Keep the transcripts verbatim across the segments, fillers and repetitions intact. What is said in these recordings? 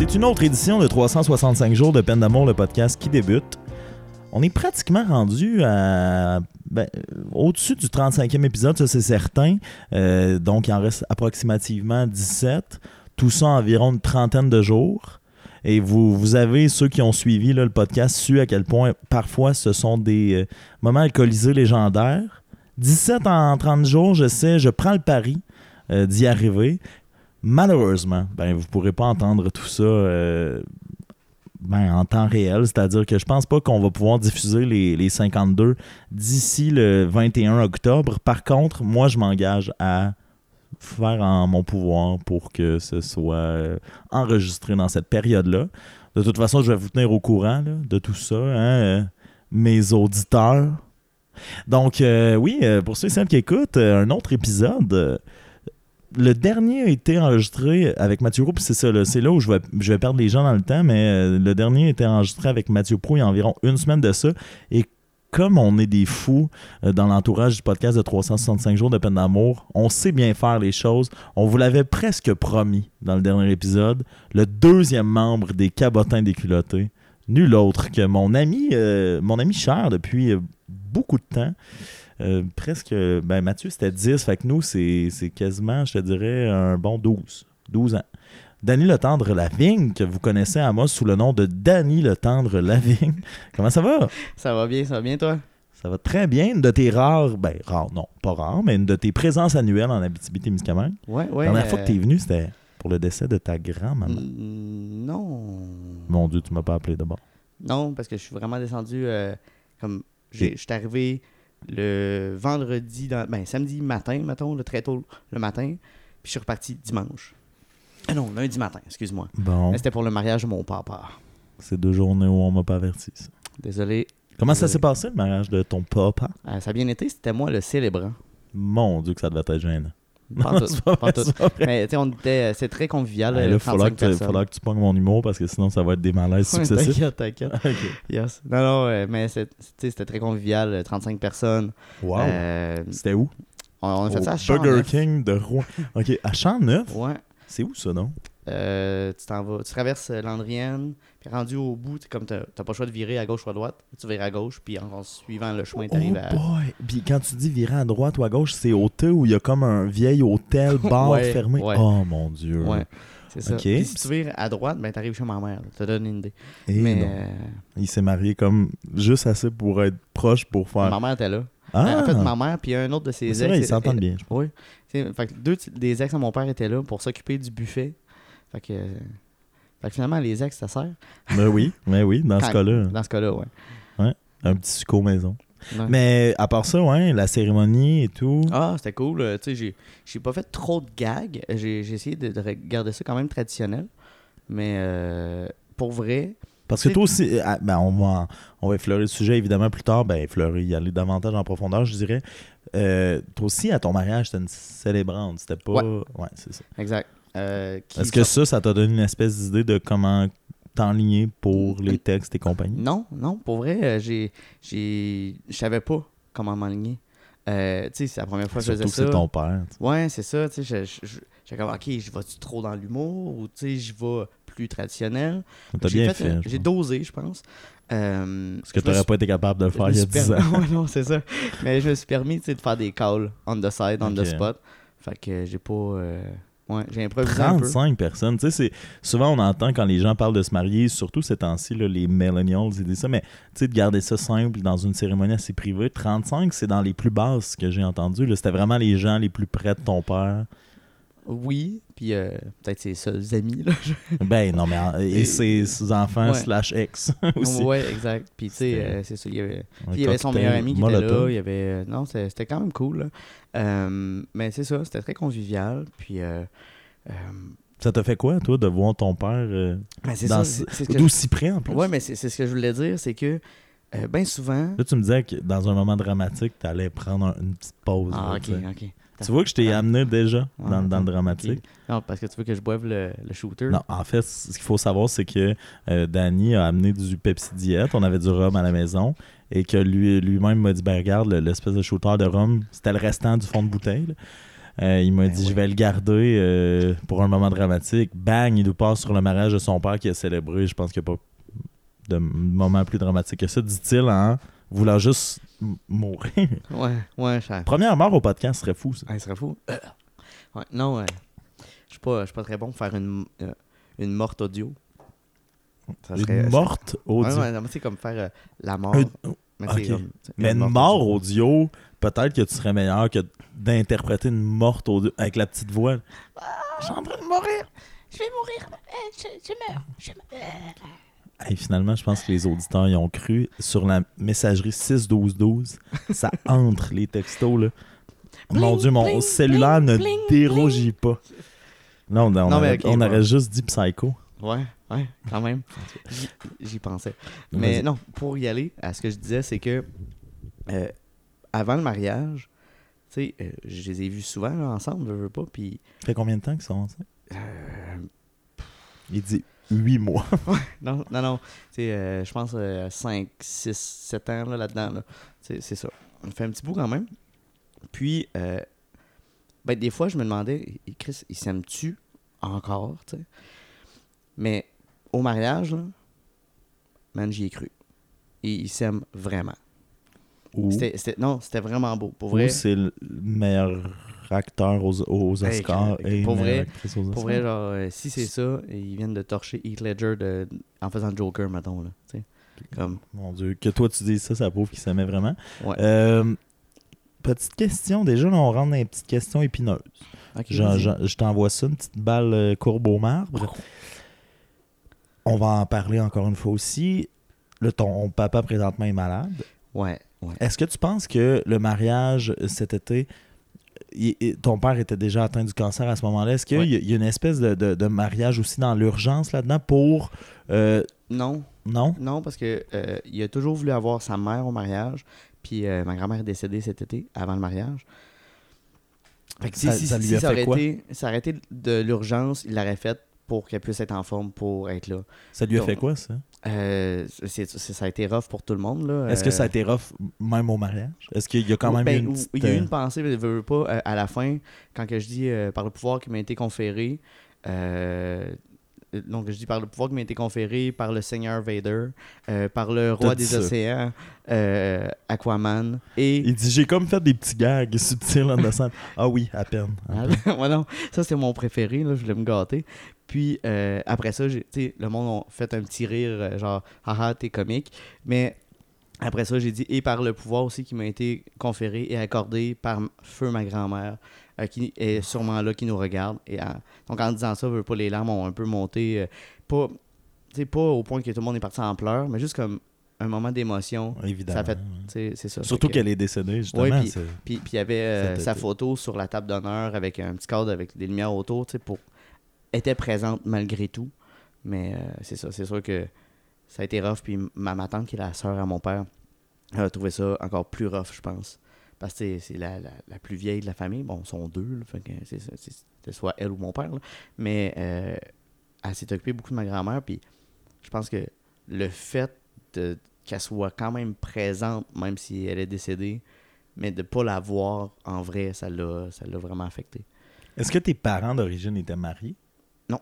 C'est une autre édition de trois cent soixante-cinq jours de peine d'amour, le podcast qui débute. On est pratiquement rendu à ben, au-dessus du trente-cinquième épisode, ça c'est certain. Euh, donc il en reste approximativement dix-sept. Tout ça environ une trentaine de jours. Et vous, vous avez, ceux qui ont suivi là, le podcast, su à quel point parfois ce sont des euh, moments alcoolisés légendaires. dix-sept en trente jours, je sais, je prends le pari euh, d'y arriver. Malheureusement, ben, vous ne pourrez pas entendre tout ça euh, ben, en temps réel. C'est-à-dire que je pense pas qu'on va pouvoir diffuser les, les cinquante-deux d'ici le vingt et un octobre. Par contre, moi, je m'engage à faire en mon pouvoir pour que ce soit euh, enregistré dans cette période-là. De toute façon, je vais vous tenir au courant là, de tout ça, hein, euh, mes auditeurs. Donc, euh, oui, euh, pour ceux et celles qui écoutent, euh, un autre épisode... Euh, Le dernier a été enregistré avec Mathieu Roux, puis c'est ça, là, c'est là où je vais, je vais perdre les gens dans le temps, mais euh, le dernier a été enregistré avec Mathieu Proulx il y a environ une semaine de ça. Et comme on est des fous euh, dans l'entourage du podcast de trois cent soixante-cinq jours de peine d'amour, on sait bien faire les choses. On vous l'avait presque promis dans le dernier épisode. Le deuxième membre des Cabotins déculottés, nul autre que mon ami, euh, mon ami cher depuis euh, beaucoup de temps. Euh, presque, ben Mathieu c'était dix, fait que nous c'est, c'est quasiment, je te dirais, un bon douze ans. Danny Letendre-Lavigne, que vous connaissez à moi sous le nom de Danny Letendre-Lavigne. Comment ça va? Ça va bien, ça va bien toi? Ça va très bien. Une de tes rares, ben rares, non, pas rares, mais une de tes présences annuelles en Abitibi-Témiscamingue. Ouais, ouais. La dernière euh... fois que t'es venu, c'était pour le décès de ta grand-maman. Mm, non. Mon Dieu, tu m'as pas appelé d'abord. Non, parce que je suis vraiment descendu euh, comme, je suis arrivé le vendredi, dans, ben samedi matin, mettons, le très tôt le matin, puis je suis reparti dimanche. Ah non, lundi matin, excuse-moi. Bon. Mais c'était pour le mariage de mon papa. C'est deux journées où on m'a pas averti, ça. Désolé. Comment Désolé. Ça s'est passé, le mariage de ton papa? Euh, ça a bien été, c'était moi le célébrant. Mon Dieu que ça devait être gênant. Pas Non, tout, c'est pas pas vrai, tout. c'est pas vrai. Mais tu sais, on était, c'est très convivial. Hey, là, il faudra, que tu- faudra que tu pognes mon humour parce que sinon ça va être des malaises Ouais, successifs. t'inquiète, t'inquiète. Okay. Yes. Non, non, euh, mais c'est, c'était très convivial, trente-cinq personnes. Wow. Euh, C'était où? on, on a fait Au ça à Burger Champ-Neuf. King de Rouen. OK, à Champ-Neuf? Ouais. C'est où ça, non? Euh, tu t'en vas, tu traverses Landrienne, puis rendu au bout, t'es comme t'as, t'as pas le choix de virer à gauche ou à droite. Tu vires à gauche, puis en, en suivant le chemin, t'arrives oh à... boy! Puis quand tu dis virer à droite ou à gauche, c'est au T où il y a comme un vieil hôtel, bar Ouais, fermé. ouais. Oh mon Dieu! Ouais, c'est ça. Ok. Puis si tu vires à droite, ben t'arrives chez ma mère. Ça te donne une idée. Et mais non. euh, Il s'est marié comme juste assez pour être proche pour faire... ma mère était là. Ah! En fait, ma mère, puis un autre de ses C'est ex... vrai, ils s'entendent bien. je pense. Oui. T'sais, fait que deux des ex à mon père étaient là pour s'occuper du buffet. Fait que, euh, fait que finalement, les ex, ça sert. Mais oui, mais oui, dans ce Quand- cas-là. Dans ce cas-là, ouais. Un petit succo maison. Ouais. Mais à part ça, ouais, la cérémonie et tout. Ah, c'était cool. Euh, tu sais, j'ai, j'ai pas fait trop de gags. J'ai, j'ai essayé de, de garder ça quand même traditionnel. Mais euh, pour vrai... Parce que c'est- toi aussi, ah, ben on, va, on va effleurer le sujet évidemment plus tard, ben effleurer, y aller davantage en profondeur, je dirais. Euh, toi aussi, à ton mariage, c'était une célébrante, c'était pas... Ouais. Ouais, c'est ça. Exact. Euh, qui Est-ce que sort- ça, ça t'a donné une espèce d'idée de comment t'enligner pour les textes et compagnie? Non, non. Pour vrai, euh, j'ai, j'ai, je savais pas comment m'enligner. Euh, tu sais, c'est la première fois que je Surtout faisais que ça. c'est ton père. tu sais. Ouais, c'est ça. Tu sais, je- je- je- j'étais comme, OK, je vais-tu trop dans l'humour ou tu sais, je vais plus traditionnel. T'as J'ai bien fait, fait. euh, je J'ai pense. dosé, je pense. Euh, Parce que je me t'aurais suis- pas été capable de le je faire me il y a suis dix permis- ans. Ouais, non, c'est ça. Mais je me suis permis, tu sais, de faire des calls on the side, on Ok. the spot. Fait que j'ai pas... euh, Ouais, j'ai improvisé un peu. trente-cinq personnes. Tu sais, c'est... souvent on entend quand les gens parlent de se marier, surtout ces temps-ci, là, les millennials, ils disent ça, mais tu sais, de garder ça simple dans une cérémonie assez privée. trente-cinq, c'est dans les plus basses que j'ai entendu. Là. C'était vraiment les gens les plus près de ton père. Oui, puis euh, peut-être ses seuls amis, là. Ben non, mais en- et Et- ses, ses enfants Ouais. slash ex aussi. Ouais, exact. Puis tu sais, C'était- euh, c'est ça, il y avait... Un Puis il y avait son cocktail meilleur ami qui Molotov. était là. Il y avait... euh, Non, c'était, c'était quand même cool. Là. Euh, mais c'est ça, c'était très convivial. Puis... Euh, euh, Ça t'a fait quoi, toi, de voir ton père euh, mais c'est dans ça, ce- c'est, c'est ce que d'aussi près en plus? je... Ouais, mais c'est, c'est ce que je voulais dire, c'est que euh, bien souvent... Là, tu me disais que dans un moment dramatique, t'allais prendre un- une petite pause. Ah, là, ok, tu sais. ok. Tu vois que je t'ai Ah. amené déjà Ah, dans, dans le ok. dramatique. Non, parce que tu veux que je boive le, le shooter. Non, en fait, ce qu'il faut savoir, c'est que euh, Danny a amené du Pepsi Diet. On avait du rhum à la maison. Et que lui, lui-même m'a dit, ben regarde, le- l'espèce de shooter de rhum, c'était le restant du fond de bouteille. là. Euh, il m'a Ben dit oui. je vais le garder euh, pour un moment dramatique. Bang, il nous passe sur le mariage de son père qui a célébré. Je pense qu'il n'y a pas de moment plus dramatique que ça, dit-il, hein, voulant juste m- mourir. Ouais, ouais, ça, Première mort au podcast serait fou, ça. ah, il serait fou. Euh, ouais, non, euh, je suis pas, je suis pas très bon pour faire une, euh, une morte audio. Ça serait- Une morte audio. Ouais, ouais, non, mais c'est comme faire euh, la mort. Une- Mais, ok. c'est comme, c'est Mais une morte mort audio, peut-être que tu serais meilleur que d'interpréter une morte audio avec la petite voix. Je suis en train de mourir. Je vais mourir. Euh, Je, je meurs. Je meurs. Et finalement, je pense que les auditeurs y ont cru. Sur la messagerie six douze douze, ça entre les textos. Là. Mon Bling, Dieu, mon bling, cellulaire bling, ne bling, dérougit pas. Non, on, on Non, mais aurait, ok, on bon. aurait juste dit psycho. Ouais, ouais, quand même. J'y, j'y pensais. Mais Vas-y. non, pour y aller, à ce que je disais, c'est que euh, avant le mariage, tu sais, euh, je les ai vus souvent là, ensemble, je veux pas, puis Ça fait combien de temps qu'ils sont ensemble? euh, Il dit huit mois. non, non, non, tu sais, euh, je pense euh, cinq, six, sept ans là, là-dedans, là. C'est, c'est ça. On fait un petit bout quand même. Puis, euh, ben, des fois, je me demandais, Chris, il s'aime-tu encore, tu sais? Mais au mariage, là, man, j'y ai cru. Et il s'aime vraiment. Ou, C'était, c'était- non, c'était vraiment beau. Pour ou vrai, c'est le meilleur acteur aux, aux Hey, Oscars que- et pour meilleure vrai- actrice aux Oscars. pour vrai, genre, euh, si c'est ça, ils viennent de torcher Heath Ledger de, en faisant Joker, mettons, là, tu sais. Comme, Mon Dieu, que toi tu dises ça, ça prouve qu'il s'aimait vraiment. ouais. Euh, petite question, déjà, là, on rentre dans les petites questions épineuses. Ok, Je, vas-y. je- je t'envoie ça, une petite balle euh, courbe au marbre. On va en parler encore une fois aussi. Là, ton papa présentement est malade. Ouais, ouais. Est-ce que tu penses que le mariage euh, cet été, il- il- ton père était déjà atteint du cancer à ce moment-là? Est-ce qu'il Ouais. y, a- il y a une espèce de, de- de mariage aussi dans l'urgence là-dedans pour... euh, Non, non? non, parce que euh, il a toujours voulu avoir sa mère au mariage, puis euh, ma grand-mère est décédée cet été, avant le mariage. Fait que si, Ça- si- ça lui si a ça fait aurait quoi? été, ça aurait été de l'urgence, il l'aurait fait pour qu'elle puisse être en forme pour être là. Ça lui a Donc, fait quoi, ça? Euh, c'est, c'est- ça a été rough pour tout le monde, là. Est-ce que ça a Euh, été rough même au mariage? Est-ce qu'il y a quand même ben, eu une ou- petite... Il y a eu euh, une pensée, mais je veux pas, euh, à la fin, quand que je dis euh, par le pouvoir qui m'a été conféré, euh, donc je dis par le pouvoir qui m'a été conféré par le Seigneur Vader, euh, par le roi T'as des dit ça. océans, euh, Aquaman, et... Il dit, j'ai comme fait des petits gags subtils en descente. Ah oui, à peine. à peine. Ouais, non, ça c'était mon préféré, là, je voulais me gâter. Puis euh, après ça, j'ai, tu sais, le monde a fait un petit rire, euh, genre, haha, t'es comique. Mais après ça, j'ai dit, et par le pouvoir aussi qui m'a été conféré et accordé par m- feu ma grand-mère, euh, qui est sûrement là, qui nous regarde. Et en- donc en disant ça, je veux pas, les larmes ont un peu monté, euh, pas, tu sais, pas au point que tout le monde est parti en pleurs, mais juste comme un moment d'émotion. Évidemment. Ça fait, ouais. tu sais, c'est ça. Surtout Fait que- qu'elle est décédée, justement. Ouais, puis- c'est- puis puis il y avait euh, Cet sa été. photo sur la table d'honneur avec un petit cadre avec des lumières autour, tu sais, pour était présente malgré tout. Mais euh, c'est ça, c'est sûr que ça a été rough. Puis ma, ma tante, qui est la sœur à mon père, elle a trouvé ça encore plus rough, je pense. Parce que c'est- c'est la, la, la plus vieille de la famille. Bon, ils sont deux, là, fait que c'est, c'est, c'est- c'est soit elle ou mon père. Là. Mais euh, elle s'est occupée beaucoup de ma grand-mère. Puis je pense que le fait de, qu'elle soit quand même présente, même si elle est décédée, mais de ne pas la voir en vrai, ça l'a, ça l'a vraiment affecté. Est-ce que tes parents d'origine étaient mariés? Non.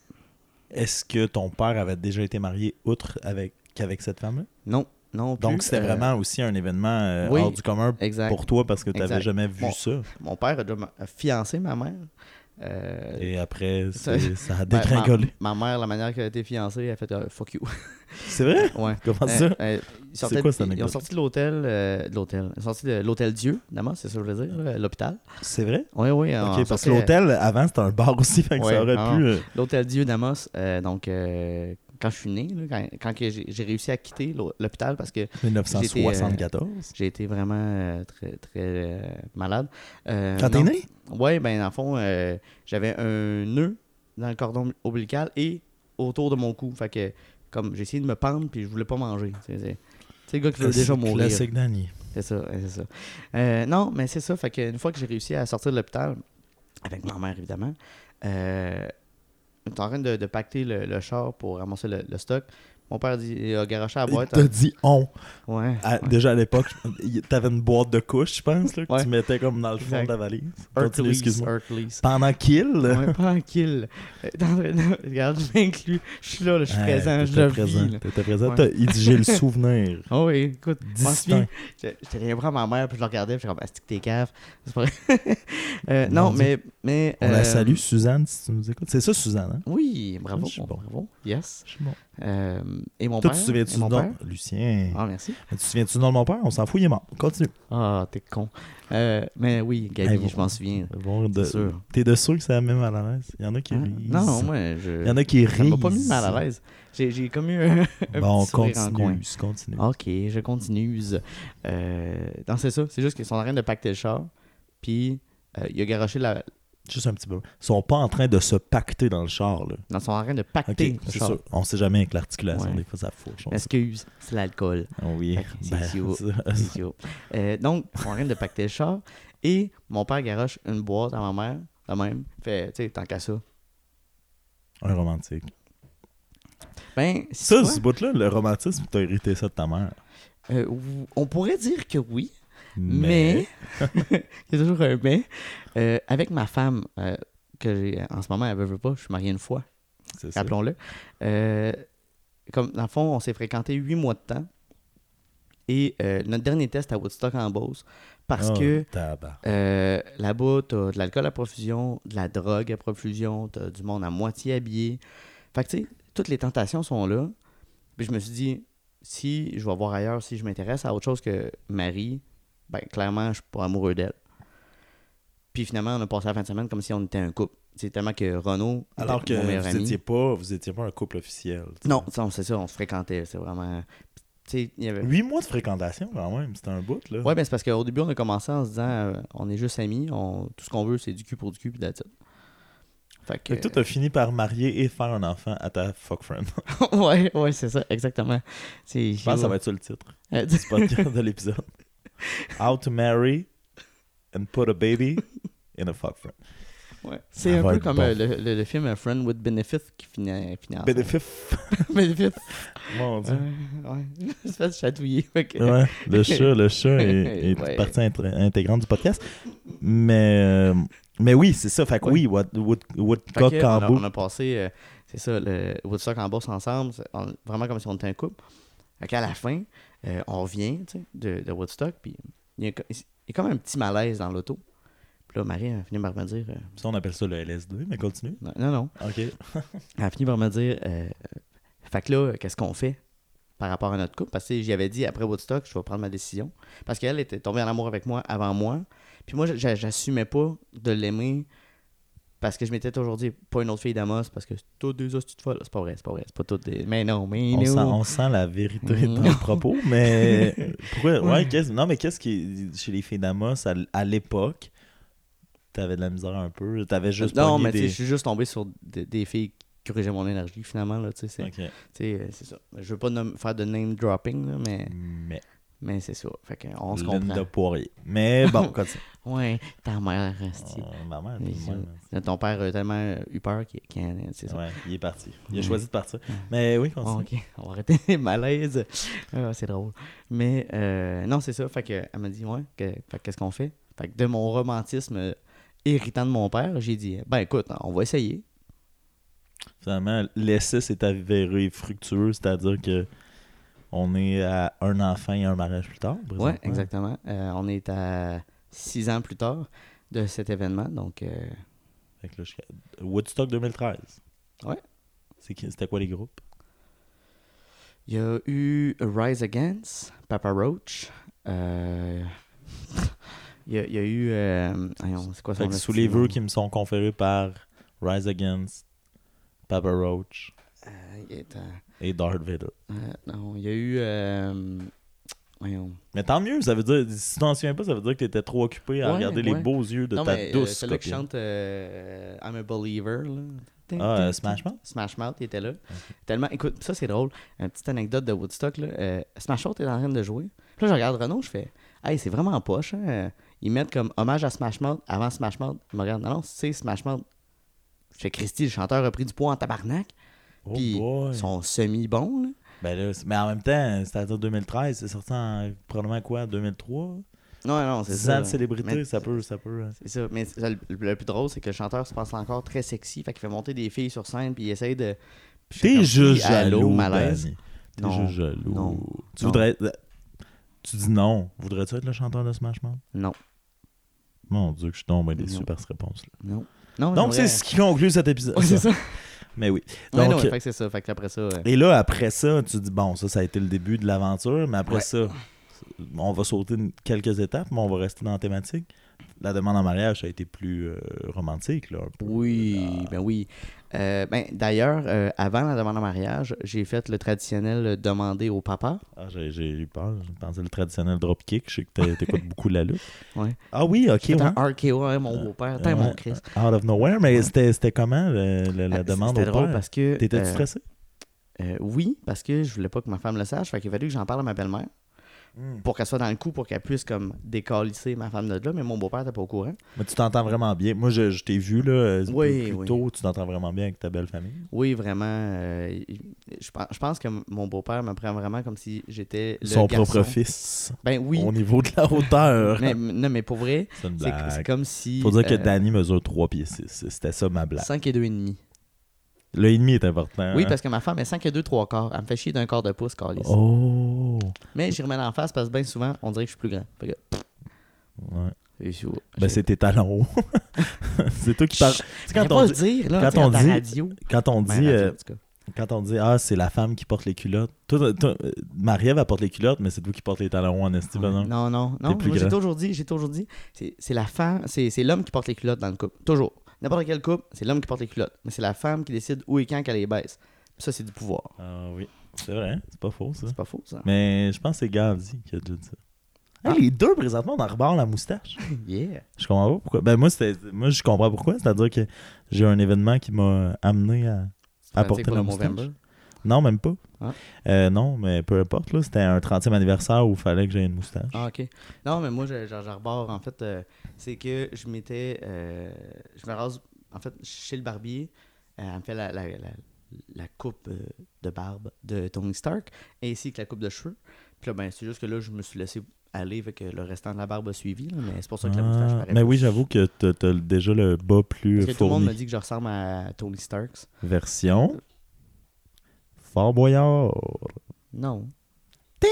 Est-ce que ton père avait déjà été marié outre avec, qu'avec cette femme-là? Non, non plus. Donc, c'était Euh, vraiment aussi un événement euh, oui, hors du commun exact. pour toi parce que tu n'avais Exact. jamais vu Bon. ça. Mon père a déjà ma- a fiancé ma mère. Euh, Et après, ça- c'est- ça a ma- dégringolé. Ma, ma mère, la manière qu'elle a été fiancée, elle a fait euh, fuck you. C'est vrai? Ouais. Comment Euh, ça? euh, ils sortaient- quoi, cette ils- Ils ont anecdote? sorti de l'hôtel. euh, de l'hôtel. Ils ont sorti de l'hôtel Dieu, Damas, c'est ça que je veux dire, là, l'hôpital. C'est vrai? Oui, oui. on Ok, parce sortait, que l'hôtel, avant, c'était un bar aussi, fait que Ouais, ça aurait non, pu... euh, L'hôtel Dieu d'Amos, euh, donc euh, quand je suis né, là, quand, quand que j'ai, j'ai réussi à quitter l'hô- l'hôpital parce que dix-neuf cent soixante-quatorze. j'ai été vraiment euh, très, très euh, malade. Euh, Quand t'es non. né? Ouais, ben dans le fond, euh, j'avais un nœud dans le cordon ombilical et autour de mon cou. Fait que, comme j'ai essayé de me pendre puis je voulais pas manger. C'est, c'est, c'est le gars qui veut déjà mourir. Classique Danny. C'est ça, ouais, c'est ça. Euh, non, mais c'est ça. Fait que une fois que j'ai réussi à sortir de l'hôpital, avec ma mère évidemment, euh, on était en train de, de pacter le, le char pour ramasser le, le stock. mon père dit, il a garoché la Il boîte. t'a hein. dit on. Ouais. À- ouais. Déjà à l'époque, il- t'avais une boîte de couches, je pense, là, que Ouais. tu mettais comme dans le fond Exact. de la valise. Continue, Hercules, excuse-moi. Hercules. Pendant qu'il. Ouais, tranquille. Euh, dans- dans- Regarde, je m'inclus. Je suis là, là, je suis Hey, présent, je t'étais le présent. vis. là. T'étais présent. Ouais. T'as- Il dit j'ai le souvenir. Oh oui, écoute, je m'en Distinct. souviens. J'étais j'étais allé voir ma mère, puis je la regardais, puis j'étais comme, ah, c'est que t'es cave. C'est pas vrai. Euh, Mon non, Dieu. mais. mais On la euh, salue, Suzanne, si tu nous écoutes. C'est ça, Suzanne, hein? Oui, bravo. Je suis bon. Bravo. Yes. Je suis bon. Euh, et mon Toi, père. tu te souviens-tu et du mon nom? père. Lucien. Ah, merci. Tu te souviens-tu du nom de mon père? On s'en fout, il est mort. Continue. Ah, t'es con. Euh, mais oui, Gabi, Hey, bon. je m'en souviens. Bon, de- C'est sûr. T'es de sûr que ça met mal à l'aise? Il y en a qui Hein? rient. Non, non, moi, je. Il y en a qui Ça rient. m'a pas mis mal à l'aise. J'ai, j'ai comme eu un, un Bon, petit sourire en coin. continue. Continue. Ok, je continue. Euh, non, c'est ça. C'est juste qu'ils sont en train de pacter le char. Puis, euh, il a garoché la. Juste un petit peu. Ils sont pas en train de se pacter dans le char, là. Non, ils sont en train de Ok, pacter le c'est char. sûr. On sait jamais avec l'articulation. Ouais. Des fois, ça fourche. on sait. Excuse, c'est l'alcool. Ah oui. Fait que c'est Ben, idiot. ça- C'est idiot. Euh, donc, ils sont en train de pacter le char. Et mon père garoche une boîte à ma mère, de même. Fait, tu sais, tant qu'à ça. Un romantique. Ben, Ça, c'est ce bout-là, le romantisme, t'as hérité ça de ta mère. Euh, on pourrait dire que oui. Mais. Mais, il y a toujours un mais. Euh, avec ma femme, euh, que j'ai en ce moment, elle veut, veut pas, je suis marié une fois, C'est ça. rappelons-le. Euh, comme, dans le fond, on s'est fréquenté huit mois de temps. Et euh, notre dernier test à Woodstock en Beauce, parce Oh, que tabarnak. euh, là-bas, t'as de l'alcool à profusion, de la drogue à profusion, t'as du monde à moitié habillé. Fait que, tu sais, toutes les tentations sont là. Puis je me suis dit, si je vais voir ailleurs, si je m'intéresse à autre chose que Marie, ben clairement, je suis pas amoureux d'elle. Puis finalement, on a passé la fin de semaine comme si on était un couple. C'est tellement que Renaud, Alors était que mon meilleur vous ami. étiez pas, vous étiez pas un couple officiel. tu sais. Non, non, c'est ça, on se fréquentait. C'est vraiment. Tu sais, il y avait. Huit mois de fréquentation, quand même. C'était un bout, là. Ouais, ben c'est parce qu'au début, on a commencé en se disant, euh, on est juste amis, on... tout ce qu'on veut, c'est du cul pour du cul, puis that's it. Fait que. Fait que toi, t'as fini par marier et faire un enfant à ta fuck friend. ouais, ouais, c'est ça, exactement. C'est, Je pense que ça va être ça le titre Euh, du podcast de l'épisode. How to marry and put a baby in a fuck friend. ouais. Ça C'est un va peu être comme bon. euh, le, le, le film A Friend with Benefit qui finit, finit ensemble. Benefit. Benefit. Mon Dieu. Euh, ouais. Je se fait chatouiller. Fait que- Ouais, le chat, le chat est, est Ouais. partie int- intégrante du podcast. Mais, euh, mais oui, c'est ça. Fait que Ouais. oui, Wood, Wood, Fait Woodcock que, on, a, en on a passé, euh, c'est ça, le Woodstock en Beauce ensemble, c'est- on- vraiment comme si on était un couple. Fait qu'à la fin, euh, on revient tu sais, de, de Woodstock, puis il y, a, co- il y a comme un petit malaise dans l'auto. Puis là, Marie a fini par me dire... euh, Ça, on appelle ça le L S D, mais continue. non, non, non. OK. Elle a fini par me dire, euh, fait que là, qu'est-ce qu'on fait par rapport à notre couple? Parce que j'y avais dit, après Woodstock, je vais prendre ma décision. Parce qu'elle était tombée en amour avec moi avant moi. Puis moi, j'a- j'assumais pas de l'aimer parce que je m'étais toujours dit, pas une autre fille d'Amos, parce que c'est toutes des hosties de folles. C'est pas vrai, c'est pas vrai. C'est pas toutes des... Mais non, mais On non. sent, on sent la vérité Mm. dans le propos, mais pourquoi? Ouais, Ouais. qu'est-ce- non, mais qu'est-ce qui chez les filles d'Amos à, l- à l'époque, t'avais de la misère un peu, t'avais juste non, pogné mais tu sais, des... je suis juste tombé sur des, des filles qui corrigeaient mon énergie, finalement. Là, tu sais, c'est, Ok. tu sais, euh, c'est ça. Je veux pas nom- faire de name dropping, là, mais, Mais mais c'est ça. Fait qu'on se Linda comprend. Poirier. Mais bon, continue. Ouais, ta mère, esti. Oh, ma mère, Mais puis moi, ça- Ton père a tellement eu peur qu'il qu'il a- c'est ça. ouais, il est parti. Il a Ouais. choisi de partir. Mais oui, Bon, continue. ok, on va arrêter les malaises. Ah, c'est drôle. Mais euh, non, c'est ça. Fait que, elle m'a dit, ouais, que- fait que qu'est-ce qu'on fait? Fait que de mon romantisme euh, héritant de mon père, j'ai dit, ben écoute, on va essayer. Finalement, l'essai s'est avéré fructueux, c'est-à-dire que on est à un enfant et un mariage plus tard. Ouais, présentement. exactement. Euh, on est à six ans plus tard de cet événement, donc euh, Fait que là, je- Woodstock deux mille treize. Ouais. C'est qui- C'était quoi les groupes? il y a eu Rise Against, Papa Roach. euh, Il y, a, il y a eu. euh, voyons, c'est quoi Fait son que sous esti les de nom? vœux qui me sont conférés par Rise Against, Papa Roach Euh, il est à- et Darth Vader. euh, non, il y a eu. euh, voyons. Mais tant mieux, ça veut dire, si tu t'en souviens pas, ça veut dire que t'étais trop occupé à Ouais, regarder ouais. les beaux yeux de non, ta mais euh, douce celui qui copine. chante euh, I'm a Believer. Là. Ah, euh, Smash Mouth? Smash Mouth, il était là. Tellement, écoute, ça c'est drôle. Une petite anecdote de Woodstock. Là. Euh, Smash Mouth est en train de jouer. Puis là, je regarde Renaud, je fais, hey, c'est vraiment poche. Hein? Ils mettent comme hommage à Smash Mouth avant Smash Mouth. Il me regarde, non, non, c'est Smash Mouth. Je fais, Christy, le chanteur a pris du poids en tabarnak. Oh Puis boy. ils sont semi-bons. Là. Ben là, c'est- mais en même temps, c'est-à-dire deux mille treize, c'est sorti en probablement quoi, deux mille trois? Non, non, c'est dix ça. ans de célébrité, Mais- ça peut, ça peut. C'est ça. Mais c'est- le, le plus drôle, c'est que le chanteur se passe encore très sexy. Fait qu'il fait monter des filles sur scène, puis il essaye de. puis je fais T'es comme, juste oui, allô, jaloux, malaise. Danny. T'es Non, juste jaloux. non, tu non. voudrais... Tu dis non. Voudrais-tu être le chanteur de Smash Mouth? Non, Mon Dieu, que je suis tombé déçu Non. par cette réponse-là. non. Non, Donc, j'aimerais- c'est ce qui conclut cet épisode. Ouais, c'est ça. Mais oui. Ouais, Donc, non, fait que c'est ça. Fait qu'après ça. euh, et là, après ça, tu dis, bon, ça, ça a été le début de l'aventure, mais après Ouais. ça, on va sauter une- quelques étapes, mais on va rester dans la thématique. La demande en mariage, ça a été plus euh, romantique, là, un peu. Oui, ben oui. Euh, ben, d'ailleurs, euh, avant la demande en mariage, j'ai fait le traditionnel euh, demander au papa. Ah, j'ai, j'ai eu peur. Je pensais le traditionnel dropkick. Je sais que t'a- t'écoutes beaucoup la lutte. Ouais. Ah oui, ok. C'était Ouais. un R K O, hein, mon beau-père. T'es Ouais. mon Chris. Out of nowhere, mais Ouais. c'était, c'était comment le- le- la Ah, demande C'était au drôle père? parce que. T'étais-tu euh, stressé? euh, oui, parce que je voulais pas que ma femme le sache. Fait qu'il a fallu que j'en parle à ma belle-mère pour qu'elle soit dans le coup, pour qu'elle puisse comme décalisser ma femme de là. Mais mon beau-père n'était pas au courant. Mais tu t'entends vraiment bien. Moi, je, je t'ai vu là, euh, Oui, plus oui. tôt. Tu t'entends vraiment bien avec ta belle famille. Oui, vraiment. euh, il- je, pense, je pense que mon beau-père me prend vraiment comme si j'étais le Son garçon. propre fils. Ben oui. Au niveau de la hauteur. Mais, non, mais pour vrai, C'est une c'est c'est blague. comme si. Faut dire que euh, Danny mesure trois pieds six. C'était ça ma blague. cinq et deux et demi. Le et demi est important. Oui, hein? parce que ma femme est cinq et deux trois quarts. Elle me fait chier d'un quart de pouce, Carlis. Oh! Mais j'y remets en face parce que bien souvent, on dirait que je suis plus grand. Fait que, Ouais. et je suis- Ben, c'est tes talons hauts. c'est toi qui parles. Tu sais, Quand Quand on on le dit, dire, là, quand tu sais, on à ta dit- radio. quand on Ben, dit, radio, euh, en tout cas. quand on dit, ah, c'est la femme qui porte les culottes. Toi, toi, euh, Marie-Ève, elle porte les culottes, mais c'est toi qui porte les talons hauts en esti, ben non? Non, non, non. plus Moi, j'ai grand. toujours dit, j'ai toujours dit, c'est c'est la femme, c'est c'est l'homme qui porte les culottes dans le couple. Toujours. N'importe quel couple, c'est l'homme qui porte les culottes. Mais c'est la femme qui décide où et quand qu'elle les baisse. Ça, c'est du pouvoir. Ah oui. C'est vrai, hein? C'est pas faux, ça. C'est pas faux, ça. Mais je pense que c'est Gandhi qui a déjà dit ça. Ah. Hey, les deux, présentement, on en rebord la moustache. Yeah. Je comprends pas pourquoi. Ben, moi, c'était, moi je comprends pourquoi. C'est-à-dire que j'ai un événement qui m'a amené à, à Pratique porter pour la le moustache. Movember. Non, même pas. Ah. Euh, non, mais peu importe. Là, c'était un trentième anniversaire où il fallait que j'aie une moustache. Ah, ok. Non, mais moi, je, genre, je rebord, en fait, euh, c'est que je m'étais. euh, je me rase, en fait, chez le barbier, euh, elle me fait la, la, la, la coupe euh, de barbe de Tony Stark, ainsi que la coupe de cheveux. Puis là, ben, c'est juste que là, je me suis laissé aller, fait que le restant de la barbe a suivi, là, mais c'est pour ça que la moustache Ah, paraît mais pas. oui, j'avoue que t'as, t'as déjà le bas plus Parce que tout le monde fourni. me dit que je ressemble à Tony Stark. Version Fort Boyard. Non. Ting!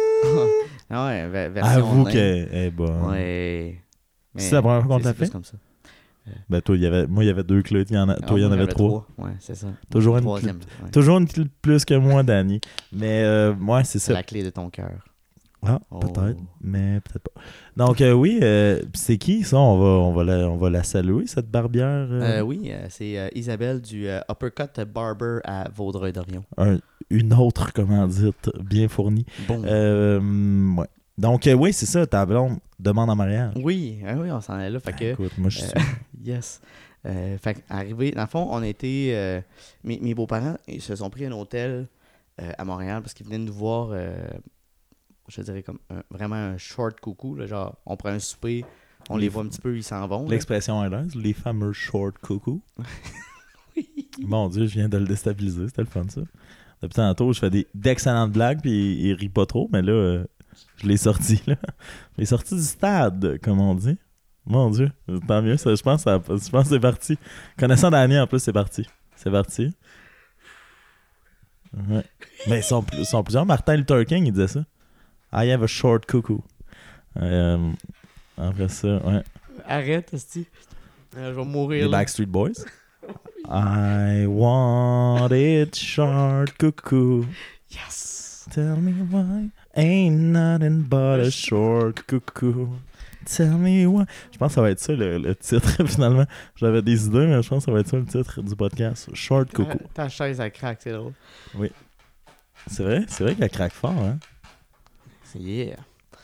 Ah ouais, ver- version Avoue nain. qu'elle est bonne. Ouais. Mais C'est la première fois qu'on c'est- te l'a c'est plus fait? comme ça. Ben, toi, il y avait, moi, il y avait deux clés. Il y en a, toi, Ah, il y en moi, avait j'avais trois. Ouais, c'est ça. Toujours une Troisième. ouais. Toujours une clé plus que moi, Danny. Mais, euh, ouais, c'est C'est ça. la clé de ton cœur. Ah, Oh. peut-être, mais peut-être pas. Donc, euh, oui, euh, c'est qui ça? On va, on, va la, on va la saluer, cette barbière. euh, Euh, oui, euh, c'est euh, Isabelle du euh, Uppercut Barber à Vaudreuil-Dorion. un- une autre commandite bien fournie. Bon. Euh, ouais. Donc, euh, oui, c'est ça, ta blonde demande en mariage. Oui, ah oui, on s'en est là. Fait Ben, que, écoute, moi, je suis euh, yes. Euh, fait arrivé, dans le fond, on était. euh, mes, mes beaux-parents, ils se sont pris un hôtel euh, à Montréal parce qu'ils venaient nous voir, euh, je dirais comme un- vraiment un short coucou. Là, genre, on prend un souper, on Les- les voit un petit peu, ils s'en vont. là. l'expression anglaise, les fameux short coucou. Oui. Mon Dieu, je viens de le déstabiliser, c'était le fun, ça. Depuis tantôt, je fais des, d'excellentes blagues, puis il, il rit pas trop, mais là, euh, je l'ai sorti, là. Je l'ai sorti du stade, comme on dit. Mon Dieu, tant mieux, ça, je pense, ça- je pense que c'est parti. Connaissant Danny, en plus, c'est parti. C'est parti. Ouais. Mais ils sont, ils sont plusieurs. Martin Luther King, il disait ça. I have a short cuckoo. Euh, après ça, ouais. Arrête, Esti. Euh, je vais mourir. Les là. Backstreet Boys. I want it short cuckoo. Yes! Tell me why ain't nothing but a short cuckoo. Tell me why. Je pense que ça va être ça le, le titre finalement. J'avais des idées, mais je pense que ça va être ça le titre du podcast. Short cuckoo. Ta, ta chaise, elle craque, c'est drôle. C'est vrai, c'est vrai qu'elle craque fort, hein. C'est yeah.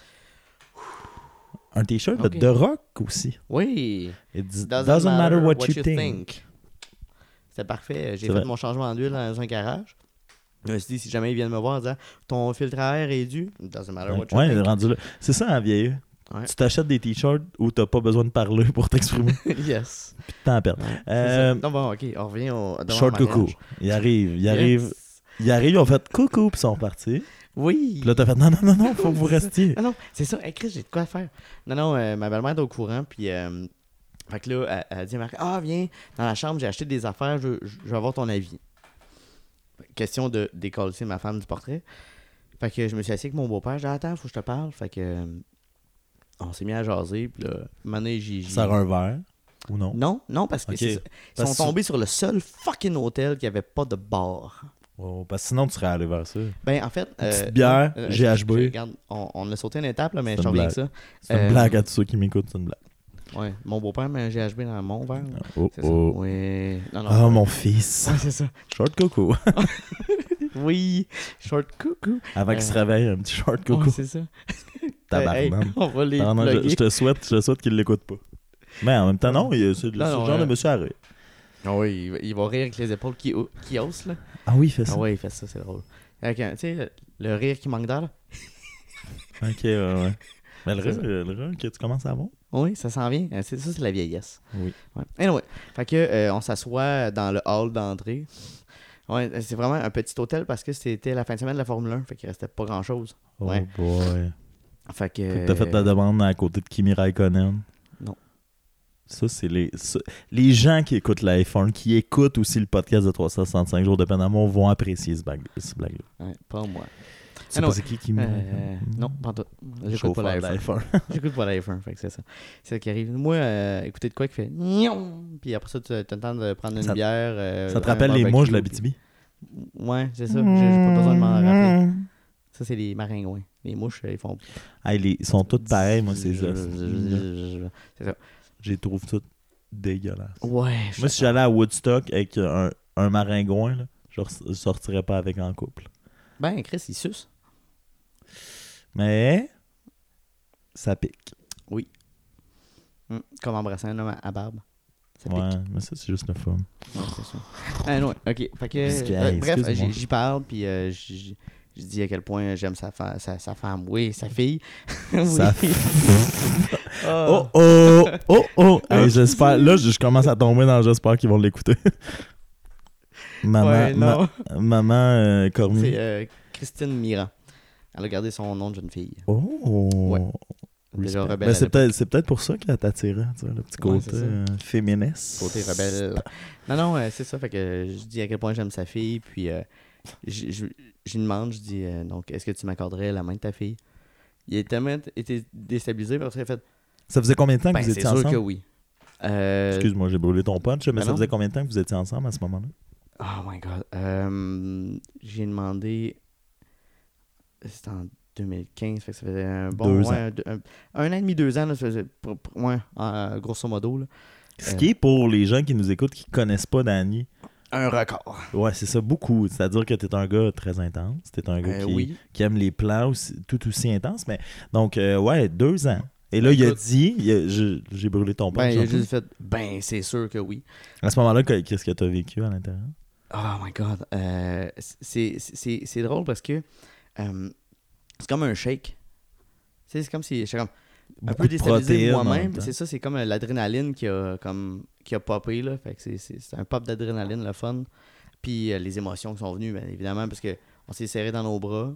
Un t-shirt Ok. de The Rock aussi. Oui! It doesn't, Doesn't, matter, what, you think. C'était parfait. J'ai C'est fait vrai. mon changement d'huile dans un garage. Je me suis dit, si jamais ils viennent me voir en disant ton filtre à air est dû, doesn't matter what you Ouais, think. rendu là. C'est ça, à vieillir. Ouais. Tu t'achètes des t-shirts où t'as pas besoin de parler pour t'exprimer. Yes. Puis de temps à perdre. Ouais, c'est Euh, ça. Non, bon, ok, on revient au. devant Short le mariage. cuckoo. Il arrive, il arrive. Yes. Ils arrivent, ils ont fait coucou, puis ils sont repartis. Oui. Puis là, t'as fait non, non, non, non, faut que vous restiez. Non, non, c'est ça. Hey, Chris, j'ai de quoi faire. Non, non, euh, ma belle-mère est au courant, puis... Euh, fait que là, elle, elle a dit à Marie, ah, viens, dans la chambre, j'ai acheté des affaires, je, je, je vais avoir ton avis. Question de décoller ma femme du portrait. Fait que je me suis assis avec mon beau-père, j'ai dit, attends, faut que je te parle. Fait que... Euh, on s'est mis à jaser, puis là, mané, j'ai... Ça a un verre, ou non? Non, non, parce que Okay. c'est, ils Parce sont que- tombés sur le seul fucking hôtel qui avait pas de bar. Oh, parce que sinon, tu serais allé vers ça. Ben, en fait... Une petite bière, non, euh, G H B. je- je- Regarde, on, on a sauté une étape, là, mais C'est je une reviens avec ça. C'est une Euh, blague à tous ceux qui m'écoutent, c'est une blague. Ouais, mon beau-père met un G H B dans mon verre. là. Oh, C'est ça. oh. Oui. Non, non. Ah, mon fils. Ouais, c'est ça. Short coco. Oui. Short coucou. Avant qu'il se Euh, réveille, un petit short coco. Ouais, c'est ça. Tabarnak. Hey, on va les Ah non, je, plugger. je te souhaite, je te souhaite qu'il l'écoute pas. Mais en même temps, non, il- c'est le Non, c'est le non, genre de euh, monsieur à rire. Ah oui, il va- il va rire avec les épaules qui, qui haussent, là. Ah oui, il fait ça. Ah ouais, il fait ça, c'est drôle. Avec un- tu sais, le, le rire qui manque d'air, là. Ok, ouais, ouais. Mais le rire, le rire que tu commences à avoir. Oui, ça s'en vient. Euh, C'est, ça, c'est la vieillesse. Oui. Ouais. Anyway, fait que, euh, on s'assoit dans le hall d'entrée. Ouais, c'est vraiment un petit hôtel parce que c'était la fin de semaine de la Formule un. Fait qu'il restait pas grand-chose. Oh Ouais. boy. Fait que... Fait que t'as fait ta demande à côté de Kimi Raikkonen. Non. Ça, c'est les... ça- les gens qui écoutent la F un, qui écoutent aussi le podcast de trois cent soixante-cinq jours de peine d'amour vont apprécier ce blague- ce blague-là. Ouais, pas moi. Tu sais Ah pas non, c'est qui Kimi Euh, Raikkonen? non, pas tout. J'écoute Chauffeur pas la de la F un. F un. J'écoute pas la F un, fait que c'est ça. C'est ça qui arrive. Moi, euh, écouter de quoi qui fait Gnon! Puis après ça, tu as le temps de prendre une Ça- bière. euh, Ça te un rappelle les barbecue, mouches de la puis- B T B? Ouais, c'est ça. J'ai j'ai pas besoin de m'en rappeler. Ça, c'est les maringouins. Les mouches, euh, ils font. Hey, les- ils sont tous pareils, moi, ces os. C'est ça. Je les trouve tous dégueulasses. Ouais. Moi, si j'allais à Woodstock avec un, un maringouin, là, je ne sortirais pas avec en couple. Ben, Chris, il suce. Mais ça pique. Hum, Comme embrasser un homme à, à barbe. Ça pique. Ouais, mais ça, c'est juste le fun. Ouais, c'est ça. Ah, non, ok. Fait que, Parce que, euh, hey, bref, excuse-moi. j'y j'y parle, puis euh, j'y j'y dis à quel point j'aime sa, fa- sa, sa femme. Oui, sa fille. Oui. Sa Ah. Oh oh! Oh oh! Hey, j'espère. Là, je, je commence à tomber dans j'espère qu'ils vont l'écouter. Maman, Ouais, non. ma- maman euh, Cormier. C'est euh, Christine Mirand. Elle a gardé son nom de jeune fille. Oh! Ouais. Respect. Déjà rebelle Mais à c'est l'époque. peut-être, c'est peut-être pour ça qu'elle t'attirait, tu vois, le petit Ouais, côté c'est ça. euh, féministe. Côté rebelle. Non, non, euh, c'est ça. Fait que euh, je dis à quel point j'aime sa fille. Puis euh, je, je, je lui demande, je dis, euh, donc, est-ce que tu m'accorderais la main de ta fille? Il a tellement été déstabilisé parce qu'il a fait, Ça faisait combien de temps que ben, vous c'est étiez sûr ensemble? que oui. Euh, Excuse-moi, j'ai brûlé ton punch, mais Ben ça non. faisait combien de temps que vous étiez ensemble à ce moment-là? Oh my god. Euh, j'ai demandé. C'était en deux mille quinze, fait que ça faisait un bon. Deux ouais, ans. Un, deux- un- un an et demi, deux ans, là, ça faisait. pour- pour- Ouais, euh, grosso modo. Là. Ce Euh. qui est pour les gens qui nous écoutent qui connaissent pas Danny, Un record. ouais, c'est ça, beaucoup. C'est-à-dire que t'es un gars très intense, t'es un gars Euh, qui, oui. qui aime les plans aussi- tout aussi intenses, mais donc, euh, ouais, deux ans. Et là, il a Écoute. dit, il a- je- j'ai brûlé ton Ben, punch. il a un peu. juste fait. Ben, c'est sûr que oui. À ce moment-là, que- qu'est-ce que t'as vécu à l'intérieur? Oh my god. Euh, c'est, c'est, c'est drôle parce que. euh, c'est comme un shake. Tu sais, c'est comme si. J'étais comme. Un Beaucoup peu de déstabilisé protéines en moi-même. même temps. C'est ça, c'est comme euh, l'adrénaline qui a, comme, qui a popé. Là. Fait que c'est, c'est, c'est un pop d'adrénaline, le fun. Puis euh, les émotions qui sont venues, bien évidemment, parce qu'on s'est serré dans nos bras.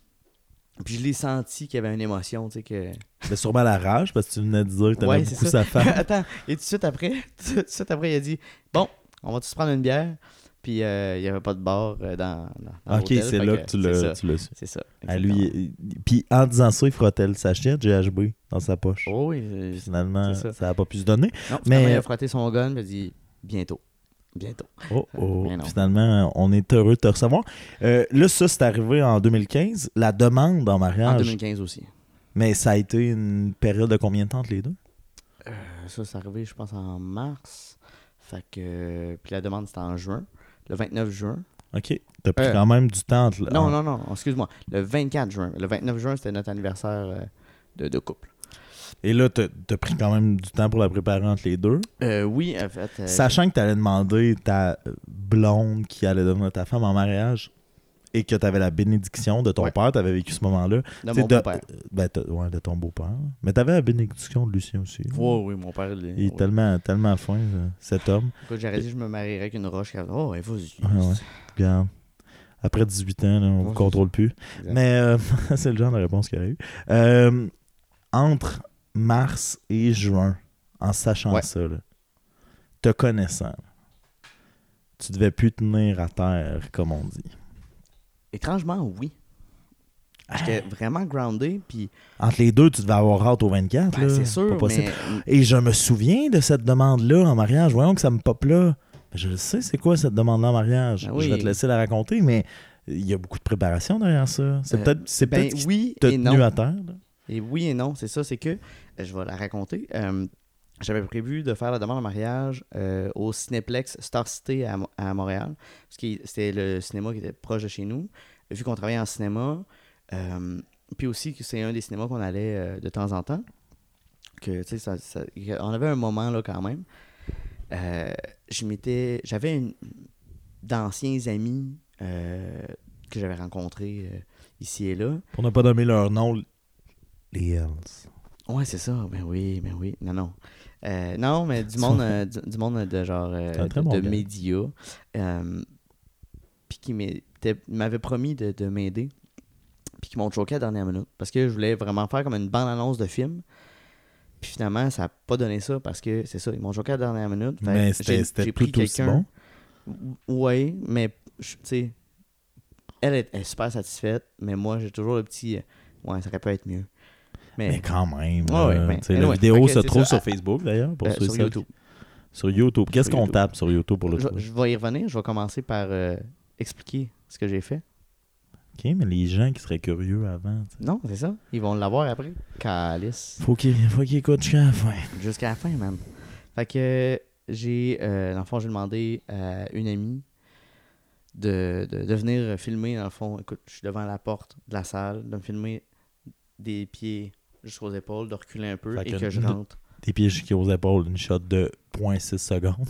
Puis je l'ai senti qu'il y avait une émotion, tu sais, que... Mais sûrement la rage, parce que tu venais de dire que t'aimais Ouais, c'est beaucoup ça. sa femme. Attends, et tout de suite après, tout de suite après, il a dit, bon, on va tous prendre une bière. Puis euh, il n'y avait pas de bar euh, dans, dans, dans Ok, l'hôtel, c'est fait là que que tu c'est l'as, ça. tu l'as su. C'est ça. À exactement. lui, il- puis en disant ça, il frottait le sachet de G H B dans sa poche. Oh oui. euh, Finalement, c'est ça. ça n'a pas pu se donner. Non, Mais- finalement, il a frotté son gun, puis il a dit, bientôt. Bientôt. Oh, oh. Mais non. Finalement, on est heureux de te recevoir. Euh, là, ça, c'est arrivé en deux mille quinze. La demande en En mariage, deux mille quinze aussi. mais ça a été une période de combien de temps entre les deux? Euh, ça, c'est arrivé, je pense, en mars. Fait que... Puis la demande, c'était en juin. Le vingt-neuf juin. OK. T'as pris Euh, quand même du temps. Entre... Non, en- non, non, excuse-moi. Le vingt-quatre juin. Le vingt-neuf juin, c'était notre anniversaire euh, de, de couple. Et là, t'as as pris quand même du temps pour la préparer entre les deux. Euh, oui, en fait. euh, Sachant que t'allais demander ta blonde qui allait devenir ta femme en mariage et que t'avais la bénédiction de ton Ouais. père, t'avais vécu ce moment-là. de T'sais, mon beau-père. Ben, t'as- ouais, de ton beau-père. Mais t'avais la bénédiction de Lucien aussi. Oui, oui, mon père. Il, Il est oui. tellement, tellement fin, euh, cet homme. Écoute, j'aurais dit que je me marierais avec une roche. qui a- Oh, ouais, vas-y. Ouais, ouais. Regarde. Après dix-huit ans, là, on ne Ouais, contrôle plus. Exact. Mais euh, c'est le genre de réponse qu'il y a eu. Euh, entre mars et juin, en sachant Ouais. ça, là, te connaissant, là, tu devais plus tenir à terre, comme on dit. Étrangement, oui. J'étais vraiment groundé, puis Entre les deux, tu devais avoir hâte au vingt-quatre. ben, là. c'est Pas sûr, possible. mais Et je me souviens de cette demande-là en mariage. Voyons que ça me pop là. Je le sais, c'est quoi cette demande-là en mariage. Ben oui. Je vais te laisser la raconter, mais il y a beaucoup de préparation derrière ça. C'est Euh, peut-être c'est ben peut-être ce qui oui t'a et tenu non. à terre. là. Et oui et non, c'est ça, c'est que, euh, je vais la raconter, euh, j'avais prévu de faire la demande en mariage euh, au Cinéplex Star City à, Mo- à Montréal, parce que c'était le cinéma qui était proche de chez nous, vu qu'on travaillait en cinéma, euh, puis aussi que c'est un des cinémas qu'on allait euh, de temps en temps, que, tu sais, ça, ça- on avait un moment, là, quand même. Euh, je m'étais, j'avais une, d'anciens amis euh, que j'avais rencontrés euh, ici et là. Pour ne pas nommer leur nom, les Hells. Ouais, c'est ça. Ben oui, ben oui. Non, non. Euh, non, mais du monde, euh, du, du monde de genre euh, C'est un très de, bon de gars. médias. Euh, puis qui m'était- m'avait promis de, de m'aider. Puis qui m'ont choqué à la dernière minute. Parce que je voulais vraiment faire comme une bande-annonce de film. Puis finalement, ça n'a pas donné ça parce que c'est ça, ils m'ont choqué à la dernière minute. Fait Mais que c'était j'ai- c'était j'ai pris tout aussi quelqu'un- bon. Oui, mais je- tu sais, elle est, elle est super satisfaite, mais moi j'ai toujours le petit euh, ouais, ça aurait pu être mieux. Mais, Mais quand même. Ouais, là, ouais, mais- tu sais, mais la ouais, vidéo fait que se c'est trouve ça. sur Ah, Facebook d'ailleurs. Pour euh, ceux et sur celles YouTube. qui- Sur YouTube. Qu'est-ce Sur qu'on YouTube. tape sur YouTube pour le Je, trouver? je vais y revenir, je vais commencer par euh, expliquer ce que j'ai fait. OK, mais les gens qui seraient curieux avant, tu sais. Non, c'est ça. Ils vont l'avoir après. Calice. faut qu'ils faut qu'ils écoutent jusqu'à la fin. Jusqu'à la fin, man. Fait que j'ai, euh, dans le fond, j'ai demandé à une amie de, de, de venir filmer, dans le fond. Écoute, je suis devant la porte de la salle, de me filmer des pieds jusqu'aux épaules, de reculer un peu Fait et que que je nous- rentre. Tes pieds jusqu'aux épaules, une shot de zéro virgule six secondes.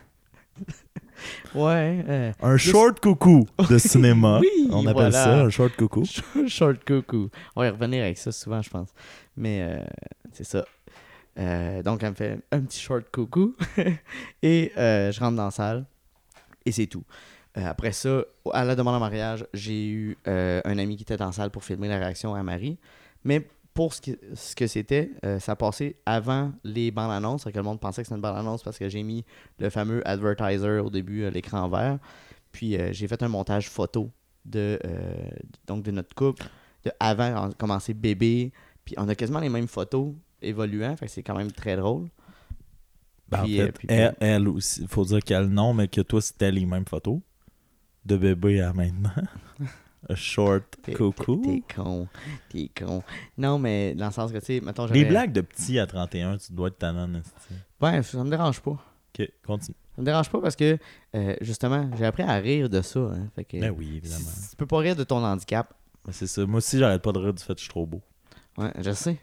Ouais. euh, Un Juste- short coucou de cinéma. Oui, On appelle voilà. ça un short coucou. Short coucou. On va y revenir avec ça souvent, je pense. Mais euh, c'est ça. Euh, donc, elle me fait un petit short coucou. Et euh, je rentre dans la salle. Et c'est tout. Euh, après ça, à la demande en mariage, j'ai eu euh, un ami qui était dans la salle pour filmer la réaction à Marie. Mais pour ce que, ce que c'était, euh, ça passait avant les bandes annonces. Que le monde pensait que c'était une bande annonce parce que j'ai mis le fameux advertiser au début, euh, l'écran vert. Puis euh, j'ai fait un montage photo de, euh, donc de notre couple, de avant, on a commencé bébé. Puis on a quasiment les mêmes photos évoluant. Fait que c'est quand même très drôle. Ben, en Puis, fait, euh, puis- elle, elle aussi, il faut dire qu'elle non, mais que toi, c'était les mêmes photos. De bébé à maintenant. Un short T'es- coucou. T'es t'es con. T'es con. Non, mais dans le sens que, tu sais, mettons, j'avais... Les blagues de petit à trente et un, tu dois être tannant. esti. Ouais, ça me dérange pas. Ok, continue. Ça me dérange pas parce que, euh, justement, j'ai appris à rire de ça. Hein, fait que, Ben oui, évidemment. si- tu peux pas rire de ton handicap. Ben, c'est ça. Moi aussi, j'arrête pas de rire du fait que je suis trop beau. Ouais, je sais.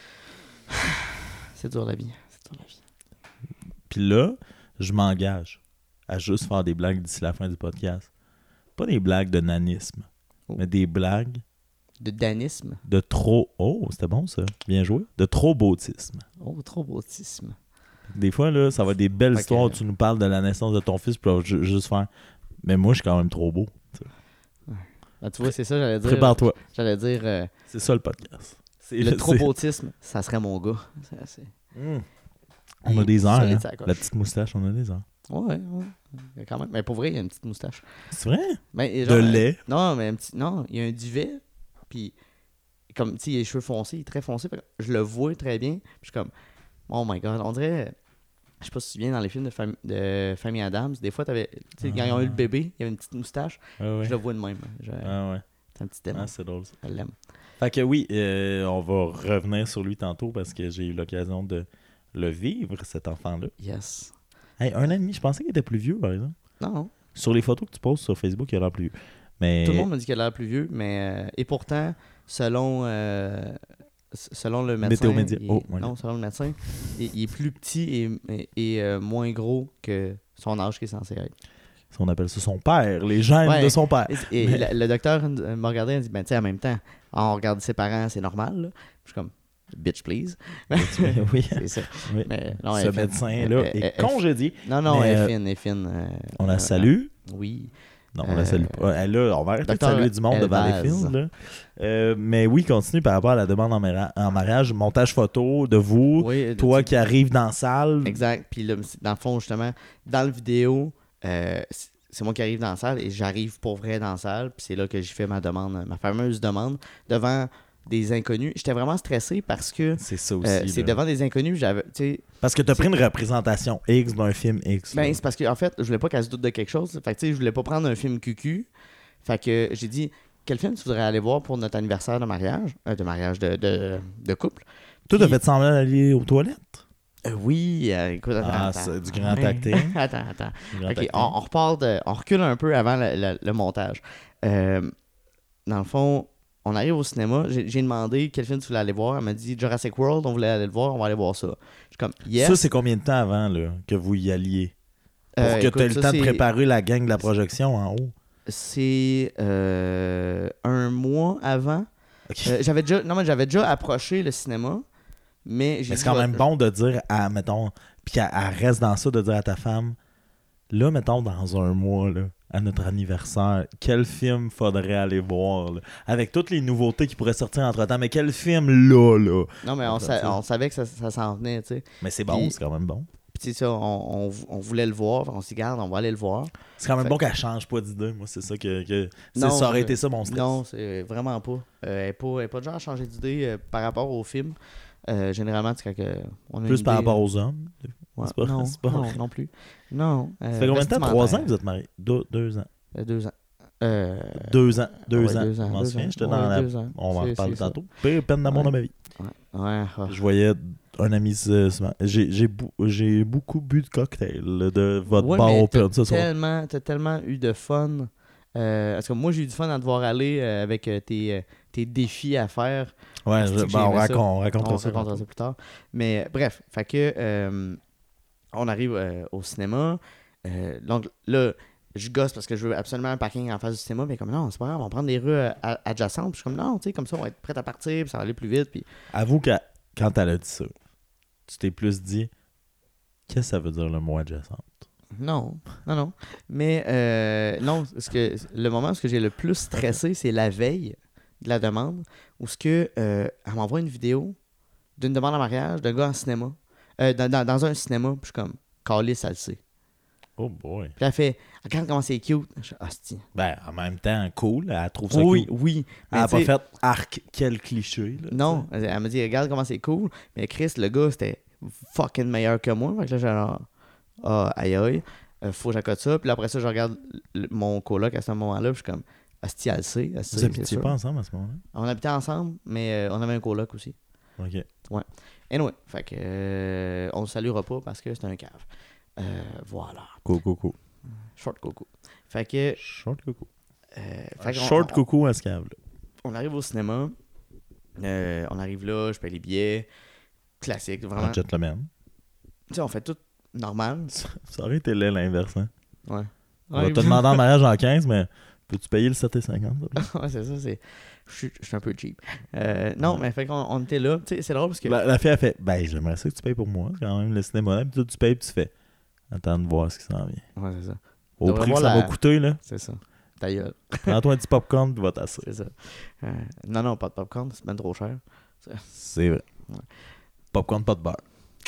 C'est dur la vie. C'est dur la vie. Puis là, je m'engage à juste faire des blagues d'ici la fin du podcast. Pas des blagues de nanisme, Oh. mais des blagues De danisme. de trop... Oh, c'était bon ça. Bien joué. De trop beautisme. Oh, trop bautisme. Des fois, là, ça va être des belles Fait histoires où que- tu nous parles de la naissance de ton fils, puis là, ju- juste faire... Mais moi, je suis quand même trop beau. Ben, tu vois, c'est ça, j'allais dire. Prépare-toi. J'allais dire, euh, C'est ça le podcast. C'est le c'est- trop bautisme, ça serait mon gars. C'est assez- Mm. On a Il- des heures, solide, hein. ça coche. La petite moustache, on a des heures. Ouais, ouais. Il y a Quand même. Mais pour vrai, il y a une petite moustache. C'est vrai? Ben, et De genre, euh, lait. Non, mais un petit. Non, il y a un duvet. Puis, comme, tu sais, il a les cheveux foncés, il est très foncé. fait que je le vois très bien. Puis, je suis comme, oh my god, on dirait. Je sais pas si tu te souviens dans les films de, fam- de Famille Adams, des fois, t'avais. Tu sais, quand ils ont eu le bébé, il y avait une petite moustache. Ouais, ouais. Je le vois de même. Je- Ah ouais. C'est un petit démon. Ah, c'est drôle ça. Je l'aime. Fait que oui, euh, on va revenir sur lui tantôt parce que j'ai eu l'occasion de le vivre, cet enfant-là. Yes. Hey, un an et demi, je pensais qu'il était plus vieux, par exemple. Non, non. Sur les photos que tu poses sur Facebook, il a l'air plus vieux. Mais... Tout le monde me dit qu'il a l'air plus vieux, mais. euh, et pourtant, selon. euh, s- selon le médecin. Météo Média. il est- Oh, ouais. Non, selon le médecin, il, il est plus petit et, et, et, euh, moins gros que son âge qui est censé être. Ça, on appelle ça son père, les gènes Ouais. de son père. Et, et Mais- la- le docteur euh, m'a regardé et a dit ben, tu sais, en même temps, on regarde ses parents, c'est normal. Là. Je suis comme, bitch, please. oui. C'est ça. oui. Mais, non, Ce elle est fine. médecin-là Elle- elle- est elle- congédié. Non, non, Mais, elle euh, est fine, elle est fine. euh, On la euh, salue. Oui. Non, on la salue pas. Elle, là, on va arrêter de Docteur saluer du monde devant les Elbaz. films. Là. Euh, mais oui, continue par rapport à la demande en, mara- en mariage, montage photo de vous, Oui, toi tu- qui arrives dans la salle. Exact. Puis là, dans le fond, justement, dans le vidéo, euh, c'est- c'est moi qui arrive dans la salle et j'arrive pour vrai dans la salle. Puis c'est là que j'ai fait ma demande, ma fameuse demande devant des inconnus. J'étais vraiment stressé parce que C'est ça aussi. euh, c'est là. devant des inconnus. J'avais, tu sais, Parce que tu as c'est- pris une représentation X d'un film X. là. ben, c'est parce que en fait, je voulais pas qu'elle se doute de quelque chose. Fait que tu sais, je voulais pas prendre un film cucu. Fait que j'ai dit, quel film tu voudrais aller voir pour notre anniversaire de mariage, euh, de mariage de, de, de couple. Toi, t'as Puis- fait semblant d'aller aux toilettes? Euh, oui, euh, écoute, attends, Ah, attends. c'est du grand Ouais. acting. attends, attends. Du grand Ok, acting. on, on repart de, on recule un peu avant le, le- le montage. Euh, dans le fond, on arrive au cinéma. J'ai, j'ai demandé quel film tu voulais aller voir. Elle m'a dit Jurassic World, on voulait aller le voir, on va aller voir ça. Je suis comme yes. Ça, c'est combien de temps avant là, que vous y alliez? Pour Euh, que écoute, tu aies le ça, temps de c'est- préparer la gang de la projection en haut. C'est euh, un mois avant. Ok. Euh, j'avais déjà, non mais j'avais déjà approché le cinéma, mais j'ai Mais dit, c'est quand je vais- même bon de dire à, mettons, puis qu'elle elle reste dans ça, de dire à ta femme, là, mettons, dans un mois, là, à notre anniversaire, quel film faudrait aller voir, là? Avec toutes les nouveautés qui pourraient sortir entre-temps, mais quel film, là, là? Non mais on, On sa- va dire. on savait que ça, ça s'en venait, tu sais. Mais c'est bon, Puis- c'est quand même bon. Puis tu sais ça, on, on, on voulait le voir, on s'y garde, on va aller le voir. C'est quand même Fait- bon qu'elle change pas d'idée, moi, c'est ça que... que c'est- Non, ça aurait euh, été ça, mon stress. Non, c'est vraiment pas. Euh, elle n'est pas, elle est pas de genre à changer d'idée euh, par rapport au film. Euh, généralement, c'est quand euh, on a Plus une par idée, rapport aux hommes. ouais, c'est pas- non, c'est pas non, vrai. non plus. Non. euh, Ça fait combien de temps? Trois ans vestimentaire. que vous êtes mariés? Deux, deux ans. Euh, Deux ans. Euh, Deux ans. Deux ouais, ans. deux ans, Je m'en deux souviens, ans. j'étais Ouais, dans la... deux ans. On va en C'est- reparler c'est ça. tantôt. Pire peine d'amour Ouais. de ma vie. Ouais, ouais, ah. Je voyais un ami se- se- j'ai j'ai bou- j'ai beaucoup bu de cocktail là, de votre Ouais, bar mais open t'as ce soir. tellement, t'as tellement eu de fun. Euh, parce que moi, j'ai eu du fun à te voir aller euh, avec euh, tes, euh, tes défis à faire. Ouais, c'est je- que ben, on, j'aimais ça. raconte, on racontera On ça. racontera tantôt. ça plus tard. Mais euh, bref, fait que euh, on arrive euh, au cinéma. Euh, donc là, je gosse parce que je veux absolument un parking en face du cinéma. Mais comme non, c'est pas grave, on va prendre des rues euh, a- adjacentes. Puis je suis comme non, tu sais, comme ça, on va être prêt à partir. Puis ça va aller plus vite. Puis Avoue que quand elle a dit ça, tu t'es plus dit qu'est-ce que ça veut dire le mot adjacent? non, non, non. Mais euh, non, ce que, le moment où ce que j'ai le plus stressé, c'est la veille de la demande. Où ce que euh, elle m'envoie une vidéo d'une demande en mariage d'un gars en cinéma. Euh, dans, dans, dans un cinéma. Puis je suis comme, Calice, elle le sait. Oh boy. Puis elle fait, regarde comment c'est cute. Je suis, hostie. Ben, en même temps, cool, elle trouve ça Oui, cool. oui. Elle Mais a pas tu sais, fait arc, quel cliché. Là, non, tu sais. elle, elle m'a dit, regarde comment c'est cool. Mais Chris, le gars, c'était fucking meilleur que moi. Fait que là, j'ai genre, ah, aïe aïe, euh, faut que j'accote ça. Puis là, après ça, je regarde le- mon coloc à ce moment-là. Puis je suis comme, hostie, elle le sait. Elle le sait, Vous c'est habitiez sûr. pas ensemble à ce moment-là? On habitait ensemble, mais euh, on avait un coloc aussi. Ok. Anyway, fait que, euh, on le saluera pas parce que c'est un cave. Euh, voilà. Cool, cool, cool. Short coco. Fait que, Short coucou. euh, Un fait qu'on- short on- coucou à ce cave là. on arrive au cinéma. Euh, on arrive là, je paye les billets. Classique, vraiment. Un gentleman. Tu sais, on fait tout normal. Ça ça aurait été laid l'inverse. Hein? Ouais. On va te demander en mariage en quinze, mais peux-tu payer le sept et cinquante? s'il te plaît? Ouais, c'est ça, c'est. Je suis je suis un peu cheap. Euh, non, mais fait qu'on on était là. Tu sais, c'est drôle parce que. La, la fille a fait ben j'aimerais ça que tu payes pour moi quand même le cinéma. Puis toi tu payes puis tu fais attends de voir ce qui s'en vient. Ouais, c'est ça. Au Devrait prix que voir ça la- va coûter là. C'est ça. Ta gueule. Prends-toi un petit popcorn puis va t'asseoir. C'est ça. Euh, non, non, pas de popcorn, c'est même trop cher. C'est vrai. Ouais. Popcorn pas de beurre.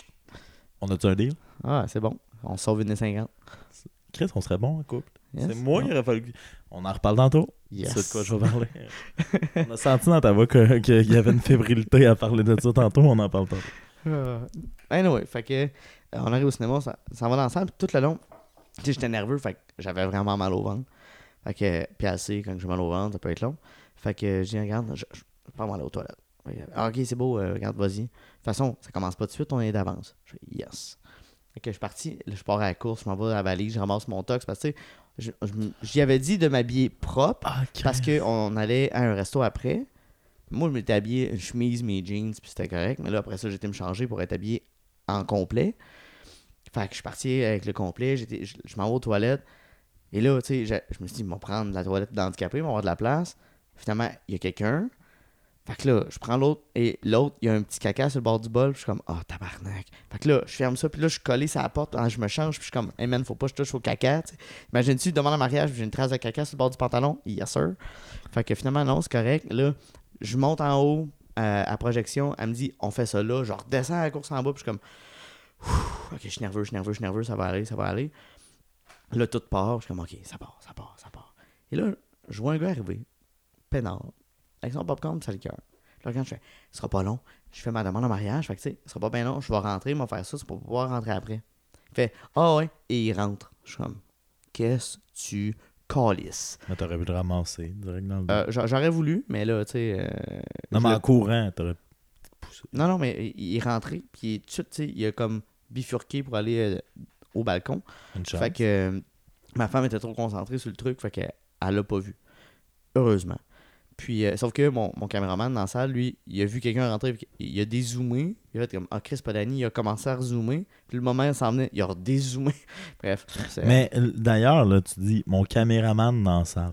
On a-tu un deal? Ah, c'est bon. On sauve une cinquante. Chris, on serait bon en couple. Yes. C'est moi Bon. qui aurait fallu. que- On en reparle tantôt. Yes. C'est de quoi je vais parler. On a senti dans ta voix que- qu'il y avait une fébrilité à parler de ça tantôt, on en parle tantôt. Euh, anyway, fait que, euh, on arrive au cinéma, ça, ça va dans la salle, puis tout le long, tu sais, j'étais nerveux, fait que j'avais vraiment mal au ventre. Fait que, puis assez, quand j'ai mal au ventre, ça peut être long. Fait que, je dis, regarde, je, je, je peux aller aux toilettes. Fait que, ah, ok, c'est beau, euh, regarde, vas-y. De toute façon, ça commence pas tout de suite, on est d'avance. Je fais, yes. Fait que je suis parti, là, je pars à la course, je m'en vais à la valise, je ramasse mon tox, parce que, tu sais, je- je- j'y avais dit de m'habiller propre, Ah, parce qu'on allait à un resto après. Moi, je m'étais habillé une chemise, mes jeans, puis c'était correct. Mais là, après ça, j'étais me changer pour être habillé en complet. Fait que je suis parti avec le complet. J'étais, je, je m'en vais aux toilettes. Et là, tu sais, je, je me suis dit, ils vont prendre la toilette d'handicapé, ils vont avoir de la place. Finalement, il y a quelqu'un. Fait que là, je prends l'autre et l'autre, il y a un petit caca sur le bord du bol. Puis je suis comme, ah, oh, tabarnak. Fait que là, je ferme ça. Puis là, je suis collé sur la porte. Ah, je me change. Puis je suis comme, hey man, faut pas que je touche au caca. T'sais. Imagine-tu, demande en mariage. J'ai une trace de caca sur le bord du pantalon. Yes, sir. Fait que finalement, non, c'est correct. Là, je monte en haut euh, à projection. Elle me dit, on fait ça là. Je redescends à la course en bas. Puis je suis comme, ok, je suis nerveux, je suis nerveux, je suis nerveux. Ça va aller, ça va aller. Là, tout part. Je suis comme, ok, ça part, ça part, ça part. Et là, je vois un gars arriver, peinard, avec son popcorn, ça le cœur. Là, quand je fais, ce sera pas long, je fais ma demande en mariage, fait que tu sais, ce sera pas bien long, je vais rentrer, il va faire ça, c'est pour pouvoir rentrer après. Il fait, ah ouais, et il rentre. Je suis comme, qu'est-ce que tu calisses? Mais t'aurais pu le ramasser direct dans le dos. Euh, j'aurais voulu, mais là, tu sais. Euh, non, mais en courant, t'aurais poussé. Non, non, mais il est rentré, puis tout de suite, tu sais, il a comme bifurqué pour aller euh, au balcon. Une chance. Fait que euh, ma femme était trop concentrée sur le truc, fait qu'elle elle l'a pas vu. Heureusement. Puis, euh, sauf que mon, mon caméraman dans la salle, lui, il a vu quelqu'un rentrer, il a dézoomé. Il a fait comme, ah, Chris Podani, il a commencé à rezoomer. Puis le moment où il s'en venait, il a redézoomé. Bref. C'est... Mais d'ailleurs, là, tu dis, mon caméraman dans la salle.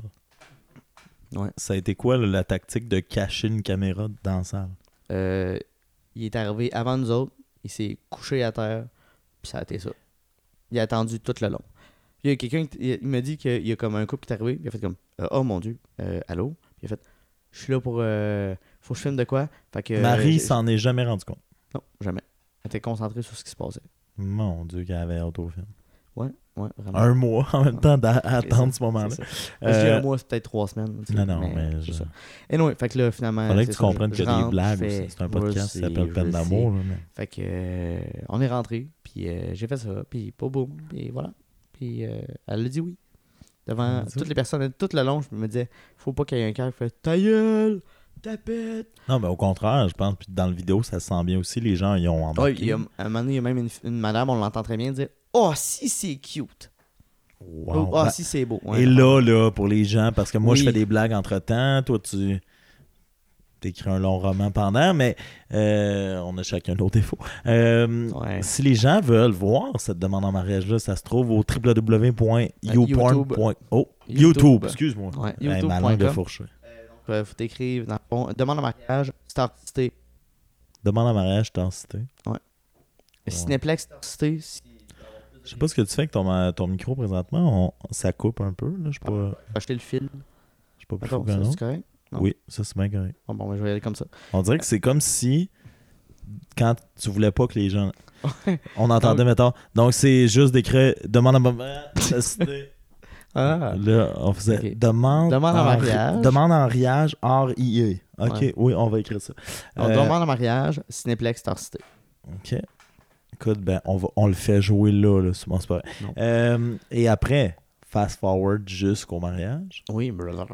Ouais. Ça a été quoi là, la tactique de cacher une caméra dans la salle? Euh, il est arrivé avant nous autres, il s'est couché à terre, puis ça a été ça. Il a attendu tout le long. Puis il y a quelqu'un, il, il m'a dit qu'il y a comme un couple qui est arrivé, il a fait comme, euh, oh mon Dieu, euh, allô? Puis il a fait, je suis là pour. Euh, faut que je filme de quoi? Fait que, Marie euh, s'en est jamais rendu compte. Non, jamais. Elle était concentrée sur ce qui se passait. Mon Dieu, qu'elle avait hâte au film. Ouais, ouais, vraiment. Un mois en même temps d'attendre ce moment-là. C'est ça. Euh, je dis un mois, c'est peut-être trois semaines. Non, non, mais, mais c'est je... ça. Et non, fait que là, finalement. Faudrait que tu ça, comprennes je, qu'il y je a des rentre, blagues fais, aussi. C'est un podcast qui sais, s'appelle Peine d'amour. Là, mais... Fait que, euh, on est rentré, puis euh, j'ai fait ça, puis pas boum, puis voilà. Puis euh, elle a dit oui. Devant toutes les personnes, tout le long, je me disais, faut pas qu'il y ait un cœur qui fait ta gueule, tapette. Non, mais au contraire, je pense, puis dans le vidéo, ça se sent bien aussi. Les gens, ils ont embarqué. Oh, il y a, à un moment donné, il y a même une, une madame, on l'entend très bien dire, oh, si c'est cute. Wow. Oh, Ben, si c'est beau. Ouais, et là, là, pour les gens, parce que moi, oui. je fais des blagues entre-temps, toi, tu t'écris un long roman pendant, mais euh, on a chacun nos défauts. Euh, ouais. Si les gens veulent voir cette demande en mariage-là, ça se trouve au w w w point youporn point com. Oh, YouTube, YouTube excuse-moi. Ouais, hey, YouTube. ma langue de fourché. Euh, donc, euh, faut t'écrire dans le fond, demande en mariage, Star Cité. Demande en mariage, Star Cité. Ouais. ouais. Cinéplex, Star Cité. Si... Je sais pas ce que tu fais avec ton, ton micro présentement. On, ça coupe un peu. Là. Je sais pas. Acheter le fil. Je sais pas plus Attends, fort que ça, non. c'est correct? Non. Oui, ça c'est bien correct. Bon, bon, je vais y aller comme ça. On dirait que c'est comme si, quand tu voulais pas que les gens... On entendait, donc, mettons... Donc, c'est juste d'écrire « Demande en mariage. » Ah. Là, on faisait okay. « Demande, demande en mariage. » Demande en mariage, R I E. OK, ouais. Oui, on va écrire ça. On euh, demande en mariage, Cinéplex, Star Cité. OK. Écoute, ben, on, va, on le fait jouer là, là c'est bon, c'est pas vrai. Euh, et après, fast forward jusqu'au mariage. Oui,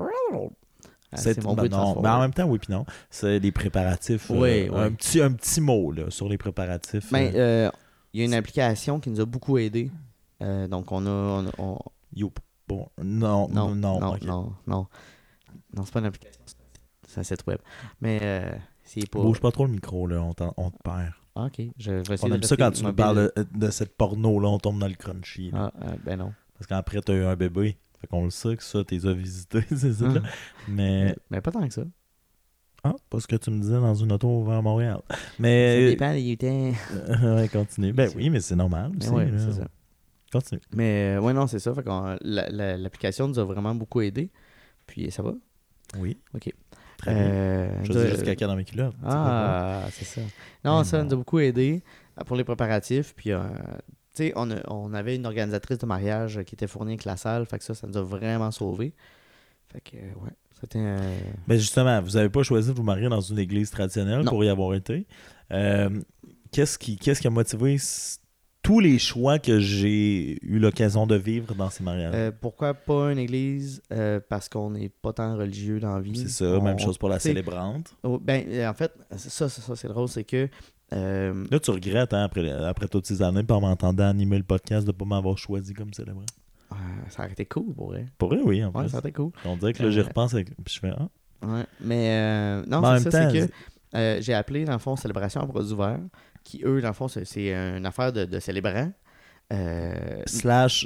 Ah, c'est, c'est mon ben, non, mais en même temps, oui puis non. C'est les préparatifs. Oui, euh, oui. Un, petit, un petit mot là, sur les préparatifs. Il ben, euh, y a une application qui nous a beaucoup aidé. Euh, donc, on a... On, on... Youp. Bon, non, non, non. Non, okay. non, non. Non, c'est pas une application. C'est un site web. Mais euh, c'est pas... Bouge pas trop le micro, là. On, on te perd. Ah, OK. Je vais essayer on de aime ça quand tu nous parles de, de cette porno, là. On tombe dans le crunchy. Là. Ah, euh, ben non. Parce qu'après, t'as eu un bébé. Fait qu'on le sait que ça, t'es déjà visité, c'est ça, là. Mais... mais... Mais pas tant que ça. Ah, pas ce que tu me disais dans une auto vers Montréal. Mais... Ça dépend des temps. Ouais, continue. Ben oui, mais c'est normal aussi. Ouais, là. C'est ça. Continue. Mais ouais, non, c'est ça. Fait qu'on, la, la, l'application nous a vraiment beaucoup aidé. Puis ça va? Oui. OK. Très euh, bien. Je faisais juste caca dans mes culottes. Ah, c'est ça. Non, mais ça non. nous a beaucoup aidé pour les préparatifs. Puis... Euh, tu sais, on, on avait une organisatrice de mariage qui était fournie avec la salle, fait que ça, ça nous a vraiment sauvés. Fait que, ouais, c'était... Euh... Ben justement, vous n'avez pas choisi de vous marier dans une église traditionnelle non. pour y avoir été. Euh, qu'est-ce, qui, qu'est-ce qui a motivé tous les choix que j'ai eu l'occasion de vivre dans ces mariages? Euh, pourquoi pas une église? Euh, parce qu'on n'est pas tant religieux dans la vie. C'est ça, on, même chose pour la célébrante. Oh, ben, en fait, ça, ça, ça c'est drôle, c'est que Euh... Là, tu regrettes, hein, après, après toutes ces années, par m'entendant animer le podcast, de ne pas m'avoir choisi comme célébrant. Euh, ça aurait été cool, pour vrai. Pour vrai, oui, en ouais, plus. ça aurait été cool. On dirait que là, euh... j'y repense, avec... puis je fais « Ah! » Ouais, mais euh, non, mais c'est ça, temps, c'est que euh, j'ai appelé, dans le fond, Célébration à bras ouverts, qui, eux, dans le fond, c'est, c'est une affaire de, de célébrants. Euh... Slash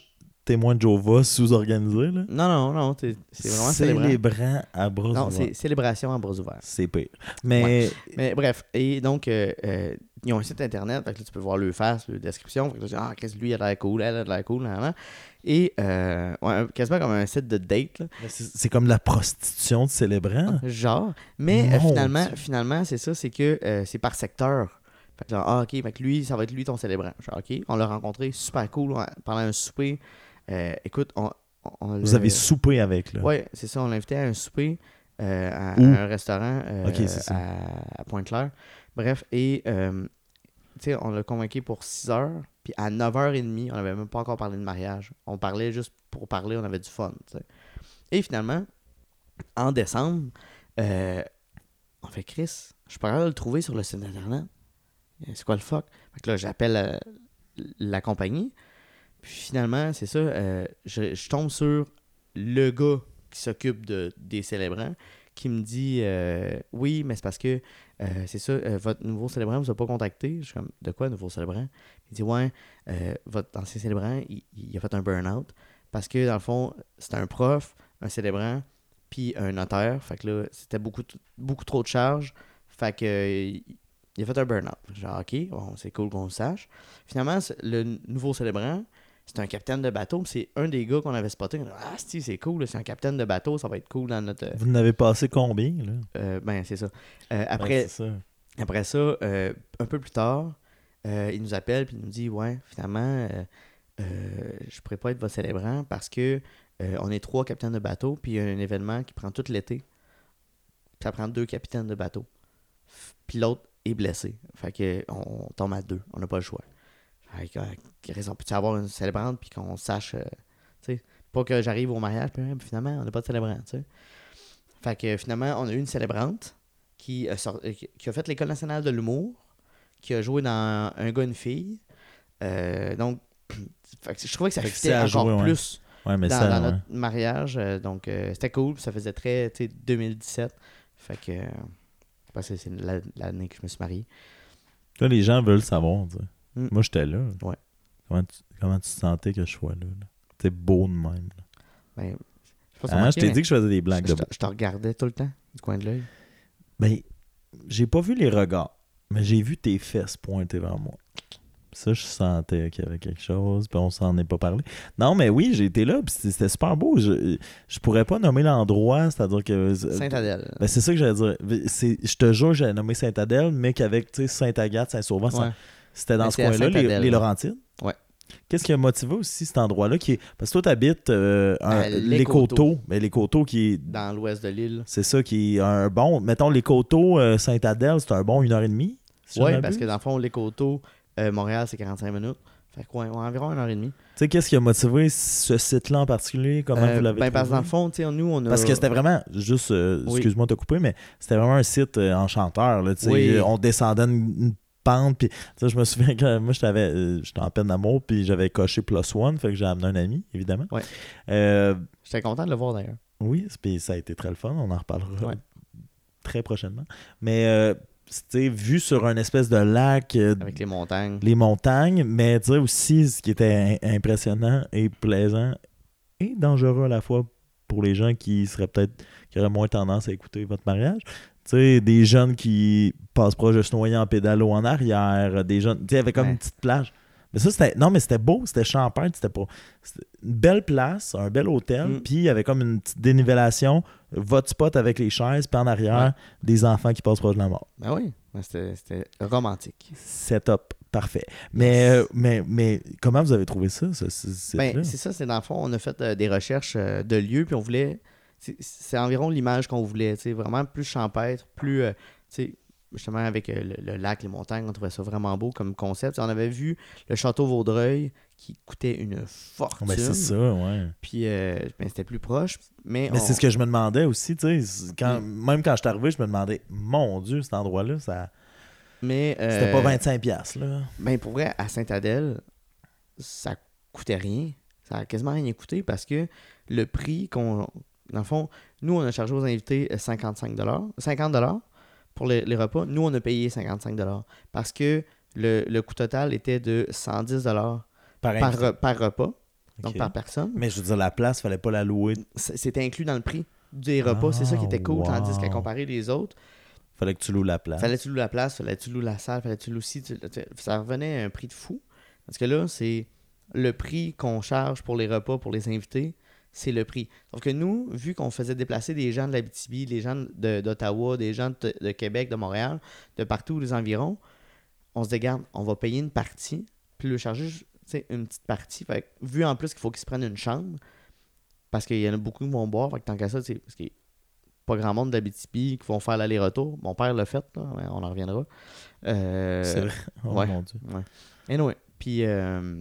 témoin de Jéhovah sous-organisé, là. Non, non, non, t'es- c'est vraiment célébrant. Célébrant à bras Non, ouverts. c'est célébration à bras ouverts. C'est pire. Mais Ouais. Mais bref, et donc, euh, euh, ils ont un site internet, fait que là, tu peux voir le face, le description. Fait que là, tu dis, ah, qu'est-ce que lui, il a l'air cool, elle a l'air cool, nan, nan. Et euh, ouais, quasiment comme un site de date, là. mais c'est c'est comme la prostitution de célébrant. Genre. Mais euh, Mon finalement, Dieu. finalement, c'est ça, c'est que euh, c'est par secteur. Fait que genre, ah, ok, fait que lui, ça va être lui ton célébrant. Genre, ok, on l'a rencontré, super cool, ouais, pendant un souper. Euh, écoute, on. on- on Vous l'a- avez soupé avec, là. Ouais, c'est ça, on l'a invité à un souper, euh, à, Où? à un restaurant euh, Ok, c'est ça. à, à Pointe-Claire. Bref, et euh, tu sais, on l'a convaincu pour six heures, puis à neuf heures trente, on n'avait même pas encore parlé de mariage. On parlait juste pour parler, on avait du fun, tu sais. Et finalement, en décembre, euh, on fait Chris, je suis pas capable de le trouver sur le site internet. C'est quoi le fuck? Fait que là, j'appelle euh, la compagnie. Puis finalement, c'est ça, euh, je, je tombe sur le gars qui s'occupe de, des célébrants qui me dit euh, oui, mais c'est parce que euh, c'est ça, euh, votre nouveau célébrant vous a pas contacté. Je suis comme, de quoi, nouveau célébrant? Il dit, ouais, euh, votre ancien célébrant, il, il a fait un burn-out parce que dans le fond, c'était un prof, un célébrant, puis un notaire. Fait que là, c'était beaucoup, t- beaucoup trop de charges. Fait que euh, il, il a fait un burn-out. Genre, ok, bon, c'est cool qu'on le sache. Finalement, c'est- le n- nouveau célébrant, c'est un capitaine de bateau. C'est un des gars qu'on avait spoté. On a dit, ah, si, c'est cool, là, c'est un capitaine de bateau, ça va être cool dans notre. Vous n'avez passé combien, là? Euh, ben, c'est ça. Euh, après, Ouais, c'est ça. après ça, euh, un peu plus tard, euh, il nous appelle puis il nous dit, ouais, finalement, euh, euh, je pourrais pas être votre célébrant parce que euh, on est trois capitaines de bateau, puis il y a un événement qui prend tout l'été. Puis ça prend deux capitaines de bateau. F- Puis l'autre est blessé. Fait que on tombe à deux. On n'a pas le choix. Fait que, euh, quelle raison peut-tu avoir une célébrante puis qu'on sache, euh, tu sais, pas que j'arrive au mariage, puis hein, finalement, on n'a pas de célébrant, tu sais. Fait que finalement, on a eu une célébrante qui a, sor- euh, qui- qui a fait l'École nationale de l'humour, qui a joué dans Un gars, une fille. Euh, donc, fait que je trouvais que ça Fait que fitait c'est à encore jouer, ouais. plus Ouais, mais dans, ça, dans ouais. notre mariage. euh, donc, euh, c'était cool. Puis ça faisait très, tu sais, deux mille dix-sept. Fait que, euh, parce que c'est la- l'année que je me suis marié. Là, les gens veulent savoir, tu sais. Mm. Moi, j'étais là. Ouais. Comment tu, comment tu sentais que je sois là? là? T'es beau de même. Là. Ben, je sais pas si Hein, on je t'ai dit que je faisais des blagues je, de je te- je te regardais tout le temps, du coin de l'œil. Ben, j'ai pas vu les regards, mais j'ai vu tes fesses pointer vers moi. Ça, je sentais qu'il y avait quelque chose, puis on s'en est pas parlé. Non, mais oui, j'ai été là, puis c'était c'était super beau. Je, je pourrais pas nommer l'endroit, c'est-à-dire que... Sainte-Adèle. Ben, c'est ça que j'allais dire. C'est- Je te jure, j'allais nommer Sainte-Adèle, mais qu'avec tu sais, Sainte-Agathe, Saint-Sauveur, ça- Ouais. c'était dans Mais ce c'est à coin-là, les, Sainte-Adèle, les ouais. Laurentides. Ouais. Qu'est-ce qui a motivé aussi cet endroit-là? Qui est... Parce que toi, tu habites À les Les Coteaux, Coteaux. mais les Coteaux qui est... Dans l'ouest de l'île. C'est ça qui est un bon... Mettons, les Coteaux, euh, Sainte-Adèle, c'est un bon une heure et demie? si Oui, je parce m'abuse. que dans le fond, les Coteaux, euh, Montréal, c'est quarante-cinq minutes. Fait que, ouais, ouais, environ une heure et demie. Tu sais, qu'est-ce qui a motivé ce site-là en particulier? Comment Euh, vous l'avez ben, parce que trouvé? dans le fond, tu sais, nous, on a. Parce que c'était vraiment, juste, euh, Oui. excuse-moi de te couper, mais c'était vraiment un site euh, enchanteur. Là, tu sais. Oui. On descendait une, une pente, puis tu sais, je me souviens que moi, j'étais euh, j'étais en peine d'amour, puis j'avais coché plus one, fait que j'ai amené un ami, évidemment. Ouais. Euh, J'étais content de le voir d'ailleurs. oui, puis ça a été très le fun, on en reparlera Ouais. très prochainement. Mais, euh, tu sais, vu sur un espèce de lac, euh, Avec les montagnes. les montagnes, mais tu sais aussi, ce qui était in- impressionnant et plaisant et dangereux à la fois pour les gens qui seraient peut-être, qui auraient moins tendance à écouter votre mariage. Tu sais, des jeunes qui passent proche de se noyer en pédalo en arrière, des jeunes, tu sais, il y avait comme Ouais. une petite plage. Mais ça, c'était, non, mais c'était beau, c'était champêtre, c'était pas, c'était une belle place, un bel hôtel, Mm. puis il y avait comme une petite dénivellation, votre spot avec les chaises, puis en arrière, Ouais. des enfants qui passent proche de la mort. Ben oui, ben, c'était c'était romantique. Setup parfait. Mais, euh, mais, mais comment vous avez trouvé ça, ce, ce site-là? Ben, c'est ça, c'est dans le fond, on a fait euh, des recherches euh, de lieux, puis on voulait. C'est c'est environ l'image qu'on voulait, tu sais, vraiment plus champêtre, plus. euh, tu sais, justement, avec euh, le, le lac, les montagnes, on trouvait ça vraiment beau comme concept. On avait vu le château Vaudreuil qui coûtait une fortune. Ben, c'est ça, ouais. Puis, euh, ben, c'était plus proche. Mais, Mais on- c'est ce que je me demandais aussi, tu sais. Quand, Même quand je suis arrivé, je me demandais, mon Dieu, cet endroit-là, ça mais, euh, c'était pas vingt-cinq piastres, là. Ben, pour vrai, à Sainte-Adèle, ça coûtait rien. Ça a quasiment rien coûté parce que le prix qu'on. Dans le fond, nous, on a chargé aux invités cinquante-cinq dollars, cinquante dollars pour les, les repas. Nous, on a payé cinquante-cinq dollars parce que le, le coût total était de cent dix dollars Par par, invité. re- par repas. donc Ok. par personne. Mais je veux dire, la place, fallait pas la louer. C- C'était inclus dans le prix des repas. Ah, C'est ça qui était cool. wow. Tandis qu'à comparer les autres, Fallait que tu loues la place. fallait-tu louer la place, fallait-tu louer la salle, fallait-tu louer aussi. tu- tu- Ça revenait à un prix de fou. Parce que là, c'est le prix qu'on charge pour les repas, pour les invités, c'est le prix. Sauf que nous, vu qu'on faisait déplacer des gens de l'Abitibi, des gens de- d'Ottawa, des gens de, de Québec, de Montréal, de partout les environs, on se dit, regarde, on va payer une partie, puis le charger tu sais, une petite partie. Fait que, vu en plus qu'il faut qu'ils se prennent une chambre, parce qu'il y en a beaucoup qui vont boire, fait que tant qu'à ça, c'est parce qu'il n'y a pas grand monde d'Abitibi qui vont faire l'aller-retour. Mon père l'a fait, là, on en reviendra. Euh, C'est vrai. Oh ouais. mon Dieu. Ouais. Anyway, puis euh,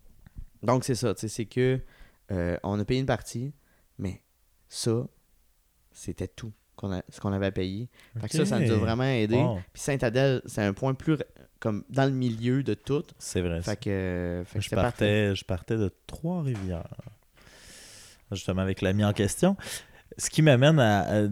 donc c'est ça, tu sais, c'est que euh, on a payé une partie, mais ça, c'était tout qu'on a, ce qu'on avait à payer. Fait que ça, ça nous a Ok. vraiment aidé. Wow. Puis Saint-Adèle, c'est un point plus comme dans le milieu de tout. C'est vrai. Fait que, euh, fait que Je c'était parfait. partais, je partais de Trois-Rivières. Justement, avec l'ami en question. Ce qui m'amène à. à-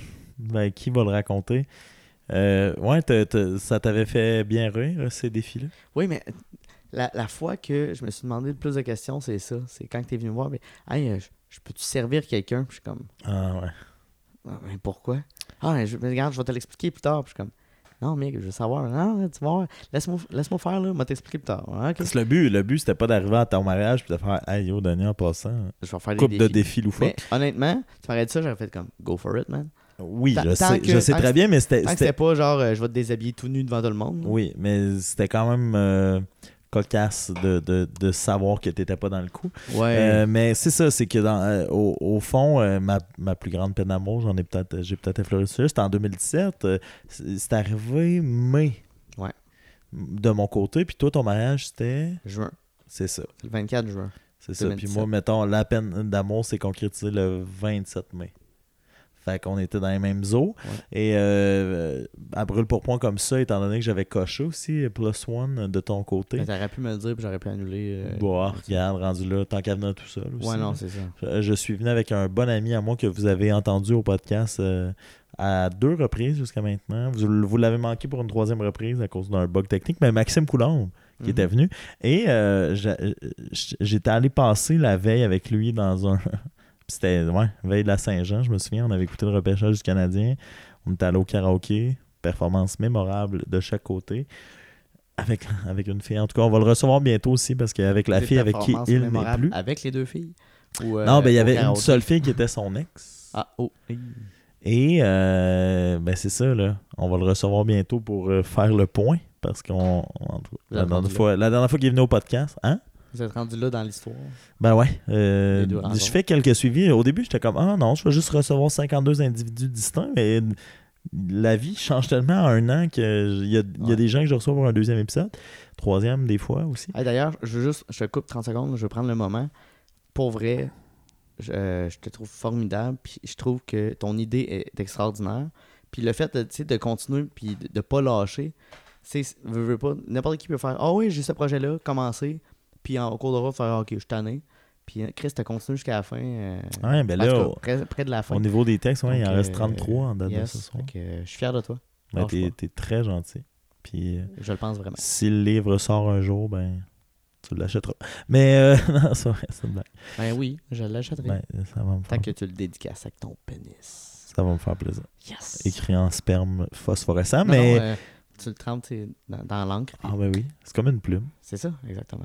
ben, qui va le raconter? Euh, ouais, t'as- t'as- ça t'avait fait bien rire, ces défis-là? Oui, mais la, la fois que je me suis demandé le plus de questions, c'est ça. C'est quand tu es venu me voir, mais hey, euh, je, je peux-tu servir quelqu'un? Puis je suis comme, Ah ouais. ah, mais pourquoi? Ah, mais je, mais regarde, je vais te l'expliquer plus tard. Puis je suis comme, non, mec, je veux savoir. Non, tu vas voir. Laisse-moi, laisse-moi faire, là. Je vais t'expliquer plus tard. Ah, ok. Parce que le but, le but, c'était pas d'arriver à ton mariage puis de faire Hey yo, Denis, en passant. Je vais faire des Coupe de défis. défis Mais loufoques. honnêtement, tu m'aurais dit ça, j'aurais fait comme, go for it, man. Oui, Tant- je tant sais, que- je sais tant très que- bien, mais c'était. Tant que c'était- c'était pas genre, euh, je vais te déshabiller tout nu devant tout le monde. Oui, mais c'était quand même euh, cocasse de, de, de savoir que t'étais pas dans le coup. Ouais. Euh, mais c'est ça, c'est que dans, euh, au, au fond, euh, ma, ma plus grande peine d'amour, j'en ai peut-être, j'ai peut-être effleuré ça. C'était en deux mille dix-sept. euh, c'est c'est arrivé mai. Ouais. De mon côté, puis toi, ton mariage, c'était. Juin. C'est ça. C'est le vingt-quatre juin. C'est ça. Puis deux mille dix-sept. moi, mettons, la peine d'amour s'est concrétisée le vingt-sept mai. Fait qu'on était dans les mêmes eaux. Ouais. Et euh, à brûle pour point comme ça, étant donné que j'avais coché aussi plus one de ton côté. Mais t'aurais pu me le dire, puis j'aurais pu annuler. euh, Bon, regarde, rendu là, tant qu'à venir tout seul aussi. Ouais, non, là. c'est ça. Je, je suis venu avec un bon ami à moi que vous avez entendu au podcast euh, à deux reprises jusqu'à maintenant. Vous, vous l'avez manqué pour une troisième reprise à cause d'un bug technique, mais Maxime Coulombe qui Mhm. était venu. Et euh, j'a- j'étais allé passer la veille avec lui dans un... C'était, ouais, veille de la Saint-Jean, je me souviens. On avait écouté le repêchage du Canadien. On était allé au karaoké. Performance mémorable de chaque côté. Avec, avec une fille. En tout cas, on va le recevoir bientôt aussi parce qu'avec la Des fille avec qui performances il n'est mémorables plus. Avec les deux filles? Ou, euh, Non, ben il y au avait une karaoké? seule fille qui était son ex. Ah, oh. Et euh, ben c'est ça, là. On va le recevoir bientôt pour euh, faire le point. Parce qu'on. en tout cas, Vous La êtes dernière, rendu fois, la dernière fois qu'il est venu au podcast, hein? Vous êtes rendu là dans l'histoire. Ben ouais. euh, Les deux rencontres. je fais quelques suivis. Au début, j'étais comme ah non, je vais juste recevoir cinquante-deux individus distincts, mais la vie change tellement en un an qu'il y a, il y a Ouais. des gens que je reçois pour un deuxième épisode. Troisième, des fois aussi. Hey, d'ailleurs, je veux juste, je te coupe trente secondes, je vais prendre le moment. Pour vrai, je, euh, je te trouve formidable, puis je trouve que ton idée est extraordinaire. Puis le fait de, tu sais, de continuer, puis de, de pas lâcher, c'est, veux, veux pas, n'importe qui peut faire, ah oui, j'ai ce projet-là, commencer, puis en au cours de route, faire, ok, je suis tanné. Puis euh, Chris, t'as continué jusqu'à la fin. euh, Ouais, ben en tout là, cas, au, près, près de la fin. au niveau des textes, ouais, il en Donc, reste euh, trente-trois en date de yes, ce soir. fait que, euh, je suis fier de toi. Ben, lâche t'es, pas. t'es très gentil. Puis euh, Je le pense vraiment. si le livre sort un jour, ben tu l'achèteras. Mais euh, non, c'est vrai, c'est une blague. Ben oui, je l'achèterai. Ben, ça va me Tant faire, que tu le dédicaces avec ton pénis. ça va me faire plaisir. Yes! Écrit en sperme phosphorescent, Non, mais non, euh, tu le trempes tu sais, dans, dans l'encre. puis ah ben oui, c'est comme une plume. C'est ça, exactement.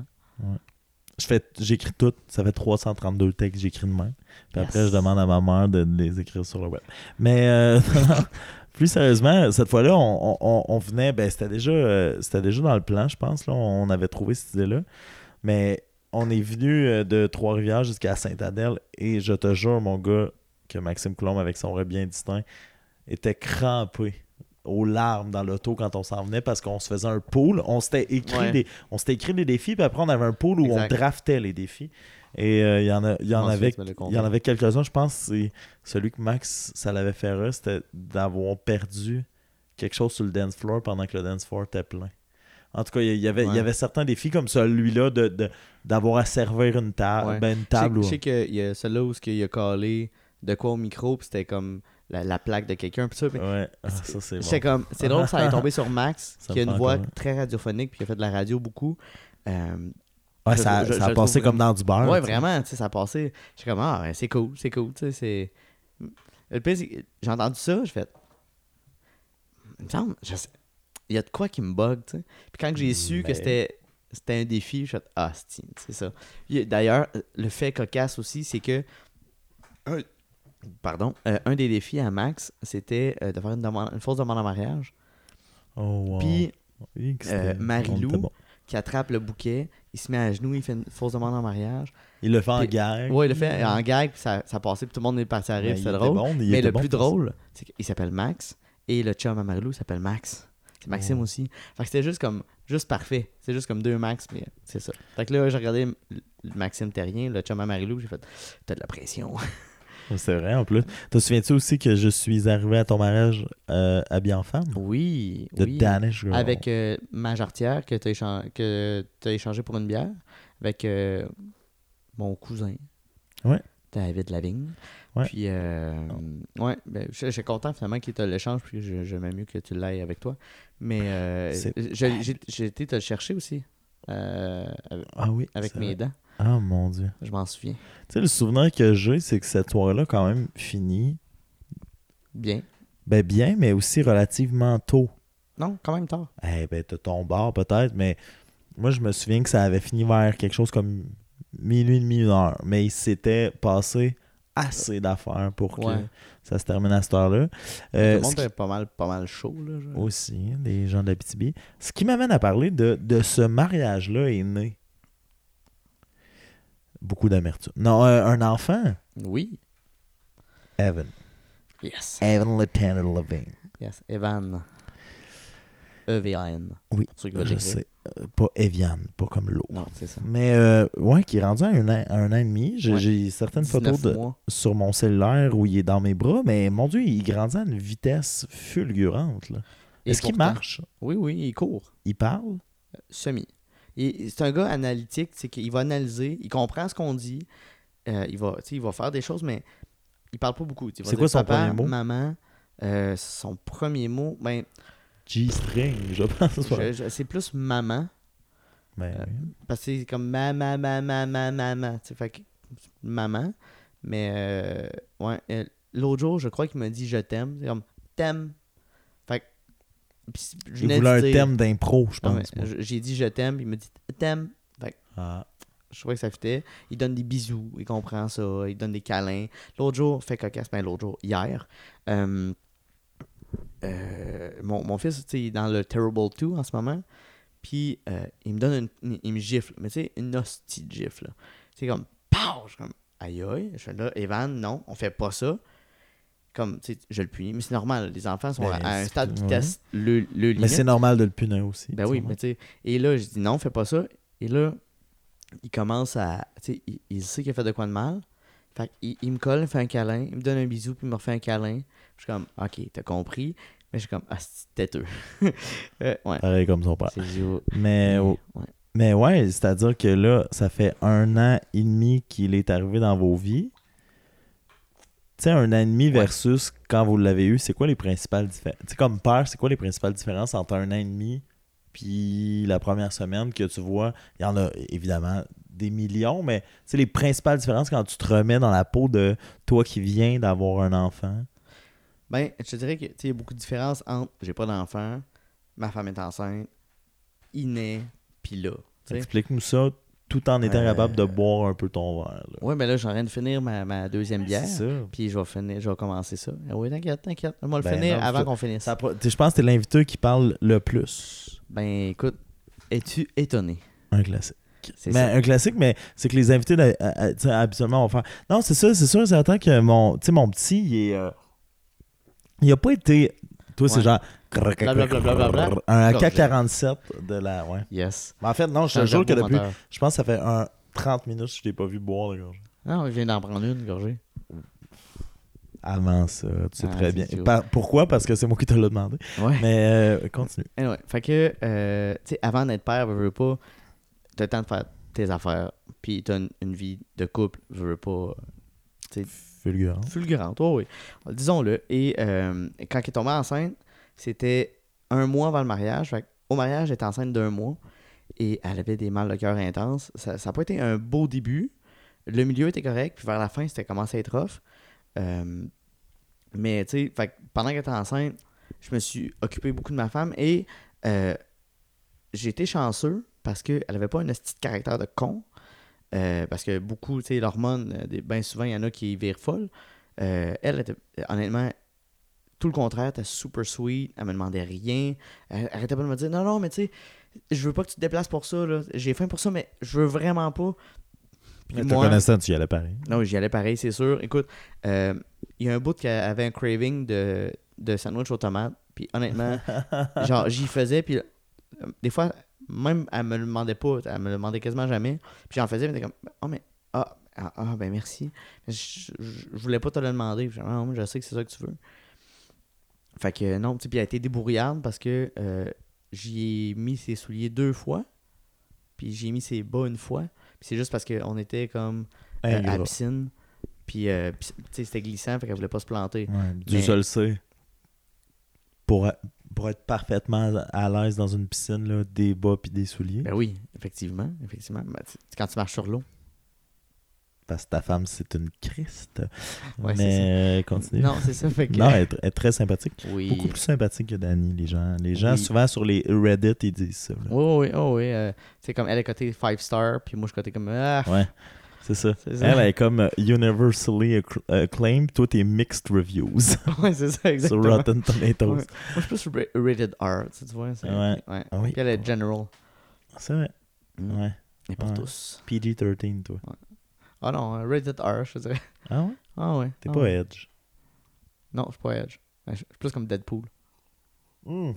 Je fais, j'écris tout. Ça fait trois cent trente-deux textes, j'écris de même. Puis après, Yes. je demande à ma mère de les écrire sur le web. Mais euh, plus sérieusement, cette fois-là, on, on, on venait, ben c'était déjà, euh, c'était déjà dans le plan, je pense. Là, on avait trouvé cette idée-là. Mais on est venu euh, de Trois-Rivières jusqu'à Saint-Adèle et je te jure, mon gars, que Maxime Coulombe, avec son vrai bien distinct, était crampé aux larmes dans l'auto quand on s'en venait parce qu'on se faisait un pool. On s'était écrit, Ouais. des, on s'était écrit des défis, puis après on avait un pool où Exact. on draftait les défis. Et euh, il y en, a, il y en Ensuite, avait tu me l'as il conté. y en avait quelques-uns, je pense. C'est celui que Max, ça l'avait fait rire, c'était d'avoir perdu quelque chose sur le dance floor pendant que le dance floor était plein. En tout cas, il y avait, il y Ouais. avait certains défis comme celui-là de, de, d'avoir à servir une, ta- Ouais. ben, une Je sais, table. je ou- sais qu'il y a celui-là où il a collé de quoi au micro, puis c'était comme la, la plaque de quelqu'un. Puis ça, puis Ouais, ah, ça c'est j'étais bon. comme, c'est drôle, ça est tombé sur Max, Ça qui a me une fait voix encore rire. très radiophonique, puis qui a fait de la radio beaucoup. Euh, Ouais, Je- ça, je- ça je a le passé trouve comme dans du beurre. Ouais, tu sais. vraiment, tu sais, ça a passé. J'étais comme, ah, ben, c'est cool, c'est cool, tu sais, c'est... Le pire, c'est que j'ai entendu ça, j'ai fait... Il me semble, je sais... Il y a de quoi qui me bug, tu sais. Puis quand que j'ai su que Mais- c'était... C'était un défi, j'ai fait, ah, c'est c'est ça. Il y a- D'ailleurs, le fait cocasse aussi, c'est que... Un... Pardon. euh, un des défis à Max, c'était euh, de faire une, demande, une fausse demande en mariage. Oh, wow. Puis, Oui, que euh, c'était- Marie-Lou, on était bon. qui attrape le bouquet, il se met à genoux, il fait une fausse demande en mariage. Il le fait en Puis- gag. Ouais, il le fait en gag, puis ça, ça passait, puis tout le monde est parti à rire, Ouais, puis il c'était était drôle. bon, il Mais était le bon plus pour ça. drôle, c'est qu'il s'appelle Max, et le chum à Marie-Lou s'appelle Max. C'est Maxime Oh. aussi. Fait que c'était juste comme, juste parfait. C'est juste comme deux Max, mais c'est ça. Fait que là, j'ai regardé M- Maxime Terrien, le chum à Marie-Lou, j'ai fait, t'as de la pression. C'est vrai, en plus. Te souviens-tu aussi que je suis arrivé à ton mariage euh, habillé en femme? Oui, De oui. Danish Girl. Avec euh, ma jarretière que t'as échan- que t'as échangé pour une bière, avec euh, mon cousin. Ouais. David Lavigne. Ouais. Puis, euh, ouais, ben, je je suis content finalement qu'il te l'échange, puis je- j'aimais mieux que tu l'ailles avec toi. Mais euh, C'est- je- j'ai j'ai été te le chercher aussi, euh, avec- Ah oui. avec c'est mes vrai. dents. Ah mon Dieu. Je m'en souviens. Tu sais, le souvenir que j'ai, c'est que cette soirée-là, quand même, finit Bien. ben bien, mais aussi relativement tôt. Non, quand même tard. Eh ben, t'as ton bar peut-être, mais moi, je me souviens que ça avait fini vers quelque chose comme minuit et demi, une heure. Mais il s'était passé assez d'affaires pour que Ouais. ça se termine à cette heure-là. Tout Euh, le monde ce qui- était pas mal, pas mal chaud. Là, je- Aussi, hein, des gens d'Abitibi. Ce qui m'amène à parler de, de ce mariage-là est né. Beaucoup d'amertume. Non, euh, un enfant, Oui. Evan. Yes. Evan Lieutenant Levine. Yes. Evan. E V A N. Oui, Ceux qui veulent je l'écrire. sais. Euh, Pas Evian, pas comme l'eau. Non, c'est ça. Mais euh, ouais, qui est rendu à un an, à un an et demi. J'ai Ouais. j'ai certaines photos dix-neuf de, mois. sur mon cellulaire où il est dans mes bras, mais mon Dieu, il grandit à une vitesse fulgurante. là. Et Est-ce qu'il pourtant- marche? Oui, oui, il court. Il parle? Semi. Et c'est un gars analytique, c'est qu'il va analyser, il comprend ce qu'on dit, euh, il, va, tu sais, il va faire des choses, mais il parle pas beaucoup. Tu sais, il va C'est dire quoi son papa, premier mot? Maman, euh, son premier mot, ben, G-string, je pense. je- je- c'est plus maman, Ben, euh, parce que c'est comme maman, maman, maman, maman. Tu sais, fait que maman, mais euh, ouais, euh, l'autre jour, je crois qu'il m'a dit je t'aime. C'est comme t'aime. Fait que, puis je il venais voulait de un dire- thème d'impro, je Non, mais pense. moi. j- j'ai dit je t'aime, il m'a dit t'aime. Ah. Je trouvais que ça fitait. Il donne des bisous, il comprend ça, il donne des câlins. L'autre jour, fait cocasse, ben l'autre jour, hier, euh, euh, mon, mon fils, tu sais, il est dans le Terrible deux en ce moment, puis euh, il me donne une, une- il me gifle, mais tu sais, une hostie de gifle, là. C'est comme, pow! Je suis comme, aïe aïe, je fais là, Evan, non, on fait pas ça. Comme, tu sais, je le punis, mais c'est normal, les enfants sont Ben, à, à un c'est- stade qui ouais. teste le, le limite. Mais c'est normal de le punir aussi. Ben oui, sûrement. mais tu sais. Et là, je dis non, fais pas ça. Et là, il commence à. Tu sais, il, il sait qu'il a fait de quoi de mal. Fait qu'il il me colle, il fait un câlin, il me donne un bisou, puis il me refait un câlin. Je suis comme, ok, t'as compris. Mais je suis comme, ah, c'est têteux. Euh, ouais. Pareil comme son père. C'est Gio. Mais, Ouais. mais ouais, c'est-à-dire que là, ça fait un an et demi qu'il est arrivé dans vos vies. Tu sais, un an et demi versus quand vous l'avez eu, c'est quoi les principales différences? Tu sais, comme père, c'est quoi les principales différences entre un an et demi puis la première semaine que tu vois? Il y en a évidemment des millions, mais tu sais, les principales différences quand tu te remets dans la peau de toi qui viens d'avoir un enfant. Ben, je te dirais qu'il y a beaucoup de différences entre j'ai pas d'enfant, ma femme est enceinte, il naît, puis là. tu sais. Explique-nous ça tout en étant Euh, capable de boire un peu ton verre. Là. Ouais, mais là, je suis en train de finir ma, ma deuxième bière. C'est ça. Puis je vais finir, je vais commencer ça. Ah oui, t'inquiète, t'inquiète. On va le Ben finir non, avant ça- qu'on finisse. Ça pro- t'sais, je pense que t'es l'invité qui parle le plus. Ben écoute, es-tu étonné? Un classique. C'est Mais ça. un classique, mais c'est que les invités d'a- à- à- t'sais, habituellement vont faire. Non, c'est ça, c'est sûr, c'est certain que mon, t'sais, mon petit, il est. euh, il a pas été. Toi, c'est Ouais. genre. Blablabla. Un A K Gorgé. quarante-sept de la. Ouais. Yes. Mais en fait, non, je C'est te un jure que turbo depuis. moteur. Je pense que ça fait un trente minutes que je t'ai pas vu boire de gorge. Non, je viens d'en prendre une, gorgée. Avant ça, tu sais Ah, très c'est bien. sûr. Par- pourquoi? Parce que c'est moi qui te l'ai demandé. Ouais. Mais euh, continue. Anyway, fait que, euh, tu sais, avant d'être père, veux, veux pas, t'as le temps de faire tes affaires, puis t'as une, une vie de couple, veux, veux pas, Fulgurant. fulgurante, oh oui, disons-le. Et euh, quand elle est tombée enceinte, c'était un mois avant le mariage. Fait que, au mariage, elle était enceinte d'un mois. et elle avait des mal de cœur intenses. Ça n'a pas été un beau début. Le milieu était correct, puis vers la fin, c'était commencé à être rough. Euh, mais tu sais, pendant qu'elle était enceinte, je me suis occupé beaucoup de ma femme et euh, j'ai été chanceux parce qu'elle avait pas un petit caractère de con. Euh, parce que beaucoup, tu sais, l'hormone, bien souvent, il y en a qui virent folle. Euh, elle était, honnêtement, tout le contraire, elle était super sweet, elle me demandait rien. Elle arrêtait pas de me dire non, non, mais tu sais, je veux pas que tu te déplaces pour ça, là. J'ai faim pour ça, mais je veux vraiment pas. Puis te connaissant, tu y allais pareil. Non, j'y allais pareil, c'est sûr. Écoute, il euh, y a un bout qui avait un craving de, de sandwich aux tomates. Puis honnêtement, genre, j'y faisais. Puis euh, des fois, même, elle me le demandait pas. Elle me le demandait quasiment jamais. Puis j'en faisais, mais comme, oh, mais, ah, ah, ah ben merci. Je, je, je voulais pas te le demander. Puis, non, je sais que c'est ça que tu veux. Fait que non, puis elle a été débrouillarde parce que euh, j'y ai mis ses souliers deux fois. Puis j'ai mis ses bas une fois. Puis c'est juste parce qu'on était comme euh, à la piscine. Puis, euh, tu sais, c'était glissant, fait qu'elle voulait pas se planter. Ouais, Dieu mais... seul sait. Pour, pour être parfaitement à l'aise dans une piscine, là, des bas puis des souliers. Ben oui, effectivement. effectivement. Ben, quand tu marches sur l'eau. Parce que ta femme, c'est une Christ. Ouais, mais continue. Non, c'est ça. Fait que... Non, elle est, elle est très sympathique. Oui. Beaucoup plus sympathique que Dani, les gens. Les gens, Oui. souvent, sur les Reddit, ils disent ça. Là. Oui, oui, oh, oui. Euh, c'est comme elle est côté five star, puis moi, je suis côté comme... Ah, ouais, c'est ça. c'est ça. Elle est comme uh, universally acclaimed. Toi, t'es mixed reviews. ouais, c'est ça, exactement. Sur Rotten Tomatoes. Ouais. Moi, je suis plus ra- rated R, tu vois. C'est... Ouais. ouais. Ah oui. Puis elle est general. C'est vrai. Mm. Ouais. Et pour Ouais. tous. P G treize, toi. Ouais. Ah non, rated R, je te dirais. Ah ouais? Ah ouais. T'es ah pas ouais. Edge. Non, je suis pas Edge. Je suis plus comme Deadpool. Mm.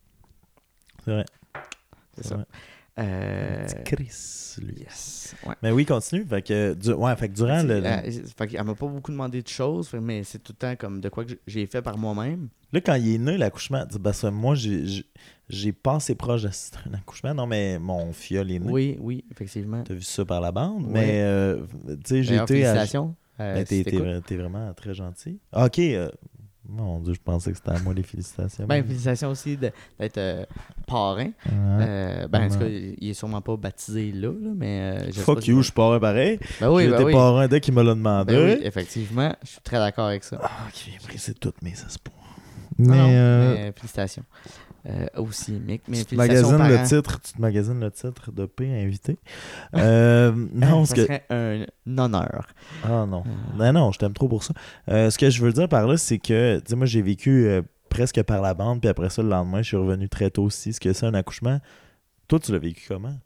C'est vrai. C'est, C'est ça. vrai. Euh... Petit Chris, lui. Yes. Ouais. Mais oui, continue. Fait que, du... ouais, fait que durant Fait que, le... le- euh, fait qu'elle m'a pas beaucoup demandé de choses, fait- mais c'est tout le temps comme de quoi que j'ai fait par moi-même. Là, quand il est né, l'accouchement, parce que moi, j'ai, j'ai, j'ai pas assez proche d'assister à un accouchement. Non, mais mon fiole est né. Oui, oui, effectivement. T'as vu ça par la bande. Oui. Mais, euh, tu sais, j'ai D'ailleurs, été... à- félicitations. Euh, Ben, t'es, si t'es, t'écoutes. vra- t'es vraiment très gentil. Ah, ok. euh, Mon Dieu, je pensais que c'était à moi les félicitations. Ben, félicitations aussi de- d'être euh, parrain. Ouais. Euh, ben, en tout Ouais. cas, il est sûrement pas baptisé là, là mais... Euh, je sais Fuck pas si- you, je suis parrain pareil. Ben oui, J'étais ben oui. parrain dès qu'il me l'a demandé. Ben oui, effectivement. Je suis très d'accord avec ça. Ah, qui vient briser toutes mes espoirs. Non, Mais, non, euh, mais félicitations. Euh, aussi, Mick. Mais tu te félicitations aux magasines le parents. titre, tu te magasines le titre de P invité. Euh, non, ça ce que... serait un honneur. Ah non. Non, non, je t'aime trop pour ça. Euh, ce que je veux dire par là, c'est que, tu sais, moi, j'ai vécu euh, presque par la bande, puis après ça, le lendemain, je suis revenu très tôt aussi. Ce que c'est un accouchement. Toi, tu l'as vécu comment?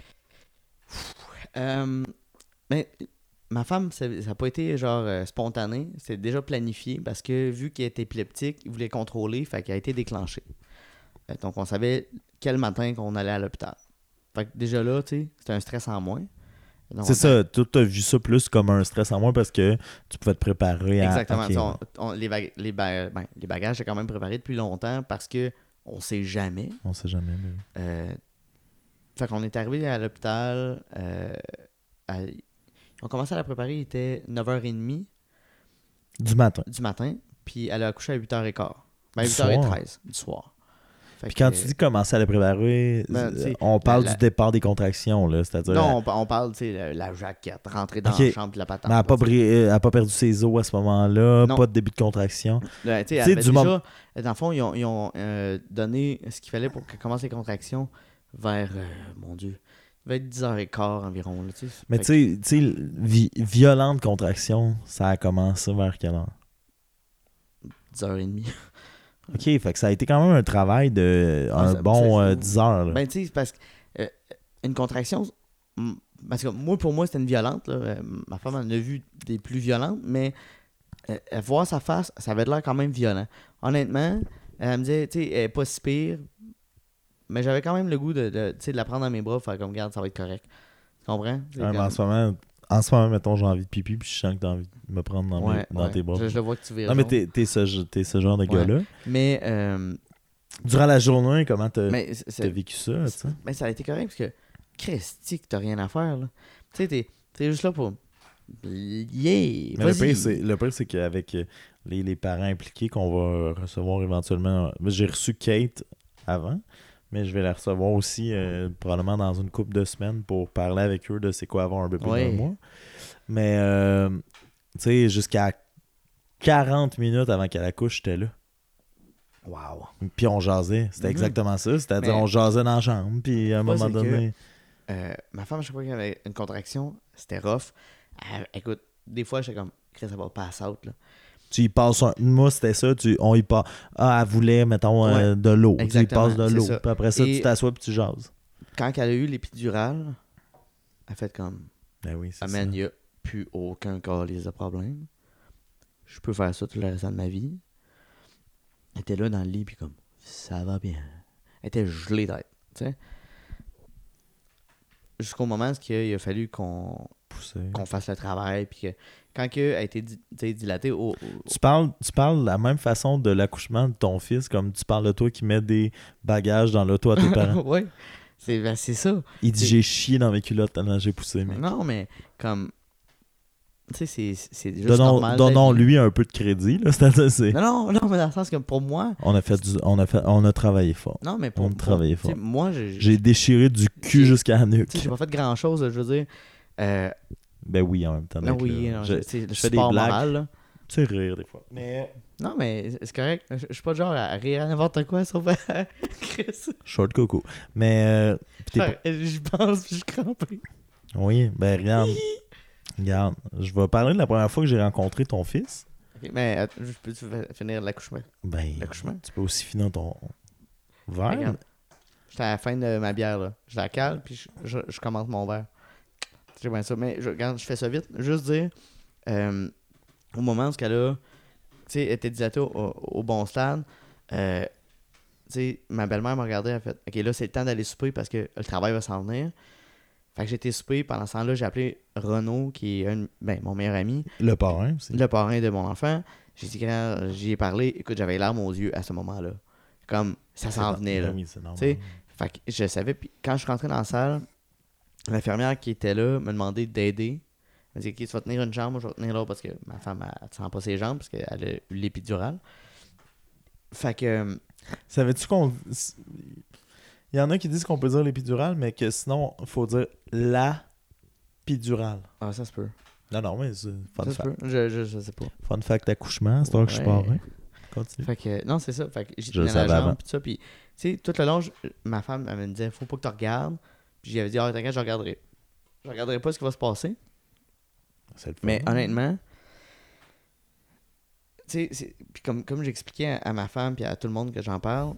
Euh, mais ma femme, ça n'a pas été genre euh, spontané. C'est déjà planifié parce que vu qu'elle est épileptique, il voulait contrôler, fait qu'elle a été déclenchée. Euh, donc, on savait quel matin qu'on allait à l'hôpital. Fait que déjà là, tu sais, c'était un stress en moins. Donc, C'est on- ça, toi, t'as vu ça plus comme un stress en moins parce que tu pouvais te préparer à... Exactement. Ok. Tu sais, on- on- les, bag- les, ba- ben, les bagages, c'est quand même préparé depuis longtemps parce que on sait jamais. On sait jamais. Mais... Euh, fait qu'on est arrivé à l'hôpital. Euh, à- on commençait à la préparer, il était neuf heures trente Du matin. du matin, puis elle a accouché à huit heures quinze. Ben, Du huit heures soir. treize du soir. Fait Puis quand que- tu dis commencer à la préparer, Ben, euh, tu sais, on parle la- la- du départ des contractions, là, c'est-à-dire... Non, on, pa- on parle, tu sais, la, la jaquette, rentrer dans Ok. la chambre, puis la patente. Mais elle n'a pas, là, tu sais. bri- elle a pas perdu ses os à ce moment-là, Non. pas de début de contraction. Là, tu sais, Tu elle sais, avait du déjà, moment- dans le fond, ils ont, ils ont, euh, donné ce qu'il fallait pour qu'elle commence les contractions vers, euh, mon Dieu, il va être dix heures quinze environ. Là, tu sais. Mais Fait tu sais, tu sais, vi- violente contraction, ça a commencé vers quelle heure? que dix heures trente. OK, fait que ça a été quand même un travail de Ah, un ça- bon c'est- euh, dix heures. Là. Ben, tu sais, c'est parce que euh, une contraction, m- parce que moi, pour moi, c'était une violente. Là. Euh, ma femme en a vu des plus violentes, mais euh, euh, voir sa face, ça avait l'air quand même violent. Honnêtement, elle me disait, tu sais, elle est pas si pire, mais j'avais quand même le goût de, de, tu sais, de la prendre dans mes bras, faire comme, garde, ça va être correct. Tu comprends? C'est Ouais, mais comme- en ce moment, en ce moment, mettons, j'ai envie de pipi, puis je sens que t'as envie de me prendre dans, mes- Ouais, dans ouais. tes bras. Je, je le vois que tu vires. non, mais jaune. t'es, t'es, ce, t'es ce genre de Ouais. gars-là. Mais, euh, Durant la journée, comment t'as, mais c'est- t'as c'est- vécu ça? Tu sais? ben, ça a été correct parce que, Christy, que t'as rien à faire. Là. Tu sais, t'es, t'es juste là pour. Yeah! Mais le vas-y. pire, c'est, le pire, c'est qu'avec euh, les, les parents impliqués qu'on va recevoir éventuellement... Moi, j'ai reçu Kate avant, Mais je vais la recevoir aussi, euh, probablement dans une couple de semaines pour parler avec eux de c'est quoi avoir un bébé Ouais. d'un mois. Mais, euh, tu sais, jusqu'à quarante minutes avant qu'elle accouche, j'étais là. Wow. Puis on jasait. C'était Mhm. exactement ça. C'est-à-dire, Mais- on jasait dans la chambre. Puis à un Moi, moment c'est que- donné. Euh, ma femme, à chaque fois qu'elle avait une contraction, c'était rough. Elle- écoute, des fois, j'étais comme, Chris, ça va pass out, là. Tu y passes un... Moi, c'était ça. Tu... On y passe. Ah, elle voulait, mettons, euh, de l'eau. Tu y exactement, passes de c'est l'eau. ça. Puis après ça, Et- tu t'assois puis tu jases. Quand elle a eu l'épidurale, elle a fait comme, Ben oui, c'est ah ça. man, il n'y a plus aucun calice de problème. Je peux faire ça tout le reste de ma vie. Elle était là dans le lit, puis comme, ça va bien. Elle était gelée d'être, tu sais. Jusqu'au moment où il a fallu qu'on Poussé. qu'on fasse le travail, puis que quand que elle a été di- tu sais, dilatée au... au- Tu parles, tu parles de la même façon de l'accouchement de ton fils, comme tu parles de toi qui mets des bagages dans l'auto à tes parents. ouais, c'est ben, c'est ça. Il dit C'est- j'ai chié dans mes culottes tellement j'ai poussé, mec. Non, mais comme... Tu sais, c'est c'est juste Donnons, normal. la vie. donnons-lui un peu de crédit, là. C'est-à-dire, c'est- Non, non, non, mais dans le sens que pour moi... on a fait du, on a fait, on a travaillé fort. Non, mais pour, On pour- travaillait tu sais, fort. moi, j'ai... J'ai déchiré du cul J'ai- jusqu'à la nuque. Tu sais, j'ai pas fait grand-chose, je veux dire. Euh, Ben oui, en même temps. non, d'être oui, là. non, je, je- c'est le je fais des sport blagues. moral, là. Tu sais rire des fois. Mais Non, mais c'est correct. Je je suis pas du genre à rire à n'importe quoi, sauf à Chris. short coco. Mais euh, pis t'es Genre, Je pense, puis je suis crampé. pas- oui, ben regarde. Regarde, je vais parler de la première fois que j'ai rencontré ton fils. Ok, mais att- je peux finir l'accouchement? Ben, L'accouchement? tu peux aussi finir ton verre. Regarde. J'étais à la fin de ma bière, là. Je la cale, puis je, je, je commence mon verre. C'est bien ça. Mais je, regarde, je fais ça vite. Juste dire, euh, au moment où elle a, tu sais, elle était dilatée au, au- au bon stade, euh, tu sais, ma belle-mère m'a regardé, elle a fait, OK, là, c'est le temps d'aller souper parce que le travail va s'en venir. Fait que j'ai été souper. Pendant ce temps-là, j'ai appelé Renaud, qui est un, ben, mon meilleur ami, Le parrain aussi. le parrain de mon enfant. J'ai dit, quand j'y ai parlé, écoute, j'avais les larmes aux yeux à ce moment-là. Comme, ça s'en venait, là. Ben oui, c'est normal. Tu sais, Fait que je savais. Puis quand je suis rentré dans la salle, l'infirmière qui était là m'a demandé d'aider. Elle m'a dit, OK, tu vas tenir une jambe, moi je vais tenir l'autre parce que ma femme, elle ne sent pas ses jambes parce qu'elle a eu l'épidurale. Fait que. euh, Savais-tu qu'on. Il y en a qui disent qu'on peut dire l'épidurale, mais que sinon, il faut dire la pidurale. Ah, ça se peut. Non, non, mais c'est fun Ça se fact. peut. Je, je, je sais pas. Fun fact accouchement, c'est toi que je suis Ouais. parrain. Continue. Fait que, non, c'est ça. Fait que j'ai Je le tenu la savais avant. jambe, puis tout ça. Puis, tu sais, tout le long, je- ma femme, elle me disait, faut pas que tu regardes. Puis j'avais dit, ah, t'inquiète, je regarderai. Je regarderai pas ce qui va se passer. C'est le fun. Mais honnêtement, tu sais, c'est- puis comme, comme j'expliquais à, à ma femme puis à tout le monde que j'en parle,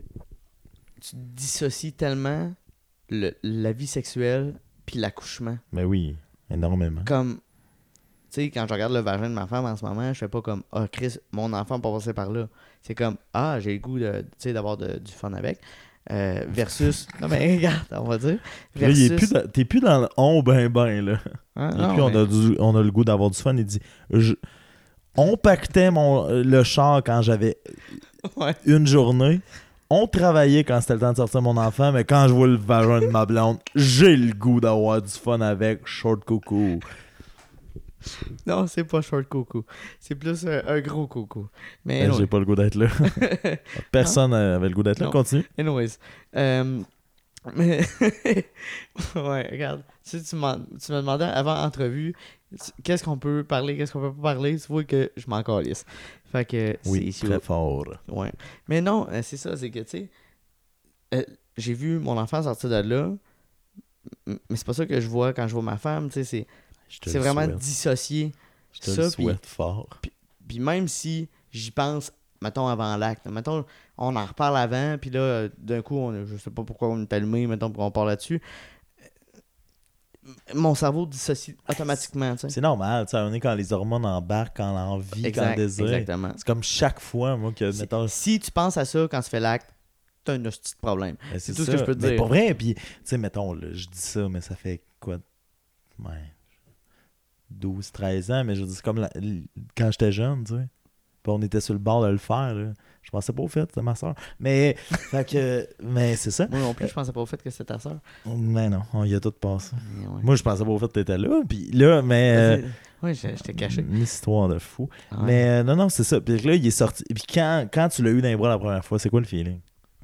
tu dissocies tellement le- la vie sexuelle puis l'accouchement. Mais oui, énormément. Comme, tu sais, quand je regarde le vagin de ma femme en ce moment, je fais pas comme, ah, Chris, mon enfant peut passer par là. C'est comme, ah, j'ai le goût de, tu sais, d'avoir de- du fun avec. Euh, versus, non mais regarde, on va dire. Là, il est Versus, plus dans- t'es plus dans le on ben ben là. Hein, Et non, puis on, mais- a du- on a le goût d'avoir du fun. Il dit je- on pactait mon, le char quand j'avais Ouais. une journée. On travaillait quand c'était le temps de sortir mon enfant, mais quand je vois le vagin de ma blonde, j'ai le goût d'avoir du fun avec short coco. Non, c'est pas short coco. C'est plus un, un gros coco. Mais Ben, anyway. j'ai pas le goût d'être là. Personne avait le goût d'être là. Non. Continue. Anyways. Euh, mais ouais, regarde. Tu, sais, tu, m'en- tu me demandais avant entrevue tu- qu'est-ce qu'on peut parler, qu'est-ce qu'on peut pas parler. Tu vois que je m'en calisse. Fait que Oui, c'est très fort. ouais. Mais non, euh, c'est ça, c'est que tu sais, euh, j'ai vu mon enfant sortir de là, m- mais c'est pas ça que je vois quand je vois ma femme. Tu sais, c'est Je te c'est le vraiment souhaite. dissocié. Je te ça, le puis- souhaite fort. Puis même si j'y pense, mettons, avant l'acte, mettons, on en reparle avant, puis là, euh, d'un coup, on, je sais pas pourquoi on est allumé, mettons, pour qu'on parle là-dessus, euh, mon cerveau dissocie automatiquement, tu sais. C'est normal, tu sais, on est quand les hormones embarquent, quand l'envie, quand Exact, le désir. exactement. C'est comme chaque fois, moi, que, Si- mettons, Si tu penses à ça quand tu fais l'acte, t'as un hostie de problème. ben, c'est c'est tout ce ça. que je peux te Mais dire. pour vrai, puis, tu sais, mettons, là, je dis ça, mais ça fait quoi? Ouais. douze, treize ans, mais je dis c'est comme la- l- quand j'étais jeune, tu sais. Puis on était sur le bord de le faire, là. Je pensais pas au fait, c'était ma soeur. Mais, fait que, mais c'est ça. Moi non plus, je pensais pas au fait que c'était ta soeur. Mais non, on y a tout passé. Mais ouais. Moi, je pensais pas au fait que t'étais là, puis là, mais... euh, Ouais, je, je t'ai caché. Une histoire de fou. Ouais. Mais euh, non, non, c'est ça. Puis là, il est sorti. Puis quand, quand tu l'as eu dans les bras la première fois, c'est quoi le feeling?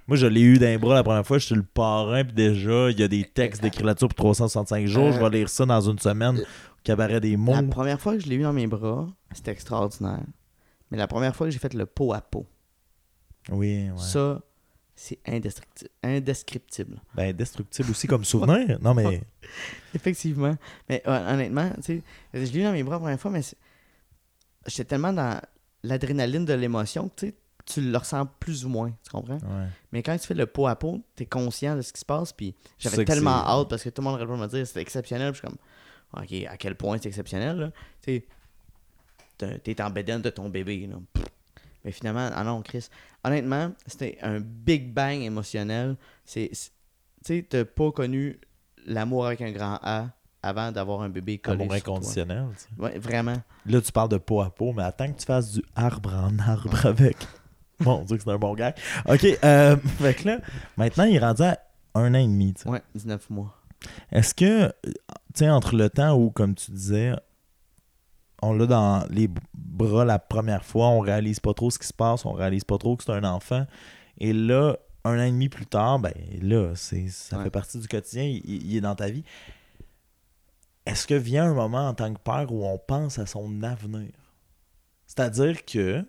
Moi, je l'ai eu dans les bras la première fois. Je suis le parrain, puis déjà, il y a des textes d'écrire là-dessus pour trois cent soixante-cinq jours. Euh, je vais lire ça dans une semaine au cabaret des mots. La première fois que je l'ai eu dans mes bras, c'était extraordinaire. Mais la première fois que j'ai fait le pot à pot, oui, ouais. ça, c'est indescriptible. indescriptible. Ben, indestructible aussi comme souvenir. Non, mais... Effectivement. Mais euh, honnêtement, tu sais, je l'ai eu dans mes bras la première fois, mais j'étais tellement dans l'adrénaline de l'émotion que tu sais, tu le ressens plus ou moins, tu comprends? Ouais. Mais quand tu fais le pot à pot, t'es conscient de ce qui se passe, puis j'avais tellement hâte parce que tout le monde aurait pu me dire c'était exceptionnel, puis je suis comme, ok, à quel point c'est exceptionnel, là? Tu sais, t'es en bédaine de ton bébé, là. Mais finalement, ah non, Chris, honnêtement, c'était un big bang émotionnel. C'est, tu sais, t'as pas connu l'amour avec un grand A avant d'avoir un bébé collé amour sur toi. inconditionnel. Ouais, vraiment. Là, tu parles de pot à pot, mais attends que tu fasses du arbre en arbre avec. Bon, on dit que c'est un bon gars. OK, euh, fait que là, maintenant, il est rendu à un an et demi. T'sais. Ouais, dix-neuf mois. Est-ce que, tu sais, entre le temps où, comme tu disais, on l'a dans les bras la première fois, on réalise pas trop ce qui se passe, on réalise pas trop que c'est un enfant, et là, un an et demi plus tard, ben là, c'est, ça ouais. fait partie du quotidien, il, il est dans ta vie. Est-ce que vient un moment en tant que père où on pense à son avenir? C'est-à-dire que,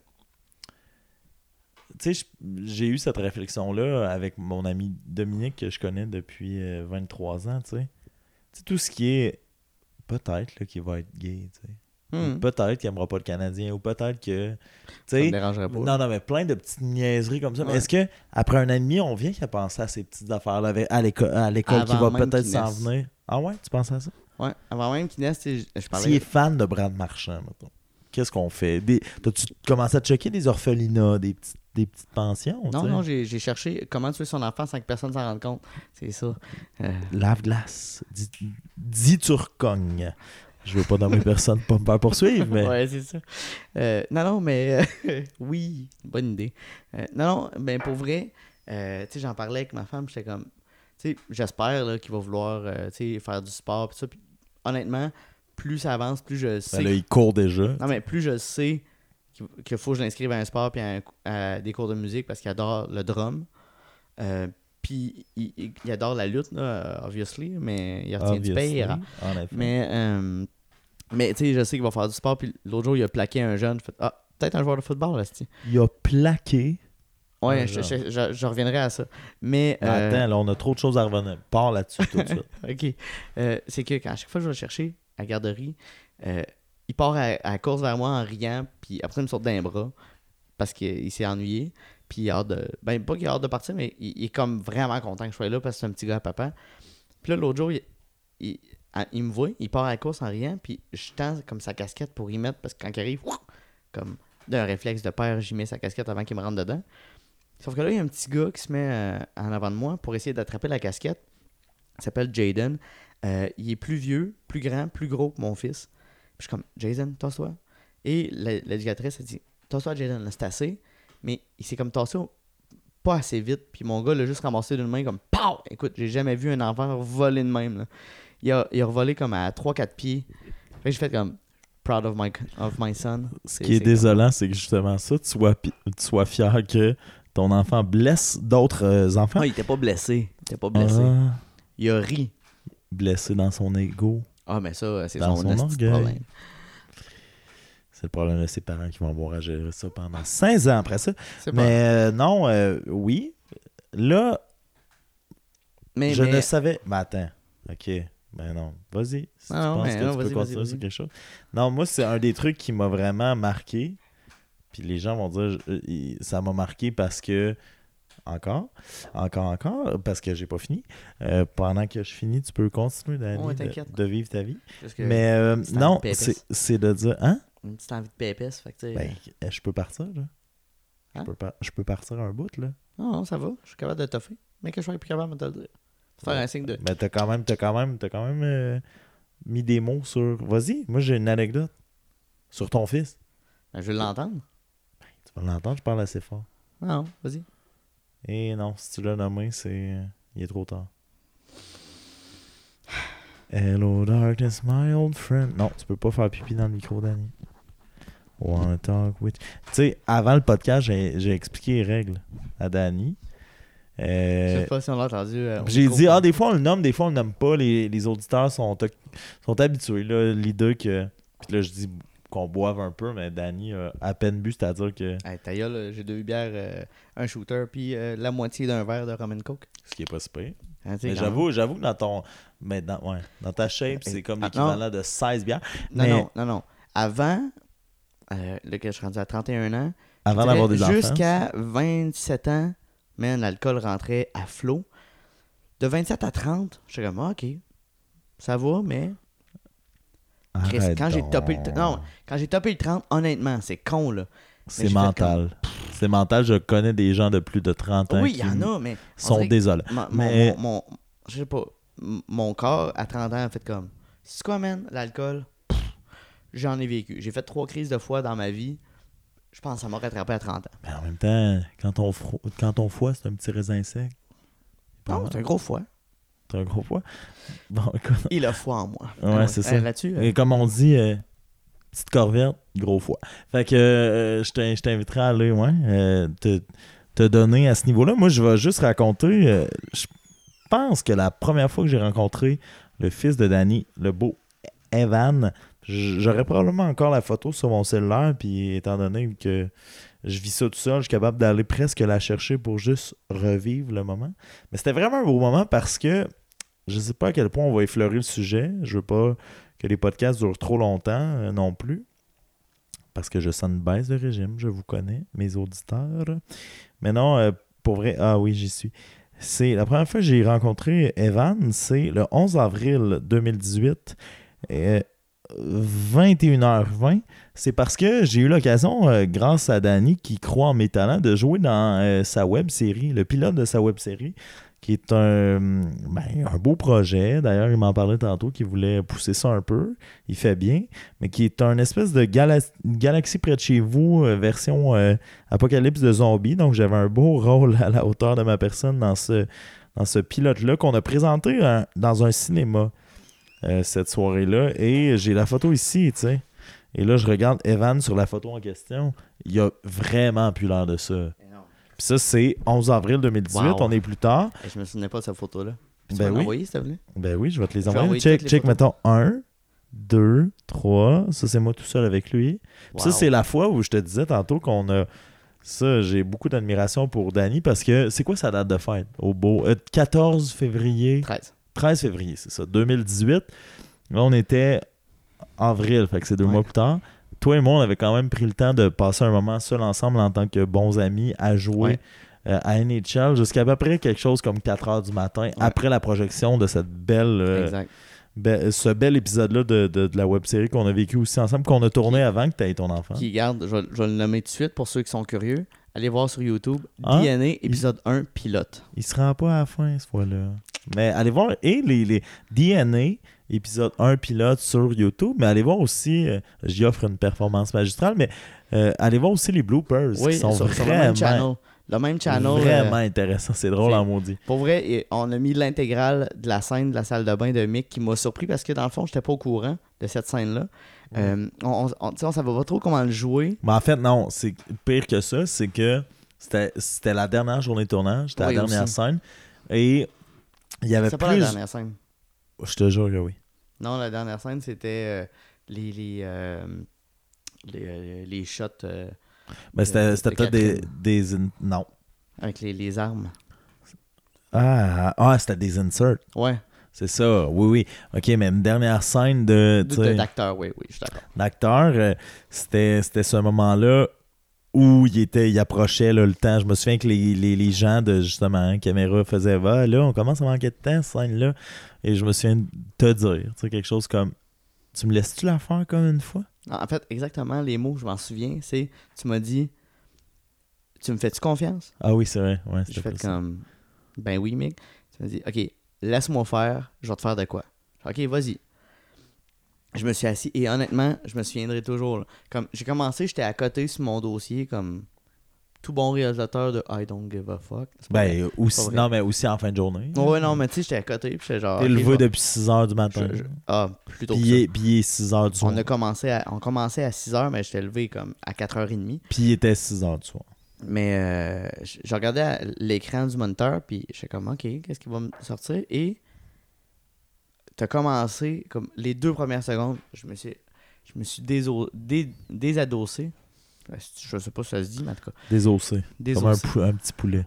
tu sais, j'ai eu cette réflexion-là avec mon ami Dominique que je connais depuis vingt-trois ans, tu sais. Tu sais, tout ce qui est peut-être là, qu'il va être gay, tu sais. Hmm. Peut-être qu'il n'aimera pas le Canadien ou peut-être que. Ça me dérangerait pas. Non, non, mais plein de petites niaiseries comme ça. Ouais. Mais est-ce qu'après un an et demi, on vient qu'à penser à ces petites affaires-là à l'école, à l'école qui va peut-être s'en venir? Ah ouais, tu penses à ça? Ouais, avant même qu'il naisse, je parlais. S'il est fan de Brad Marchand, mettons, qu'est-ce qu'on fait? Des... T'as-tu commencé à checker des orphelinats, des petites, des petites pensions? Non, t'sais? non, j'ai, j'ai cherché comment tuer son enfant sans que personne s'en rende compte. C'est ça. Euh... Lave-glace. Dis, dis tu recognes. Je veux pas nommer personne pour me faire poursuivre, mais... Ouais, c'est ça. Euh, non, non, mais... Euh, oui, bonne idée. Euh, non, non, mais pour vrai, euh, tu sais, j'en parlais avec ma femme, j'étais comme... Tu sais, j'espère là, qu'il va vouloir euh, faire du sport, pis ça. Pis, honnêtement, plus ça avance, plus je sais... Ben là, il court déjà. Non, mais plus je sais qu'il faut que je l'inscrive à un sport puis à, un, à des cours de musique parce qu'il adore le drum. Euh, Puis il, il, il adore la lutte, là, obviously, mais il retient du pire. Mais, euh, mais tu sais, je sais qu'il va faire du sport. Puis l'autre jour, il a plaqué un jeune. Fait, ah, peut-être un joueur de football, là, c'est-tu? Il a plaqué. Ouais, je, je, je, je reviendrai à ça. Mais. Euh... Attends, là, on a trop de choses à revenir. Pars là-dessus tout de suite. OK. Euh, c'est que quand, à chaque fois que je vais le chercher à la garderie, euh, il part à, à la course vers moi en riant. Puis après, il me sort d'un bras parce qu'il s'est ennuyé. Puis il a hâte de. Ben, pas qu'il a hâte de partir, mais il, il est comme vraiment content que je sois là parce que c'est un petit gars à papa. Puis là, l'autre jour, il, il, il me voit, il part à la course en riant, puis je tends comme sa casquette pour y mettre parce que quand il arrive, comme d'un réflexe de père, j'y mets sa casquette avant qu'il me rentre dedans. Sauf que là, il y a un petit gars qui se met euh, en avant de moi pour essayer d'attraper la casquette. Il s'appelle Jaden. Euh, il est plus vieux, plus grand, plus gros que mon fils. Puis je suis comme, Jaden, tasse-toi. Et l'éducatrice a dit, tasse-toi, Jaden, là, c'est assez. Mais il s'est comme tassé au... pas assez vite. Puis mon gars l'a juste ramassé d'une main comme pow! Écoute, j'ai jamais vu un enfant voler de même. Là. Il, a, il a revolé comme à trois quatre pieds. Fait que j'ai fait comme proud of my, of my son. Ce qui est, est désolant, comme... c'est que justement ça, tu sois, tu sois fier que ton enfant blesse d'autres euh, enfants. Non, il était pas blessé. Il était pas blessé. Ah. Il a ri. Blessé dans son ego. Ah, mais ça, c'est dans son, son orgueil. Problème. C'est le problème de ses parents qui vont avoir à gérer ça pendant quinze ans après ça. C'est mais euh, non, euh, oui. Là, mais, je mais... ne savais... Mais attends, OK. Ben non, vas-y. Si non, tu penses que non, tu vas-y, peux continuer vas-y, sur vas-y. quelque chose. Non, moi, c'est un des trucs qui m'a vraiment marqué. Puis les gens vont dire, ça m'a marqué parce que... Encore, encore, encore, parce que j'ai pas fini. Euh, pendant que je finis, tu peux continuer Dani, oh, de, de vivre ta vie. Mais euh, non, c'est, c'est de dire... Hein? Une petite envie de pépesse, fait que tu ben, je peux partir, là. Hein? Je, peux par... je peux partir un bout, là. Non, non, ça va. Je suis capable de toffer. Mais que je sois plus capable de te le dire. Faire ouais. un signe de... Mais t'as quand même, t'as quand même, t'as quand même euh, mis des mots sur... Vas-y, moi j'ai une anecdote. Sur ton fils. Ben, je vais l'entendre. Ben, tu vas l'entendre, je parle assez fort. Non, vas-y. Et non, si tu l'as nommé, c'est... Il est trop tard. Hello darkness, my old friend. Non, tu peux pas faire pipi dans le micro, Dani. Wanna talk with... Tu sais, avant le podcast, j'ai, j'ai expliqué les règles à Dani. Euh, Je sais pas si on l'a entendu. euh, au J'ai micro. dit, ah, des fois on le nomme, des fois on le nomme pas. Les, les auditeurs sont, sont habitués. Là, l'idée que. Puis là, je dis qu'on boive un peu, mais Danny a à peine bu, c'est-à-dire que. Hey, ta gueule, là, j'ai deux bières, euh, un shooter, puis euh, la moitié d'un verre de rum and coke. Ce qui est pas super. Hein, tu sais, Mais quand j'avoue, j'avoue que dans ton. Mais dans, ouais, dans ta shape, c'est comme Ah, l'équivalent de seize bières. même. mais- Non, non, non, non. Avant, euh, là, que je suis rendu à trente et un ans, Avant je d'avoir dirais des enfants. jusqu'à vingt-sept ans, man, l'alcool rentrait à flot. De vingt-sept à trente, je suis comme, ah, ok, ça va, mais Chris, Arrête quand j'ai donc. topé le... Non, quand j'ai topé le trente, honnêtement, c'est con, là. C'est j'ai fait mental. C'est mental. Je connais des gens de plus de trente ans Oui, il qui y en a, mais... on sont dirait que désolés. Mon, mon- Mais- mon- mon- je sais pas, m- mon corps, à trente ans, a fait comme... C'est quoi, man, l'alcool? Pff, J'en ai vécu. J'ai fait trois crises de foie dans ma vie. Je pense que ça m'a rattrapé à trente ans. Mais en même temps, quand on, fro- quand on foie, c'est un petit raisin sec. Non, c'est un gros foie. C'est un gros foie. Bon, écoute. Il a foie en moi. Ouais, c'est ça. Euh, Là-dessus, euh, Et comme on dit, euh, petite corvette, gros foie. Fait que euh, je t'in- je t'inviterai à aller, ouais, euh, te, te donner à ce niveau-là. Moi, je vais juste raconter. euh, je pense que la première fois que j'ai rencontré le fils de Danny, le beau Evan, j- j'aurais probablement encore la photo sur mon cellulaire. Puis étant donné que je vis ça tout seul, je suis capable d'aller presque la chercher pour juste revivre le moment. Mais c'était vraiment un beau moment parce que je sais pas à quel point on va effleurer le sujet. Je veux pas que les podcasts durent trop longtemps euh, non plus. Parce que je sens une baisse de régime, je vous connais, mes auditeurs. Mais non, euh, pour vrai, ah oui, j'y suis. C'est la première fois que j'ai rencontré Evan, c'est le onze avril deux mille dix-huit, euh, vingt et une heures vingt. C'est parce que j'ai eu l'occasion, euh, grâce à Danny, qui croit en mes talents, de jouer dans euh, sa web série, le pilote de sa web série, qui est un, ben, un beau projet. D'ailleurs, il m'en parlait tantôt qu'il voulait pousser ça un peu. Il fait bien. Mais qui est un espèce de gala- galaxie près de chez vous, euh, version euh, apocalypse de zombies. Donc, j'avais un beau rôle à la hauteur de ma personne dans ce, dans ce pilote-là qu'on a présenté euh, dans un cinéma euh, cette soirée-là. Et j'ai la photo ici, tu sais. Et là, je regarde Evan sur la photo en question. Il a vraiment plus l'air de ça. Puis ça, c'est onze avril deux mille dix-huit, Wow. on est plus tard. hey, je me souvenais pas de cette photo-là. Tu Ben peux oui. l'envoyer, s'il te plaît? Ben oui, je vais te les Je vais envoyer. envoyer Check, toutes les check, photos. mettons, un, deux, trois. Ça, c'est moi tout seul avec lui. Puis ça, Wow. c'est la fois où je te disais tantôt qu'on a... Ça, j'ai beaucoup d'admiration pour Danny parce que c'est quoi sa date de fête? Au beau... euh, quatorze février... treize. treize février, c'est ça. deux mille dix-huit. Là, on était avril, fait que c'est deux Ouais. mois plus tard. Toi et moi, on avait quand même pris le temps de passer un moment seul ensemble en tant que bons amis à jouer Ouais. euh, à N H L jusqu'à peu près quelque chose comme quatre heures du matin après la projection de cette belle, euh, Exact. be- ce bel épisode-là de, de, de la web-série qu'on a vécu aussi ensemble, qu'on a tourné avant que tu aies ton enfant. Qui garde, je vais, je vais le nommer tout de suite pour ceux qui sont curieux. Allez voir sur YouTube, Ah? D N A, épisode un, pilote. Il se rend pas à la fin, ce fois-là. Mais allez voir, et les, les D N A, épisode un pilote sur YouTube, mais allez voir aussi, euh, j'y offre une performance magistrale, mais euh, allez voir aussi les bloopers Oui, qui sont sur, sur le vraiment, même channel. Le même channel. vraiment euh, intéressants. C'est drôle c'est- en maudit. pour vrai, et on a mis l'intégrale de la scène de la salle de bain de Mick qui m'a surpris parce que dans le fond, j'étais pas au courant de cette scène-là. Euh, on, on, on, tu sais, on savait pas trop comment le jouer. Mais en fait, non, c'est pire que ça, c'est que c'était c'était la dernière journée de tournage, c'était Oui, la dernière aussi. scène, et il y avait C'est plus... pas la dernière scène. Je te jure que oui. Non, la dernière scène, c'était euh, les, les, euh, les, euh, les shots euh, Mais c'était de- c'était de peut-être des, Catherine. des... in- Non. avec les, les armes. Ah, ah c'était des inserts. Ouais, C'est ça, oui, oui. OK, mais une dernière scène de... de- tu sais, de- d'acteur, oui, oui, je suis d'accord. d'acteur, euh, c'était, c'était ce moment-là où il était, il approchait là, le temps. Je me souviens que les, les, les gens de justement hein, caméra faisaient va là, on commence à manquer de temps, cette scène-là. Et je me souviens de te dire, tu sais, quelque chose comme tu me laisses-tu la faire comme une fois? Non, en fait, exactement, les mots, je m'en souviens, c'est tu m'as dit tu me fais-tu confiance? Ah oui, c'est vrai. Ouais, J'ai c'était fait ça. comme ben oui, mec. Tu m'as dit OK, laisse-moi faire, je vais te faire de quoi? OK, vas-y. Je me suis assis et honnêtement, je me souviendrai toujours. là. Comme j'ai commencé, j'étais à côté sur mon dossier comme tout bon réalisateur de I don't give a fuck. C'est pas vrai. Ben, aussi, pas vrai. non, mais aussi en fin de journée. Ouais, non, mais tu sais, j'étais à côté, puis j'étais genre T'es OK, levé je vais- depuis six heures du matin. je- je- Ah, plutôt Puis que il ça. est- puis il est six heures du soir. On a commencé à on commençait à six heures, mais j'étais levé comme à quatre heures trente. Puis il était six heures du soir. Mais euh, je je regardais à l'écran du moniteur, puis j'étais comme, OK, qu'est-ce qui va me sortir? Et t'as commencé, comme les deux premières secondes, je me suis, je me suis déso- dé- désadossé. Je sais pas si ça se dit, mais en tout cas. Désossé. Désossé. Comme un, pou- un petit poulet.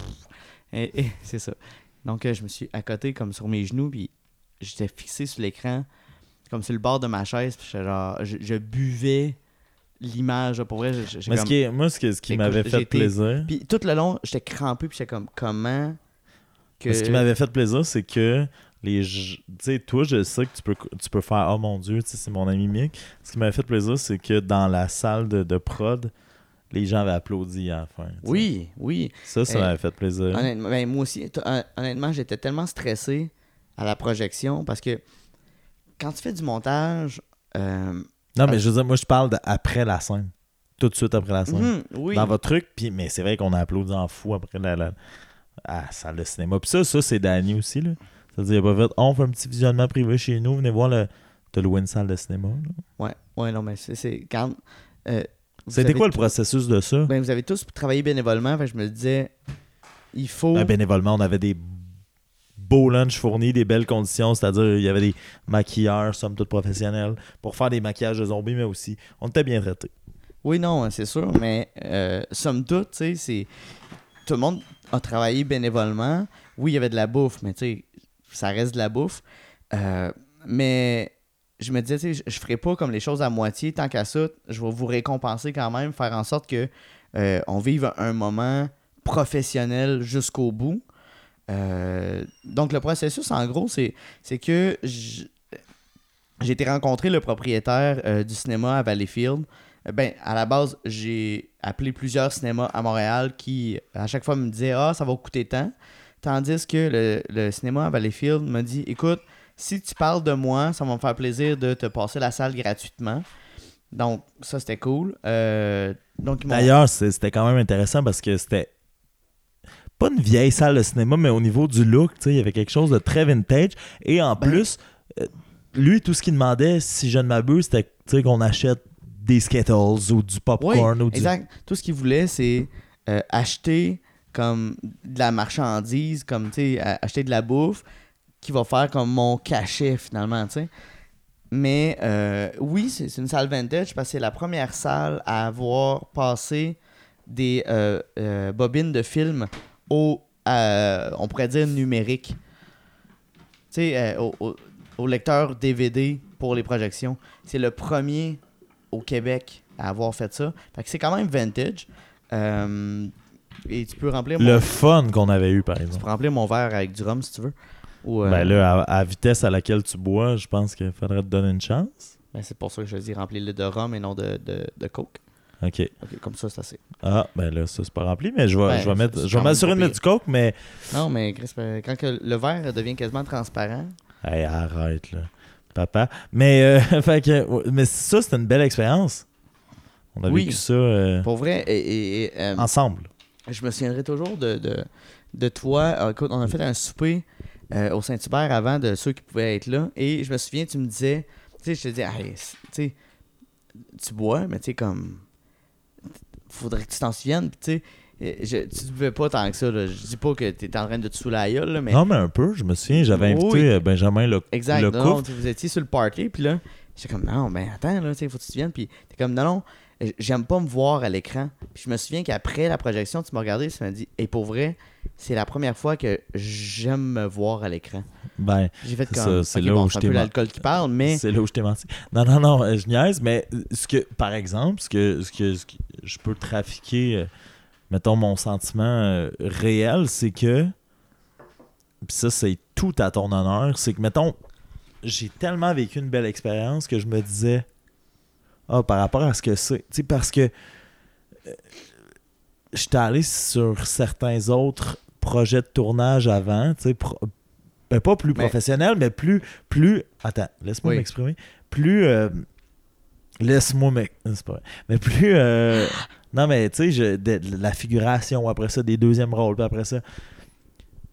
Et, et c'est ça. Donc, euh, je me suis accoté comme sur mes genoux, puis j'étais fixé sur l'écran, comme sur le bord de ma chaise, puis j'étais genre, je, je buvais l'image. Là, pour vrai, je- je- j'ai Mais ce comme... qui est- moi, ce, que- ce qui Écoute, m'avait j'ai fait été- plaisir, Puis tout le long, j'étais crampé, puis j'étais comme, comment que... ce qui m'avait fait plaisir, c'est que les, tu sais, toi, je sais que tu peux, tu peux faire, oh mon Dieu, tu sais, c'est mon ami Mick. Ce qui m'avait fait plaisir, c'est que dans la salle de, de prod, les gens avaient applaudi à la fin. tu sais. Oui, oui. Ça, ça Eh, m'avait fait plaisir. Honnêtement, ben, moi aussi, t- hon- honnêtement, j'étais tellement stressé à la projection parce que quand tu fais du montage... euh, Non, mais je veux dire, moi, je parle d'après la scène. Tout de suite après la scène. mhm, oui. Dans votre truc, puis mais c'est vrai qu'on a applaudi en fou après la, la, à la salle de cinéma. Puis ça, ça c'est Danny aussi. Là. C'est-à-dire, il a pas fait, on fait un petit visionnement privé chez nous, venez voir le. T'as loué une salle de cinéma. Là. Ouais, ouais, non, mais c'est... c'est quand, euh, vous C'était avez quoi le tous- processus de ça? Ben, vous avez tous travaillé bénévolement, fait que je me disais, il faut... Ben, bénévolement, on avait des beaux lunchs fournis, des belles conditions, c'est-à-dire il y avait des maquilleurs, somme toute professionnels, pour faire des maquillages de zombies, mais aussi, on était bien traités. Oui, non, c'est sûr, mais euh, somme toute, tu sais, c'est... Tout le monde a travaillé bénévolement. Oui, il y avait de la bouffe, mais tu sais, ça reste de la bouffe. Euh, mais je me disais, tu sais, je, je ferai pas comme les choses à moitié. Tant qu'à ça, je vais vous récompenser quand même, faire en sorte que euh, on vive un moment professionnel jusqu'au bout. Euh, donc, le processus, en gros, c'est, c'est que j- j'ai été rencontrer le propriétaire euh, du cinéma à Valleyfield. Euh, Ben, à la base, j'ai appelé plusieurs cinémas à Montréal qui, à chaque fois, me disaient « Ah, ça va coûter tant ». Tandis que le, le cinéma à Valleyfield m'a dit « Écoute, si tu parles de moi, ça va me faire plaisir de te passer la salle gratuitement. » Donc, ça, c'était cool. Euh, donc, ils m'ont- D'ailleurs, c'est- c'était quand même intéressant parce que c'était pas une vieille salle de cinéma, mais au niveau du look, tu sais, il y avait quelque chose de très vintage. Et en Ben- plus, euh, lui, tout ce qu'il demandait, si je ne m'abuse, c'était tu sais, qu'on achète des Skittles ou du Oui, popcorn ou du... exact. Tout ce qu'ils voulaient, c'est euh, acheter comme de la marchandise, comme, tu sais, a- acheter de la bouffe qui va faire comme mon cachet, finalement, tu sais. Mais euh, oui, c'est c'est une salle vintage parce que c'est la première salle à avoir passé des euh, euh, bobines de film au, euh, on pourrait dire, numérique. Tu sais, euh, au, au- au lecteur D V D pour les projections. C'est le premier au Québec à avoir fait ça. Fait que c'est quand même vintage. Euh, et tu peux remplir mon, Le fun qu'on avait eu, par tu exemple. peux remplir mon verre avec du rhum si tu veux. Ou, euh, Ben là, à, à la vitesse à laquelle tu bois, je pense qu'il faudrait te donner une chance. ben, c'est pour ça que je dis remplir-le de rhum et non de, de, de coke. OK. Ok, comme ça, c'est assez. Ah, ben là, ça, c'est pas rempli, mais je vais, Ben, je vais, mettre, c'est je vais quand même m'assurer pas de mettre du coke, mais... Non, mais Chris, euh, quand que le verre devient quasiment transparent, Hey, arrête, là. Papa. Mais, euh, fait que, ouais, mais ça, c'était une belle expérience. On a Oui. vécu ça euh, pour vrai, et, et- et, euh, ensemble. je me souviendrai toujours de, de, de toi. Ah, écoute, on a fait un souper euh, au Saint-Hubert avant de ceux qui pouvaient être là. Et je me souviens, tu me disais, tu sais, je te disais, hey, tu sais, tu bois, mais tu sais, comme, faudrait que tu t'en souviennes. Puis, tu sais, je- tu ne buvais pas tant que ça. Là. Je dis pas que tu étais en train de te saouler la gueule, là, mais. Non, mais un peu. Je me souviens, j'avais invité Oui. euh, Benjamin Le, Exact. le non, non, Couf. tu- vous étiez sur le party, puis là, j'étais comme, non, ben attends, là, tu sais, faut que tu te viennes. Puis t'es comme, non, non, j'aime pas me voir à l'écran. Puis je me souviens qu'après la projection, tu m'as regardé et tu m'as dit, et pour vrai, c'est la première fois que j'aime me voir à l'écran. Ben, J'ai fait C'est comme, ça, c'est ok, là bon, où c'est je un t'ai peu man- l'alcool qui parle, mais c'est là où je t'ai menti. Non, non, non, euh, je niaise, mais ce que, par exemple, ce que, ce que, ce que je peux trafiquer, euh, mettons, mon sentiment euh, réel, c'est que, puis ça, c'est tout à ton honneur, c'est que, mettons, j'ai tellement vécu une belle expérience que je me disais, ah, par rapport à ce que c'est, tu sais, parce que euh, j'étais allé sur certains autres projets de tournage avant, tu sais, pro- ben, pas plus Mais- professionnels, mais plus, plus, attends, laisse-moi Oui. m'exprimer, plus, euh, laisse-moi m'exprimer, c'est pas vrai, mais plus, euh, non, mais tu sais, je- de, de la figuration, après ça, des deuxièmes rôles, puis après ça,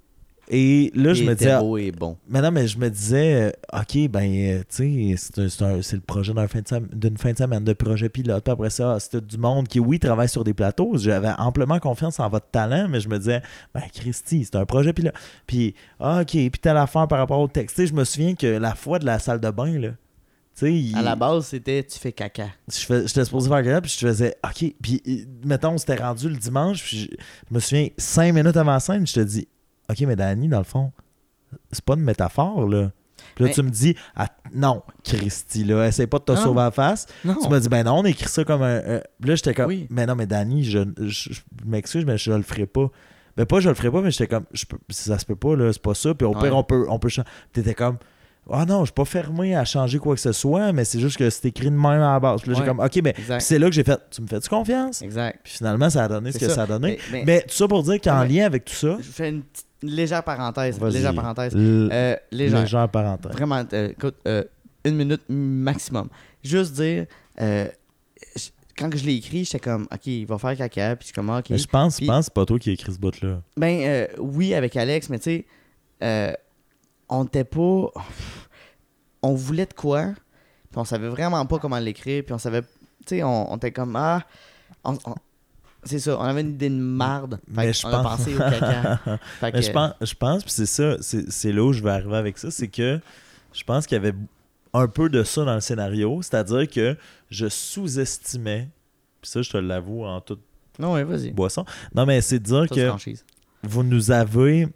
Et là, je Il me était disais... beau et bon. Mais non, mais je me disais, euh, OK, ben, euh, tu sais, c'est, un- c'est, un- c'est le projet d'un fin de sem- d'une fin de semaine de projet pilote. Puis après ça, c'était du monde qui, oui, travaille sur des plateaux. J'avais amplement confiance en votre talent, mais je me disais, ben, Christy, c'est un projet pilote. Puis, ah, OK, puis telle affaire par rapport au texte. Tu sais, je me souviens que la fois de la salle de bain, là, tu sais, il- À la base, c'était tu fais caca. je fais- j'étais supposé faire caca, puis je faisais, OK, puis, euh, mettons, on s'était rendu le dimanche, puis je, je me souviens, cinq minutes avant la scène, je te dis, OK, mais Dani, dans le fond, c'est pas une métaphore, là. Puis là, Mais- tu me dis, ah, non, Christy, là, essaie pas de te Non. sauver la face. Non. Tu m'as dit, ben non, on écrit ça comme un. un- Puis là, j'étais comme, Oui. mais non, mais Dani, je, je, je m'excuse, mais je le ferai pas. Ben pas, je le ferai pas, mais j'étais comme, je peux, ça se peut pas, là, c'est pas ça. Puis au Ouais. pire, on peut, on peut changer. Puis t'étais comme, ah non, je suis pas fermé à changer quoi que ce soit, mais c'est juste que c'est écrit de même à la base. Puis là, j'ai Ouais. comme, ok, ben, Exact. puis c'est là que j'ai fait, tu me fais-tu confiance? Exact. Puis finalement, ça a donné ce C'est que ça. ça a donné. Mais, mais- Mais tout ça pour dire qu'en Ouais. lien avec tout ça, je fais une, petite- une légère parenthèse. vas-y. Légère parenthèse. L- Euh, légère. légère parenthèse. Vraiment, euh, écoute, euh, une minute maximum. Juste dire, euh, je- quand je l'ai écrit, j'étais comme, OK, il va faire caca. Puis je suis comme, OK. Mais je pense, Puis- je pense que c'est pas toi qui as écrit ce bout-là. Ben, euh, oui, avec Alex, mais tu sais, euh, on n'était pas. On voulait de quoi, puis on savait vraiment pas comment l'écrire, puis on savait. Tu sais, on, on était comme, ah. on- on- c'est ça, on avait une idée de marde. Fait Mais que je on pense- a pensé au caca. Fait Mais que- je pense, je pense puis c'est ça, c'est, c'est là où je vais arriver avec ça, c'est que je pense qu'il y avait un peu de ça dans le scénario, c'est-à-dire que je sous-estimais, puis ça, je te l'avoue en toute Non, ouais, vas-y. boisson. Non, mais c'est de dire Toute que franchise. vous nous avez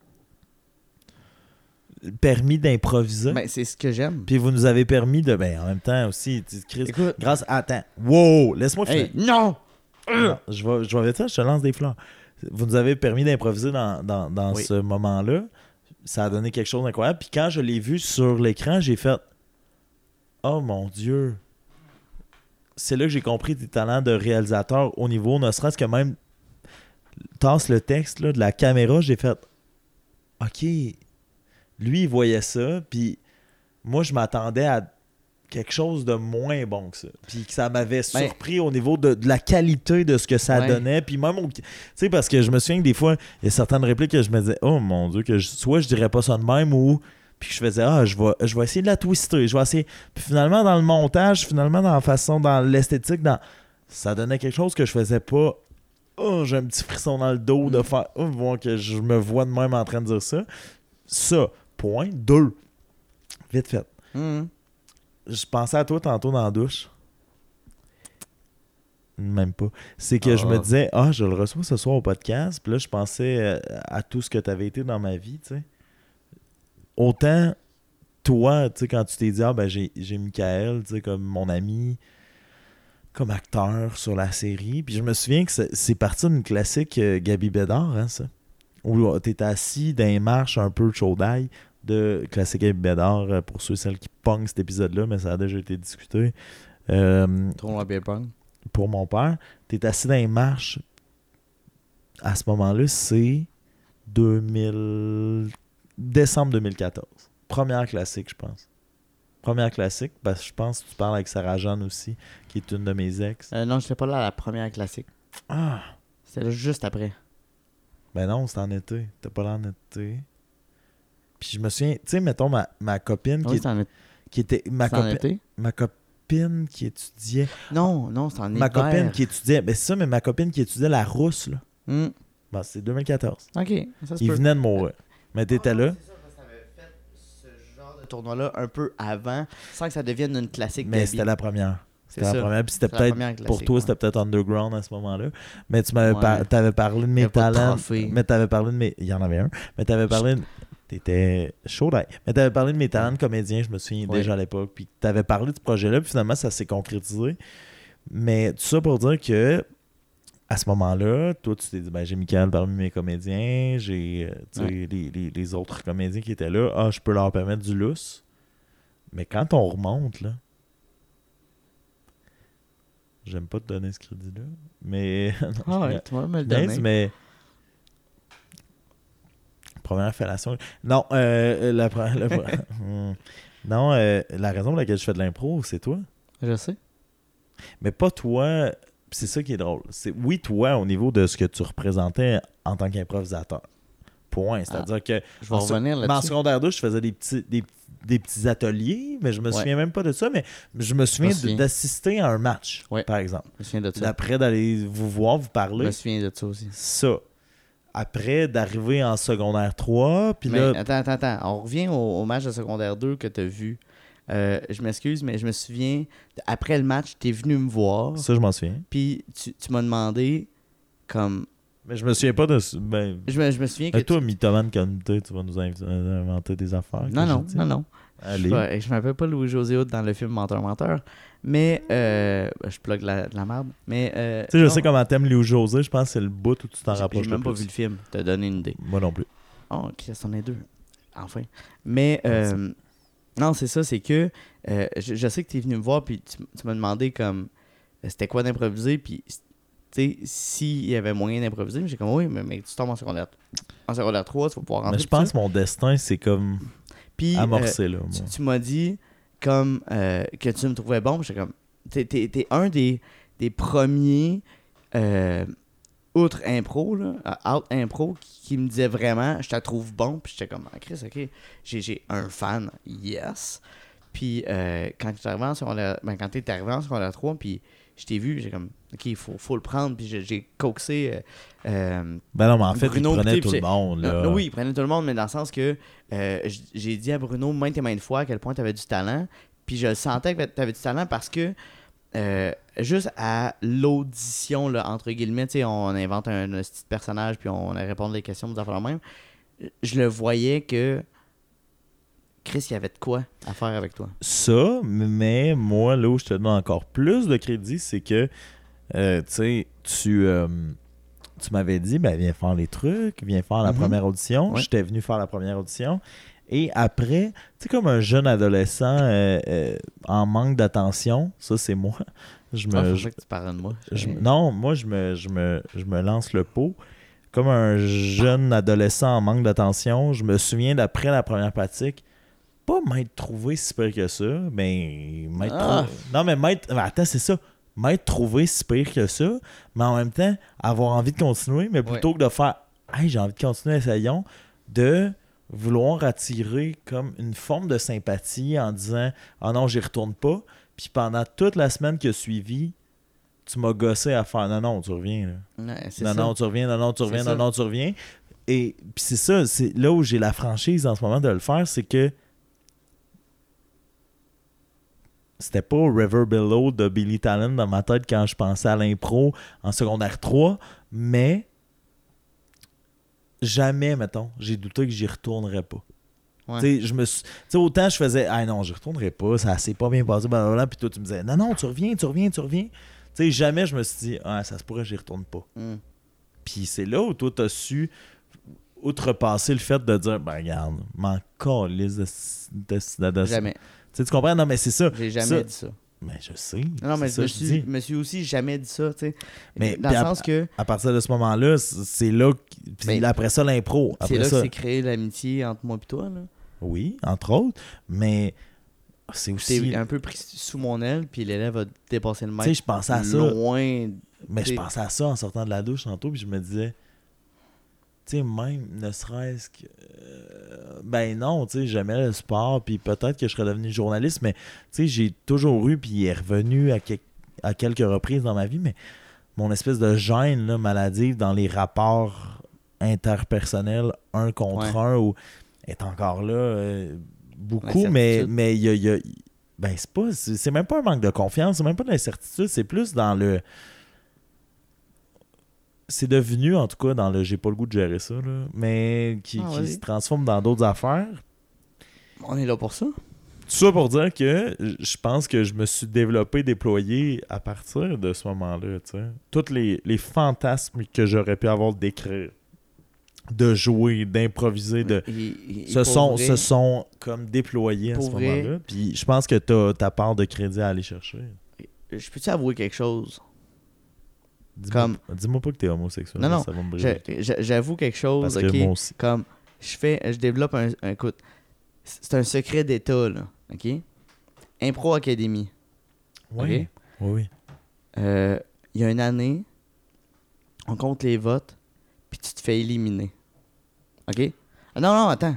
permis d'improviser, Ben, c'est ce que j'aime. puis vous nous avez permis de, ben, en même temps aussi, tu- Chris, Écoute. grâce, attends, wow, laisse-moi finir. Hey, non! Non, je vais, je vais avec ça, je te lance des fleurs. Vous nous avez permis d'improviser dans, dans, dans Oui. ce moment-là. Ça a donné quelque chose d'incroyable. Puis quand je l'ai vu sur l'écran, j'ai fait oh mon Dieu. C'est là que j'ai compris tes talents de réalisateur au niveau, ne serait-ce que même tasse le texte là, de la caméra, j'ai fait OK. Lui, il voyait ça, puis moi, je m'attendais à quelque chose de moins bon que ça. Puis que ça m'avait surpris au niveau de, de la qualité de ce que ça Ouais. donnait. Puis même, au- tu sais, parce que je me souviens que des fois, il y a certaines répliques que je me disais, oh mon Dieu, que je- soit je dirais pas ça de même ou. Puis que je faisais, ah, je vais, je vais essayer de la twister. Je vais essayer. Puis finalement, dans le montage, finalement, dans la façon, dans l'esthétique, dans ça donnait quelque chose que je faisais pas. Oh, j'ai un petit frisson dans le dos de faire. Oh, voir que je me vois de même en train de dire ça. Ça, point. Deux. Vite fait. Hum. Je pensais à toi tantôt dans la douche. Même pas. C'est que Ah. je me disais, ah, je le reçois ce soir au podcast. Puis là, je pensais euh, à tout ce que tu avais été dans ma vie, tu sais. Autant, toi, tu sais, quand tu t'es dit, ah, ben, j'ai, j'ai Michael, tu sais, comme mon ami, comme acteur sur la série. Puis je me souviens que c'est, c'est parti d'une classique euh, Gabi Bédard, hein, ça. Où t'étais assis dans les marches un peu chaud d'ail de classique Gabi Bédard, euh, pour ceux et celles qui pognent cet épisode-là, mais ça a déjà été discuté. Euh, Tournoi beer pong. pour mon père, t'es assis dans les marches. À ce moment-là, c'est deux mille... décembre deux mille quatorze. Première classique, je pense. Première classique, parce que je pense que tu parles avec Sarah Jeanne aussi, qui est une de mes ex. Euh, non, j'étais pas là à la première classique. Ah! C'était là juste après. Ben non, c'était en été. T'es pas là en été. Puis je me souviens, tu sais, mettons, ma, ma copine qui, Oui, est- c'était en, qui était... Ma, c'était en copi- été. ma copine qui étudiait... Non, non, c'était en Ma hiver. copine qui étudiait... Ben c'est ça, mais ma copine qui étudiait la rousse, là. Hum. Ben, c'est deux mille quatorze. Ok, ça se Il peut. venait de mourir. Mais t'étais là. C'est ça, parce que t'avais fait ce genre de tournoi-là un peu avant, sans que ça devienne une classique Mais Gabi. c'était la première. C'est C'était la ça. première. Puis c'était C'est la peut-être, première pour classique, toi, ouais. c'était peut-être underground à ce moment-là. Mais tu m'avais Ouais. par- t'avais parlé de Il y mes avait pas de talents. trophée. Mais t'avais parlé de mes. Il y en avait un. Mais t'avais parlé de. T'étais chaud d'ail. Mais t'avais parlé de mes talents de comédien, je me souviens Ouais. déjà à l'époque. Puis t'avais parlé de ce projet-là, puis finalement, ça s'est concrétisé. Mais tout ça pour dire que. À ce moment-là, toi, tu t'es dit, ben, j'ai Michael parmi mes comédiens, j'ai euh, tu sais, Ouais. les, les, les autres comédiens qui étaient là. Ah, je peux leur permettre du lousse. Mais quand on remonte, là, j'aime pas te donner ce crédit-là, mais. non, Ah ouais, je- tu vas me le Nice, donner. mais. Première fellation. Non, euh, la, pre- la pre- Hmm. Non, euh, la raison pour laquelle je fais de l'impro, c'est toi. Je sais. Mais pas toi. Puis c'est ça qui est drôle. C'est oui, toi, au niveau de ce que tu représentais en tant qu'improvisateur. Point. C'est-à-dire que. Je vais en, revenir mais en là-dessus. secondaire deux, je faisais des petits, des, des petits ateliers, mais je me Ouais. souviens même pas de ça, mais je me souviens Je me souviens. de- d'assister à un match, Ouais. par exemple. Je me souviens de Puis ça. après, d'aller vous voir, vous Je parler. me souviens de ça aussi. Ça. Après, d'arriver en secondaire trois, puis Mais là. attends, attends, attends. On revient au, au match de secondaire deux que tu as vu. Euh, je m'excuse, mais je me souviens, après le match, tu es venu me voir, Ça, je m'en souviens. puis tu, tu m'as demandé, comme... Mais je me souviens pas de. Ben, Je me, je me souviens que... ben, toi, mythomane comme t'es, tu vas nous inv- inventer des affaires. tu- Non, que non, j'ai dit. non, non. Allez. Je, je m'appelle pas Louis-José Hood dans le film Menteur, Menteur, mais... Euh, je plug la, de la merde, mais... Euh, Tu sais, je non, sais comment t'aimes Léo José, je pense que c'est le bout où tu t'en j'ai- rapproches J'ai le même pas plus. vu le film, t'as donné une idée. Moi non plus. Oh, ok, c'en est deux. Enfin. Mais, euh, non, c'est ça, c'est que euh, je, je sais que tu es venu me voir, puis tu, tu m'as demandé comme euh, c'était quoi d'improviser, puis tu sais, s'il y avait moyen d'improviser, j'ai comme oui, mais, mais tu tombes en secondaire, en secondaire trois, tu vas pouvoir rentrer. Mais je puis pense ça. que mon destin, c'est comme Puis, amorcé, euh, là. Moi. tu, tu m'as dit comme euh, que tu me trouvais bon, puis j'étais comme t'es, t'es, t'es un des, des premiers euh, outre impro, là, euh, out impro, qui, qui me disait vraiment je te trouve bon, puis j'étais comme ah, Chris, ok, j'ai, j'ai un fan, yes. Puis euh, quand tu es arrivé en secondaire, ben, quand t'es arrivé en secondaire trois, puis je t'ai vu, j'ai comme ok, il faut, faut le prendre, puis j'ai, j'ai coaxé euh, euh, Ben non, mais en fait, Bruno, il prenait puis tout c'est- le monde, là. euh, oui, il prenait tout le monde, mais dans le sens que euh, j- j'ai dit à Bruno maintes et maintes fois à quel point tu avais du talent. Puis je le sentais que tu avais du talent parce que euh, juste à l'audition, là, entre guillemets, tu sais, on invente un, un petit personnage puis on répond à des questions, des affaires de même. Je le voyais que Chris, il y avait de quoi à faire avec toi. Ça, mais moi, là où je te donne encore plus de crédit, c'est que, euh, tu sais, tu, euh, tu m'avais dit, ben, viens faire les trucs, viens faire la Mhm. première audition. Ouais. J'étais venu faire la première audition. Et après, tu sais, comme un jeune adolescent euh, euh, en manque d'attention, ça, c'est moi. Je me, Ah, faut je- que tu parles de moi. je- non, moi, je me, je, me, je me lance le pot. Comme un jeune adolescent en manque d'attention, je me souviens d'après la première pratique, pas m'être trouvé si pire que ça, mais m'être Ah. trouvé... Non, mais m'être... ben, attends, c'est ça. M'être trouvé si pire que ça, mais en même temps, avoir envie de continuer, mais plutôt que de faire « Hey, j'ai envie de continuer, essayons », de vouloir attirer comme une forme de sympathie en disant « Ah non, j'y retourne pas », puis pendant toute la semaine qui a suivi, tu m'as gossé à faire « Non, non, tu reviens, là. Ouais, c'est Non, ça. non, tu reviens, non, non, tu C'est reviens, ça. non, non, tu reviens. » Et puis c'est ça, c'est là où j'ai la franchise en ce moment de le faire, c'est que c'était pas River Below de Billy Talent dans ma tête quand je pensais à l'impro en secondaire trois, mais jamais, mettons, j'ai douté que j'y retournerais pas. Ouais. Tu sais, je me suis- tu sais, autant je faisais, ah non, j'y retournerais pas, ça s'est pas bien passé, blablabla, puis toi tu me disais, non, non, tu reviens, tu reviens, tu reviens. Tu sais, jamais je me suis dit, ah, ça se pourrait, j'y retourne pas. Mm. Puis c'est là où toi, t'as su outrepasser le fait de dire, ben regarde, m'en calisse de, de, de, de- Jamais. Tu sais, tu comprends? Non, mais c'est ça. J'ai jamais Ça- dit ça. Mais je sais. Non, non, mais c'est je ça me que je suis, dis. me suis aussi jamais dit ça, tu sais. Mais Dans puis le à- sens que À partir de ce moment-là, c- c'est là. que- Puis Ben, après ça, l'impro. c'est Après là ça. que c'est créé l'amitié entre moi et toi, là. Oui, entre autres. Mais c'est aussi. T'es un peu pris sous mon aile, puis l'élève a dépassé le Tu maître. sais, je pensais à ça. Loin. Mais je t'sais- pensais à ça en sortant de la douche tantôt, puis je me disais, tu sais, même ne serait-ce que. euh, ben non, tu sais, j'aimais le sport, puis peut-être que je serais devenu journaliste, mais tu sais, j'ai toujours eu, puis il est revenu à, quel- à quelques reprises dans ma vie, mais mon espèce de gêne là, maladive dans les rapports interpersonnels, un contre Ouais. un, ou est encore là euh, beaucoup, mais L'incertitude. mais il y a. il y a- ben, c'est pas. C'est c'est même pas un manque de confiance, c'est même pas de l'incertitude, c'est plus dans le. C'est devenu, en tout cas, dans le j'ai pas le goût de gérer ça, là, mais qui, Ah, qui vas-y. se transforme dans d'autres affaires. On est là pour ça. Tout ça pour dire que je pense que je me suis développé, déployé à partir de ce moment-là. Tu sais. Tous les, les fantasmes que j'aurais pu avoir d'écrire, de jouer, d'improviser, de, Et- et se, pour sont, vrai, se sont comme déployés à Pour ce vrai. moment-là. Puis je pense que tu as ta part de crédit à aller chercher. Je peux-tu avouer quelque chose? Dis-moi, Comme- dis-moi pas que t'es homosexuel. Non, là, non, ça va me Je- briser. je- J'avoue quelque chose, Parce que ok? moi aussi. Comme, je fais, je développe un, un écoute, c'est un secret d'état, là, ok? Impro Academy. Oui, ok? oui, oui. Euh, Il y a une année, on compte les votes, puis tu te fais éliminer. OK? Ah, non, non, attends.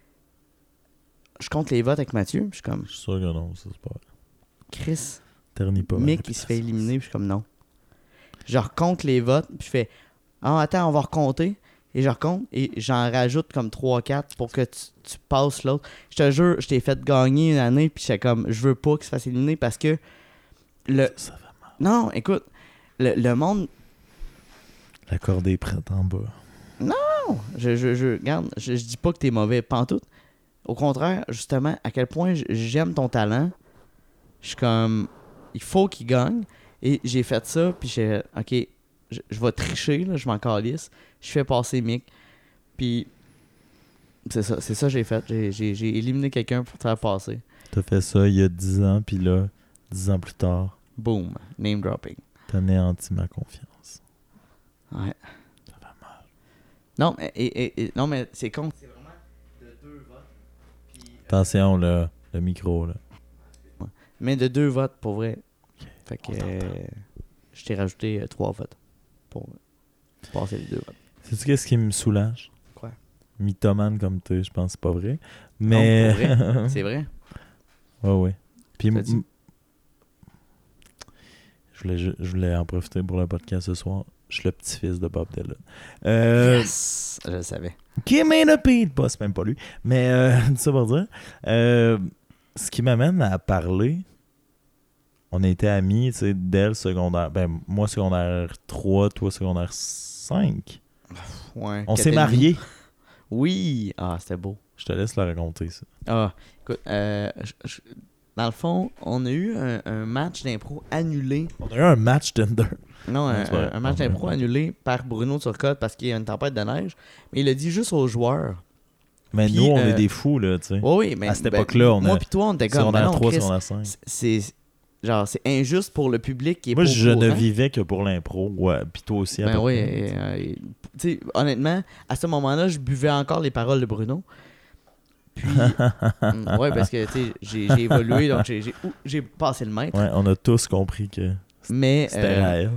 Je compte les votes avec Mathieu, puis je suis comme, Je suis sûr que non, ça c'est pas vrai. Chris, Ternis pas. ma Mick, il se fait réputation. éliminer, puis je suis comme, non. Je recompte les votes, puis je fais, ah, attends, on va recompter. Et je recompte, et j'en rajoute comme trois quatre pour que tu, tu passes l'autre. Je te jure, je t'ai fait gagner une année, puis j'étais comme, je veux pas qu'il se fasse éliminer parce que le. Ça fait mal. Non, écoute, le, le monde. La corde est prête en bas. Non, je, je, je, regarde, je, je dis pas que t'es mauvais, pantoute. Au contraire, justement, à quel point j- j'aime ton talent. Je suis comme, il faut qu'il gagne. Et j'ai fait ça, puis j'ai, ok, je, je vais tricher, là, je m'en calisse. Je fais passer Mick. Puis, c'est ça, c'est ça que j'ai fait. J'ai, j'ai, j'ai éliminé quelqu'un pour te faire passer. T'as fait ça il y a dix ans, puis là, dix ans plus tard, Boom, name dropping. t'as anéanti ma confiance. Ouais. Ça fait mal. Non, mais, et, et, et- non, mais c'est con. C'est vraiment de deux votes. Puis, euh, Attention, là, le micro, là. mais de deux votes, pour vrai. Ok, Fait que on t'entend. euh, je t'ai rajouté euh, trois votes pour euh, passer les deux votes. Sais-tu qu'est-ce qui me soulage? Quoi? Mythomane comme tu, je pense que c'est pas vrai. Mais. Non, pour vrai, c'est vrai. ouais, ouais. Puis, T'as dit? m- je voulais, ju- je voulais en profiter pour le podcast ce soir. Je suis le petit-fils de Bob Dylan. Euh, Yes! Je le savais. Kim in a Pete, pas, c'est même pas lui. Mais, euh, ça pour dire. Euh, ce qui m'amène à parler, on était amis, tu sais, dès le secondaire. Ben, moi, secondaire trois, toi, secondaire cinq. Ouais. On s'est Catherine- mariés. Oui! Ah, c'était beau. Je te laisse le raconter, ça. Ah, écoute, euh, je- je- dans le fond, on a eu un, un match d'impro annulé. On a eu un match Tinder. Non, un, c'est pas vrai. un- un match Non, d'impro mais- annulé par Bruno Turcotte parce qu'il y a une tempête de neige. Mais il a dit juste aux joueurs. Mais Puis, nous, on euh, est des fous, là, tu sais. Oui, oui, mais. À cette ben, époque-là, on Moi a- pis toi, on était comme. Secondaire mais non, trois, Chris, secondaire cinq. c'est. c'est- Genre, c'est injuste pour le public qui est Moi, pas au je ne courant. vivais que pour l'impro. Ouais, puis toi aussi. à Ben peu oui, près. euh, euh, tu sais, honnêtement, à ce moment-là, je buvais encore les paroles de Bruno. Puis, mm, ouais, parce que, tu sais, j'ai j'ai évolué, donc j'ai- j'ai ouh, j'ai passé le maître. Ouais, on a tous compris que Mais, c'était euh, à elle.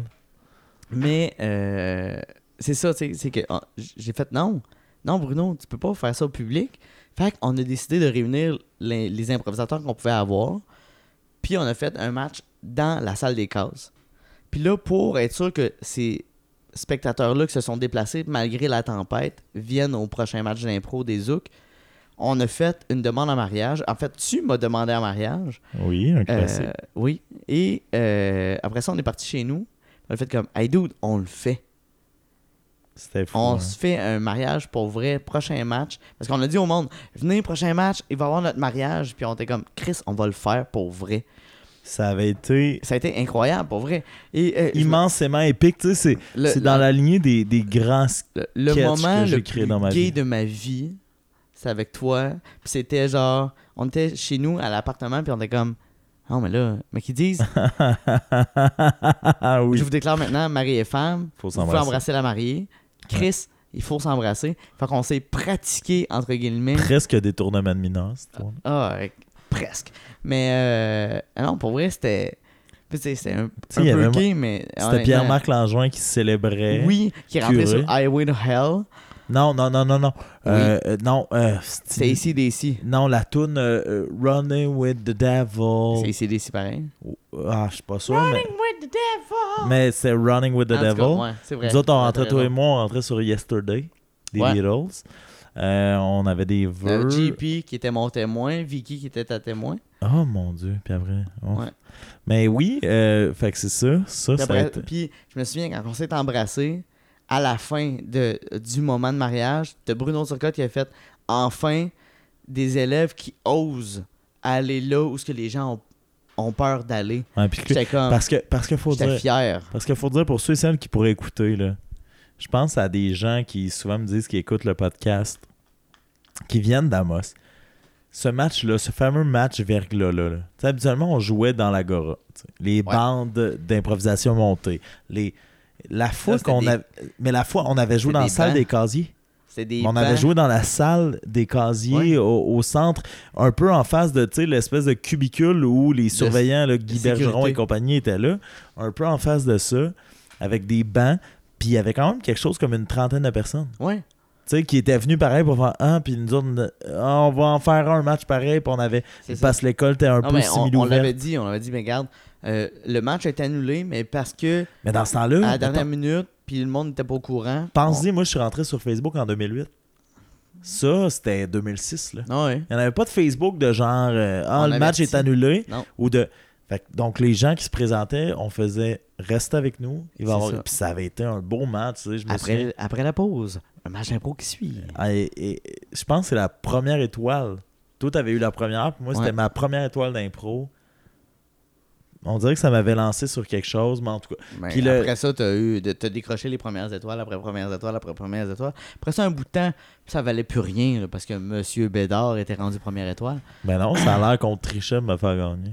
mais euh, c'est ça, tu sais, c'est que ah, j'ai fait non. Non, Bruno, tu peux pas faire ça au public. Fait qu'on a décidé de réunir les, les improvisateurs qu'on pouvait avoir. Puis on a fait un match dans la salle des cases. Puis là, pour être sûr que ces spectateurs-là qui se sont déplacés malgré la tempête viennent au prochain match d'impro des Zouk, on a fait une demande en mariage. En fait, tu m'as demandé en mariage. Oui, un Euh, classique. oui. Et euh, après ça, on est parti chez nous. On a fait comme, hey dude, on le fait. C'était fou. On hein. se fait un mariage pour vrai, prochain match. Parce qu'on a dit au monde, venez, prochain match, il va y avoir notre mariage. Puis on était comme, Chris, on va le faire pour vrai. Ça avait été Ça a été incroyable, pour vrai. Et, euh, je me- immensément épique. Tu sais, c'est, le, c'est dans la lignée des, des grands... le, le sketch moment que j'ai le créé plus dans ma gay vie. de ma vie, c'est avec toi. Puis c'était genre, on était chez nous à l'appartement, puis on était comme, non, mais là, mais qu'ils disent, ah oui. je vous déclare maintenant, mari et femme, Faut vous pouvez s'embrasser. embrasser la mariée. Chris, il faut s'embrasser. Fait qu'on s'est pratiqué, entre guillemets. Presque des tournements de mineurs, cette fois. Ah, euh, presque. Mais euh, ah non, pour vrai, c'était. tu sais, C'était un, sais, un il y peu avait- gay, mais. C'était honnêtement, Pierre-Marc Langevin qui célébrait. Oui, qui est rentré curé. sur Highway to Hell. Non, non, non, non, non. Oui. Euh, euh, non, euh, C'est A C D C. Non, la toune euh, euh, Running with the Devil. C'est A C D C pareil. Ah, je suis pas sûr, mais, Running with the devil. mais c'est Running with the En tout cas, Devil. ouais, c'est vrai. Nous autres, on T'as rentrait, toi raison. et moi, on rentrait sur Yesterday, des Ouais. Beatles. Euh, on avait des Euh, vœux. J P qui était mon témoin, Vicky qui était ta témoin. Oh mon Dieu, puis après. oh. Ouais. Mais oui, euh, fait que c'est ça. Ça, Puis, ça a après- été- puis je me souviens quand on s'est embrassés, à la fin de, du moment de mariage, de Bruno Turcotte qui a fait enfin des élèves qui osent aller là où ce que les gens ont, ont peur d'aller. Ouais, puis que- J'étais comme, parce que parce qu'il faut j'étais dire. fier. Parce qu'il faut dire pour ceux et celles qui pourraient écouter, là, je pense à des gens qui souvent me disent qu'ils écoutent le podcast, qui viennent d'Amos. Ce match-là, ce fameux match verglas-là, là, tu sais, habituellement, on jouait dans l'agora. tu sais, Les bandes d'improvisation montées. Les, la fois c'était qu'on des- avait. Mais la fois, on avait joué c'était dans la des salle bancs. des casiers. C'était des On avait bancs. joué dans la salle des casiers Ouais. au, au centre, un peu en face de tu sais, l'espèce de cubicule où les surveillants, là, Guy sécurité. Bergeron et compagnie étaient là. Un peu en face de ça, avec des bancs. Puis il y avait quand même quelque chose comme une trentaine de personnes. Ouais. Tu sais, qui était venu pareil pour faire un, puis nous autres, ah, on va en faire un match pareil, puis on avait. C'est parce que l'école était un non, peu mais on, simili on l'avait dit, on l'avait dit, mais regarde, euh, le match a été annulé, mais parce que. Mais dans ce temps-là. À la dernière attends, minute, puis le monde n'était pas au courant. pense-y, moi, je suis rentré sur Facebook en deux mille huit. Ça, c'était deux mille six, là. Ah ouais. Il n'y en avait pas de Facebook de genre euh, ah, On le match avertit. est annulé. Non. Ou de. Fait que, donc, les gens qui se présentaient, on faisait reste avec nous. Il va C'est avoir... ça. Puis ça avait été un beau match. Tu sais, je me souviens. Après, après la pause, un match d'impro qui suit. Ah, et- et- je pense que c'est la première étoile. Toi, t'avais eu la première, puis moi, c'était Ouais. ma première étoile d'impro. On dirait que ça m'avait lancé sur quelque chose, mais en tout cas. Mais Puis le- après ça, t'as eu de, t'as décroché les premières étoiles, après premières étoiles, après premières étoiles. Après ça, un bout de temps, ça valait plus rien là, parce que M. Bédard était rendu première étoile. Ben non, ça a l'air qu'on trichait de me faire gagner.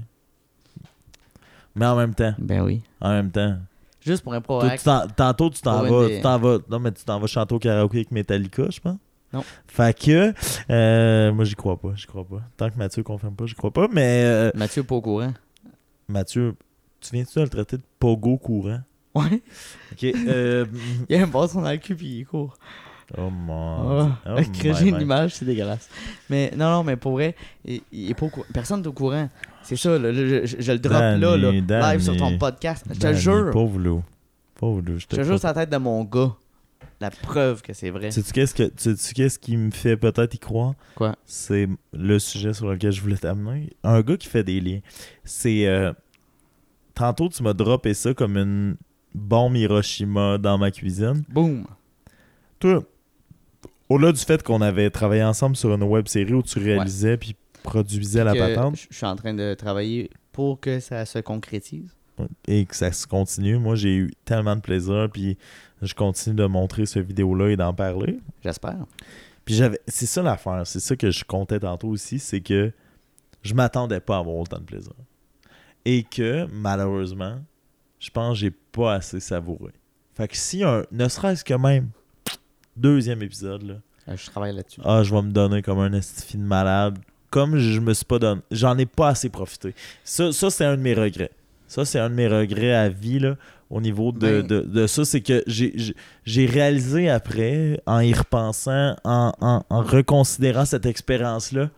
Mais en même temps, Ben oui. en même temps. Juste pour un pro Toi, tu t'en- tantôt, tu t'en Pour vas, une des- tu t'en vas. Non, mais tu t'en vas chanter au karaoké avec Metallica, je pense. Non. Fait que, euh, moi, j'y crois pas, j'y crois pas. Tant que Mathieu confirme pas, j'y crois pas. Mais euh, Mathieu pas au courant. Mathieu, tu viens-tu de le traiter de pogo courant? Ouais. Ok. Euh, Il y a un bâton dans le cul puis il court. oh mon. Oh, Oh J'ai my une man. image, c'est dégueulasse. Mais non, non, mais pour vrai, il, il est pas au courant. Personne n'est au courant. C'est ça, là, là, je, je le drop là, là, Danny, live sur ton Danny. podcast. Je te Danny, jure. Pauvre loup. Pauvre loup, je te Je te crois. jure, c'est la tête de mon gars. La preuve que c'est vrai. Sais-tu qu'est-ce, que, sais-tu qu'est-ce qui me fait peut-être y croire? Quoi? C'est le sujet sur lequel je voulais t'amener. Un gars qui fait des liens. C'est... euh, tantôt, tu m'as droppé ça comme une bombe Hiroshima dans ma cuisine. Boom. Toi, au-delà du fait qu'on avait travaillé ensemble sur une web-série où tu réalisais puis produisais la Que patente Je je suis en train de travailler pour que ça se concrétise. et que ça se continue, moi, j'ai eu tellement de plaisir puis je continue de montrer cette vidéo-là et d'en parler. J'espère. Puis j'avais, c'est ça l'affaire, c'est ça que je comptais tantôt aussi, c'est que je m'attendais pas à avoir autant de plaisir. Et que, malheureusement, je pense que j'ai pas assez savouré. Fait que si un, ne serait-ce que même, deuxième épisode, là, Euh, Je travaille là-dessus. ah, je vais me donner comme un estifi de malade, comme je me suis pas donné, j'en ai pas assez profité. Ça, ça c'est un de mes regrets. Ça, c'est un de mes regrets à vie, là, au niveau de, Ben- de, de ça, c'est que j'ai, j'ai, j'ai réalisé après, en y repensant, en, en, en reconsidérant cette expérience-là,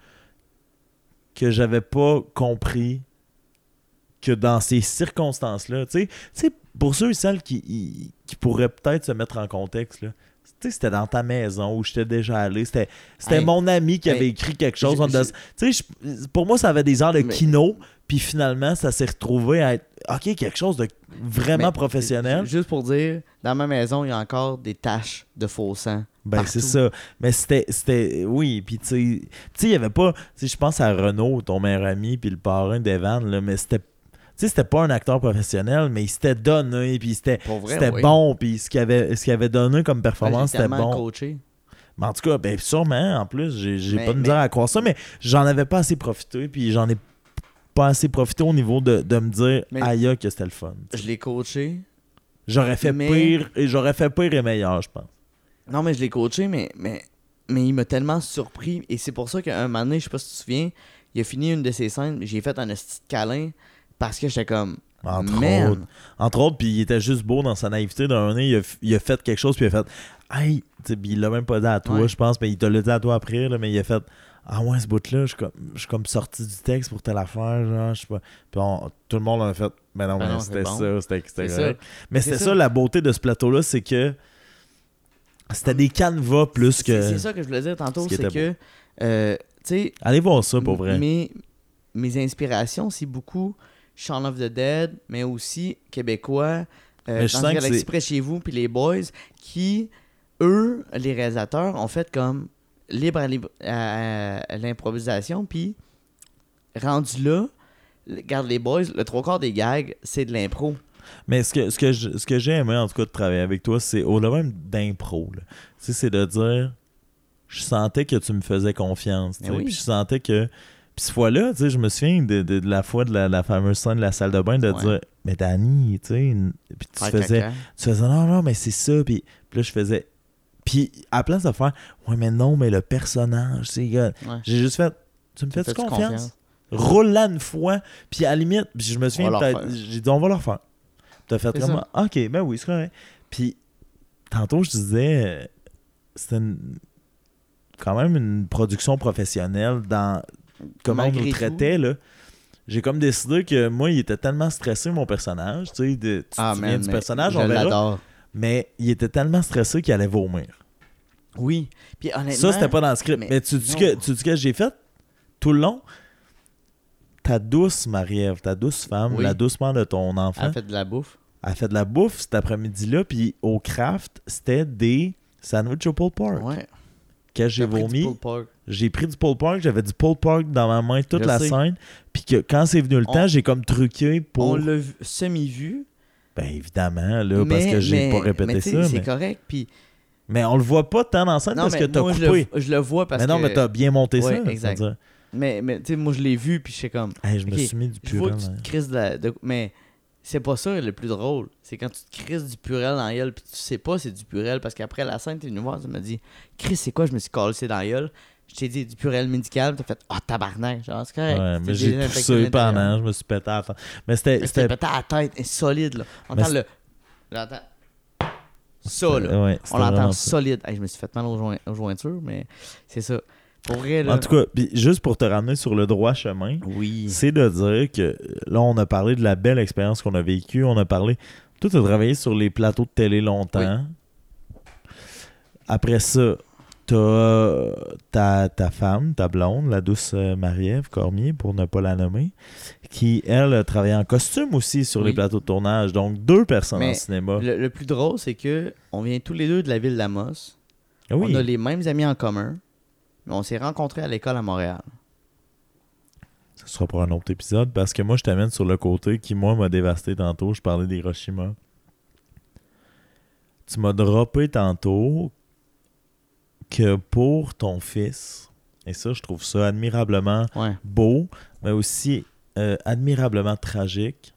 que j'avais pas compris que dans ces circonstances-là, tu sais, tu sais, pour ceux et celles qui, qui, qui pourraient peut-être se mettre en contexte, là, tu sais, c'était dans ta maison où j'étais déjà allé, c'était, c'était Hey, mon ami qui hey, avait écrit quelque chose. j'ai- en dedans- Tu sais, je- pour moi, ça avait des heures de Mais- kino, puis finalement, ça s'est retrouvé à être, OK, quelque chose de vraiment Mais, professionnel. Juste pour dire, dans ma maison, il y a encore des taches de faux sang. Ben, partout. c'est ça. Mais c'était, c'était oui, puis tu sais, tu sais, il y avait pas, tu sais, je pense à Renaud, ton meilleur ami, puis le parrain d'Evan, là, mais c'était, tu sais, c'était pas un acteur professionnel, mais il s'était donné, puis c'était, Pour vrai, c'était oui. bon, puis ce qu'il avait, ce qu'il avait donné comme Ouais, performance, j'ai c'était tellement bon. coaché. Mais en tout cas, ben sûrement, en plus, j'ai, j'ai Mais- pas de mais- misère à croire ça, mais j'en avais pas assez profité, puis j'en ai pas assez profité au niveau de, de me dire, Mais- aïe, que c'était le fun. Je l'ai coaché. J'aurais fait Mais- pire, et j'aurais fait pire et meilleur, je pense. Non, mais je l'ai coaché, mais, mais, mais il m'a tellement surpris. Et c'est pour ça qu'un moment donné, je sais pas si tu te souviens, il a fini une de ses scènes, j'ai fait un petit câlin parce que j'étais comme. Entre Man. autres. Entre autres, puis il était juste beau dans sa naïveté. D'un nez, il a, il a fait quelque chose, puis il a fait hey, tu sais, puis il l'a même pas dit à toi, Ouais. je pense, mais il te l'a dit à toi après, là, mais il a fait ah ouais, ce bout-là, je suis comme, je suis comme sorti du texte pour telle affaire, genre, je sais pas. Puis on- tout le monde en a fait, mais non, Ben mais non, c'était c'est bon. ça, c'était, c'était C'est correct. Mais C'est c'était ça. ça. la beauté de ce plateau-là, c'est que c'était des canevas plus C'est que. c'est ça que je voulais dire tantôt, ce qui c'est était que. euh, tu sais. Allez voir ça pour vrai. Mes, mes inspirations, c'est beaucoup Shaun of the Dead, mais aussi québécois, euh, Mais je dans sens que Galaxy c'est- près de chez vous, puis les boys, qui, eux, les réalisateurs, ont fait comme libre à, libre- à- à l'improvisation, puis rendu là, regarde les boys, le trois quarts des gags, c'est de l'impro. Mais ce que, ce que, je- ce que j'ai aimé, en tout cas, de travailler avec toi, c'est au-delà même d'impro. là. Tu sais, c'est de dire, je sentais que tu me faisais confiance. tu Mais sais, oui. Puis je sentais que. Puis cette fois-là, tu sais, je me souviens de, de- de la fois de la, la fameuse scène de la salle de bain, de Ouais. dire, mais Danny, tu sais. une- Puis tu Faire faisais, caca. tu faisais, non, non, mais c'est ça. Puis, puis là, je faisais. Puis à la place de faire, ouais, mais non, mais le personnage, c'est gars. Ouais. J'ai juste fait, tu me fais-tu Fais-tu confiance? confiance? Roule-la une fois, puis à la limite, puis je me souviens, On va leur peut-être- faire. j'ai dit, on va leur faire. T'as fait C'est comme, ok, ben oui, c'est correct. Puis, tantôt, je disais, euh, c'était une- quand même une production professionnelle dans comment Malgré on nous traitait, là. J'ai comme décidé que moi, il était tellement stressé, mon personnage. Tu sais, de, tu Ah, te souviens man, du mais personnage, je on verra. l'adore. Mais il était tellement stressé qu'il allait vomir. Oui. Puis honnêtement... Ça, c'était pas dans le script. mais Mais, tu dis non. que tu dis que j'ai fait tout le long? Ta douce Marie-Ève, ta douce femme, Oui. la douce mère de ton enfant, Elle fait de la bouffe. elle fait de la bouffe cet après-midi-là, puis au craft, c'était des sandwichs au pulled pork. Ouais. Que j'ai T'as pris du vomi. pulled pork. J'ai pris du pulled pork, j'avais du pulled pork dans ma main toute Je la sais. scène, puis que quand c'est venu le On- temps, j'ai comme truqué pour... On l'a vu- semi-vu. Ben évidemment, là, parce mais- que j'ai mais- pas répété mais tu sais, ça. C'est Mais... correct. Puis mais on le voit pas tant dans la scène non, parce mais que t'as moi, je coupé. le, je le vois parce mais non, que... mais t'as bien monté Ouais, ça. exact. c'est-à-dire. Mais, mais tu sais, moi, je l'ai vu, puis je sais comme... Hey, je me Ok, suis mis du Je vois purel. que tu hein. te crises de la... de- Mais c'est pas ça le plus drôle. C'est quand tu te crises du purel dans la gueule, puis tu sais pas c'est du purel, parce qu'après la scène, t'es venu voir, tu m'as dit « Chris, c'est quoi? » Je me suis collé dans la gueule. Je t'ai dit du purel médical, t'as fait « Ah, oh, tabarnak! » Genre, c'est correct. Ouais, Tu mais t'es j'ai désinfecté poussé l'intérieur. pendant, je me suis pété à la fin. Mais c'était. Mais c'était... C'était pété à la tête, et solide, là. On Mais entend le... Là, attends. Ça, là. Ouais, c'était On l'entend vraiment ça. solide. Hey, je me suis fait mal aux, join- aux jointures, mais c'est ça. Pour vrai, là... En tout cas, puis juste pour te ramener sur le droit chemin, Oui. c'est de dire que là, on a parlé de la belle expérience qu'on a vécue. On a parlé. Toi, tu as travaillé sur les plateaux de télé longtemps. Après ça, t'as ta, ta femme, ta blonde, la douce euh, Marie-Ève Cormier, pour ne pas la nommer, qui, elle, a travaillé en costume aussi sur Oui. les plateaux de tournage. Donc, deux personnes Mais en cinéma. Le, le plus drôle, c'est que on vient tous les deux de la ville d'Amos. Ah oui. On a les mêmes amis en commun. Mais on s'est rencontrés à l'école à Montréal. Ce sera pour un autre épisode parce que moi, je t'amène sur le côté qui, moi, m'a dévasté tantôt. Je parlais d'Hiroshima. Tu m'as droppé tantôt que pour ton fils, et ça, je trouve ça admirablement Ouais. beau, mais aussi euh, admirablement tragique,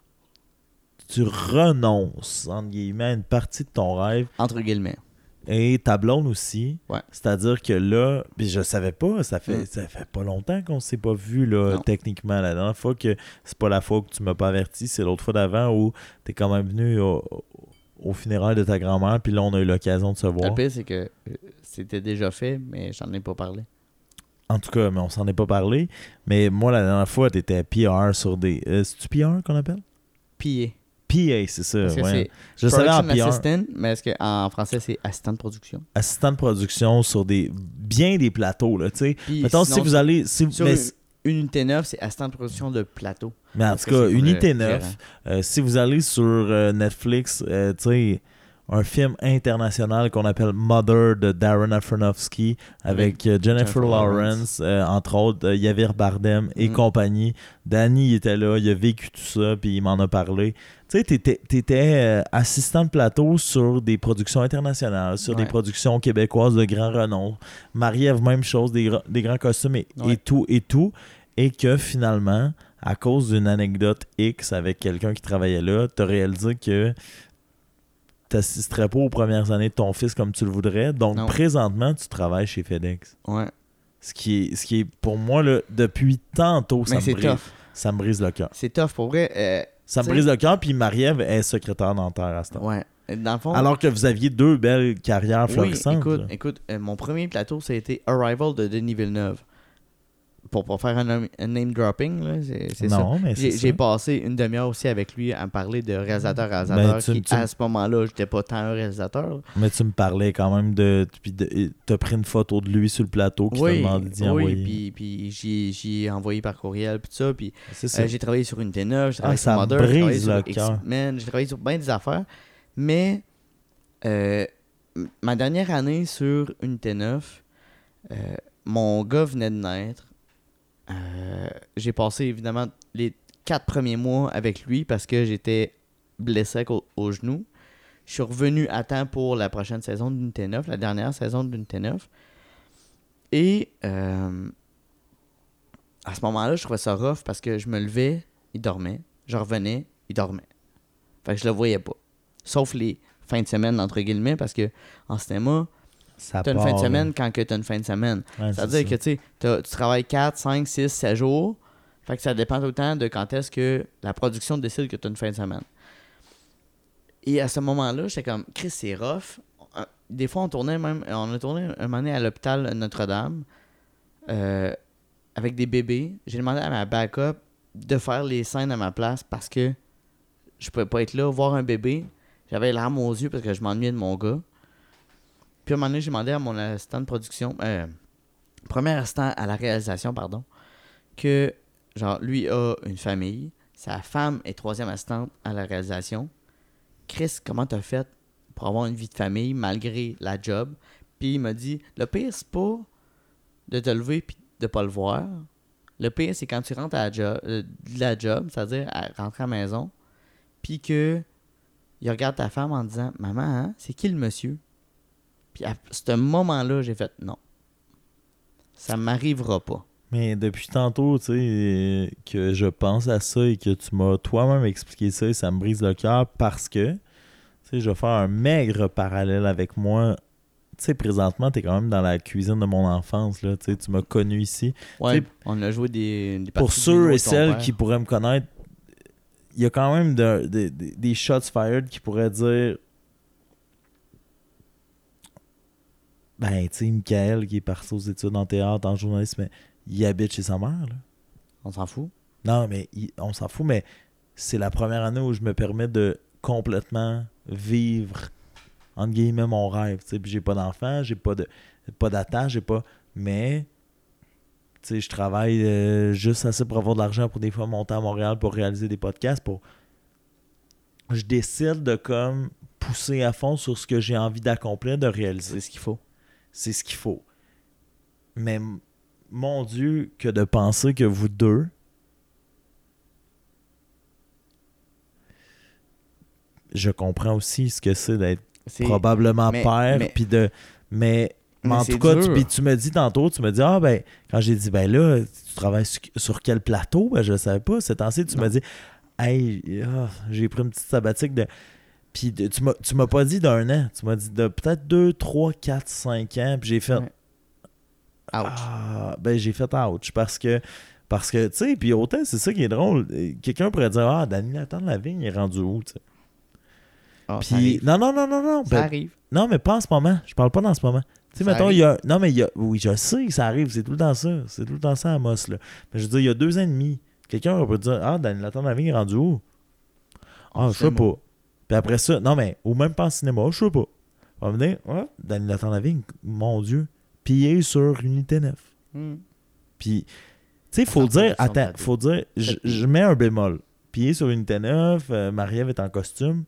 tu renonces, entre guillemets, à une partie de ton rêve. Entre guillemets. Et ta blonde aussi. Ouais. C'est-à-dire que là, puis je savais pas, ça fait Mm. ça fait pas longtemps qu'on s'est pas vu là, Non. techniquement. La dernière fois que c'est pas la fois que tu m'as pas averti, c'est l'autre fois d'avant où t'es quand même venu au, au funérailles de ta grand-mère, puis là on a eu l'occasion de se voir. Le pire, c'est que euh, c'était déjà fait, mais j'en ai pas parlé. En tout cas, mais on s'en est pas parlé. Mais moi, la dernière fois, t'étais P R sur des. Euh, c'est-tu P R qu'on appelle? P A. P A, c'est ça. Parce que Ouais. c'est Je savais en Production P R. Assistant, mais est-ce qu'en français, c'est assistant de production? Assistant de production sur des bien des plateaux, là, tu sais. Puis Mettons, sinon, si vous allez. Si, sur mais, une unité neuf, c'est assistant de production de plateau. mais en Parce tout que cas, c'est pour Unité le neuf, gérant. euh, si vous allez sur euh, Netflix, euh, tu sais, un film international qu'on appelle Mother de Darren Aronofsky avec euh, Jennifer, Jennifer Lawrence, euh, entre autres, euh, Javier Bardem et Mm. compagnie. Danny il était là, il a vécu tout ça, puis il m'en a parlé. Tu sais, t'étais, t'étais euh, assistant de plateau sur des productions internationales, sur des Ouais. productions québécoises de grand renom. Marie-Ève, même chose, des, gra- des grands costumes et, Ouais. et tout, et tout. Et que finalement, à cause d'une anecdote X avec quelqu'un qui travaillait là, t'as réalisé que t'assisterais pas aux premières années de ton fils comme tu le voudrais. Donc, Non. présentement, tu travailles chez FedEx. Ouais. Ce qui est, ce qui est pour moi, là, depuis tantôt, ça Mais me, c'est brise, tough. ça me brise le cœur. C'est tough pour vrai. euh, Ça me T'sais- brise le cœur, puis Marie-Ève est secrétaire dentaire à ce temps. ouais. Dans le fond, Alors que vous aviez deux belles carrières oui, florissantes. écoute, là. écoute euh, mon premier plateau, ça a été Arrival de Denis Villeneuve. Pour pas faire un, nom- un name dropping, là, c'est, c'est ça. non, mais c'est J'ai, ça. j'ai passé une demi-heure aussi avec lui à me parler de réalisateur à réalisateur. Ben, tu- qui, tu- à ce moment-là, j'étais pas tant un réalisateur. là. Mais tu me parlais quand même de. Puis de- t'as pris une photo de lui sur le plateau qui t'a Oui, demandé d'y oui, envoyer. puis, puis j'y, j'y ai envoyé par courriel, puis tout ça. Puis C'est ça. euh, j'ai travaillé sur une T neuf, j'ai Ah, travaillé ça sur me Mother, j'ai travaillé brise sur le cœur. X-Men, j'ai travaillé sur bien des affaires. Mais euh, m- ma dernière année sur une T neuf, euh, mon gars venait de naître. Euh, j'ai passé évidemment les quatre premiers mois avec lui parce que j'étais blessé au, au genou. Je suis revenu à temps pour la prochaine saison d'Unité neuf, la dernière saison d'Unité neuf. Et euh, à ce moment-là, je trouvais ça rough parce que je me levais, il dormait. Je revenais, il dormait. Fait que je le voyais pas. Sauf les fins de semaine, entre guillemets, parce que en cinéma, Ça t'as une part, fin de là. semaine quand que t'as une fin de semaine. Ouais, c'est C'est-à-dire ça. que tu sais, t'as- tu travailles quatre, cinq, six, sept jours. Fait que ça dépend tout le temps de quand est-ce que la production décide que tu as une fin de semaine. Et à ce moment-là, j'étais comme, Chris, c'est rough. des fois, on tournait même. On a tourné un moment donné à l'hôpital Notre-Dame euh, avec des bébés. J'ai demandé à ma backup de faire les scènes à ma place parce que je pouvais pas être là, voir un bébé. J'avais les larmes aux yeux parce que je m'ennuyais de mon gars. Puis à un moment donné, j'ai demandé à mon assistant de production, euh, premier assistant à la réalisation, pardon, que, genre, lui a une famille, sa femme est troisième assistante à la réalisation. Chris, comment t'as fait pour avoir une vie de famille malgré la job? Puis il m'a dit, le pire, c'est pas de te lever puis de pas le voir. Le pire, c'est quand tu rentres à la job, euh, de la job, c'est-à-dire à rentrer à la maison, puis que il regarde ta femme en disant, maman, hein, c'est qui le monsieur? Puis à ce moment-là, j'ai fait, non, ça m'arrivera pas. Mais depuis tantôt, tu sais, que je pense à ça et que tu m'as toi-même expliqué ça, et ça me brise le cœur parce que, tu sais, je vais faire un maigre parallèle avec moi. Tu sais, présentement, t'es quand même dans la cuisine de mon enfance, là, tu sais, tu m'as connu ici. Ouais, T'sais, on a joué des, des pour parties de ceux Bingo et avec ton celles père. qui pourraient me connaître, il y a quand même de, de, de, des shots fired qui pourraient dire, ben, tu sais, Michael qui est parti aux études en théâtre, en journalisme, il habite chez sa mère, là. On s'en fout. Non, mais il- on s'en fout, mais c'est la première année où je me permets de complètement vivre, entre guillemets, mon rêve. Tu sais, puis j'ai pas d'enfant, j'ai pas de pas d'attache, j'ai pas. Mais, tu sais, je travaille euh, juste assez pour avoir de l'argent pour des fois monter à Montréal pour réaliser des podcasts. Pour... Je décide de comme pousser à fond sur ce que j'ai envie d'accomplir, de réaliser. C'est ce qu'il faut. C'est ce qu'il faut. Mais mon Dieu, que de penser que vous deux, je comprends aussi ce que c'est d'être C'est... probablement mais- père, mais- puis de... Mais, mais Mais en c'est tout cas, tu, dur. puis tu me dis tantôt, tu me dis, ah ben, quand j'ai dit, ben là, tu travailles sur, sur quel plateau? Ben je savais pas. Cet temps-ci, tu Non. m'as dit, hey, ah, j'ai pris une petite sabbatique de... Puis de- tu m'as, tu m'as pas dit d'un an, tu m'as dit de peut-être deux, trois, quatre, cinq ans, puis j'ai fait... Ouais. Ouch. Ah, ben j'ai fait ouch parce que parce que tu sais, puis autant c'est ça qui est drôle, quelqu'un pourrait dire ah Danny Nathan Lavigne il est rendu où, tu sais. Ah, ça Puis arrive. non non non non non, Ça ben, arrive. non mais pas en ce moment, je parle pas dans ce moment. Tu sais Ça mettons arrive. il y a non mais il y a oui, je sais que ça arrive, c'est tout le temps ça, c'est tout le temps ça à Amos là. Mais je veux dire il y a deux ans et demi, quelqu'un peut dire ah Danny Nathan Lavigne est rendu où? Ah, je sais cinéma. pas. Puis après ça, non mais ou même pas en cinéma, je sais pas. On va me dire ouais, Danny Nathan Lavigne, mon Dieu, pillé sur Unité neuf. Hmm. Puis, tu sais, faut Attends, dire, ça me attends, semble faut dire, je, je mets un bémol. Pied sur une T neuf, euh, Marie-Ève est en costume.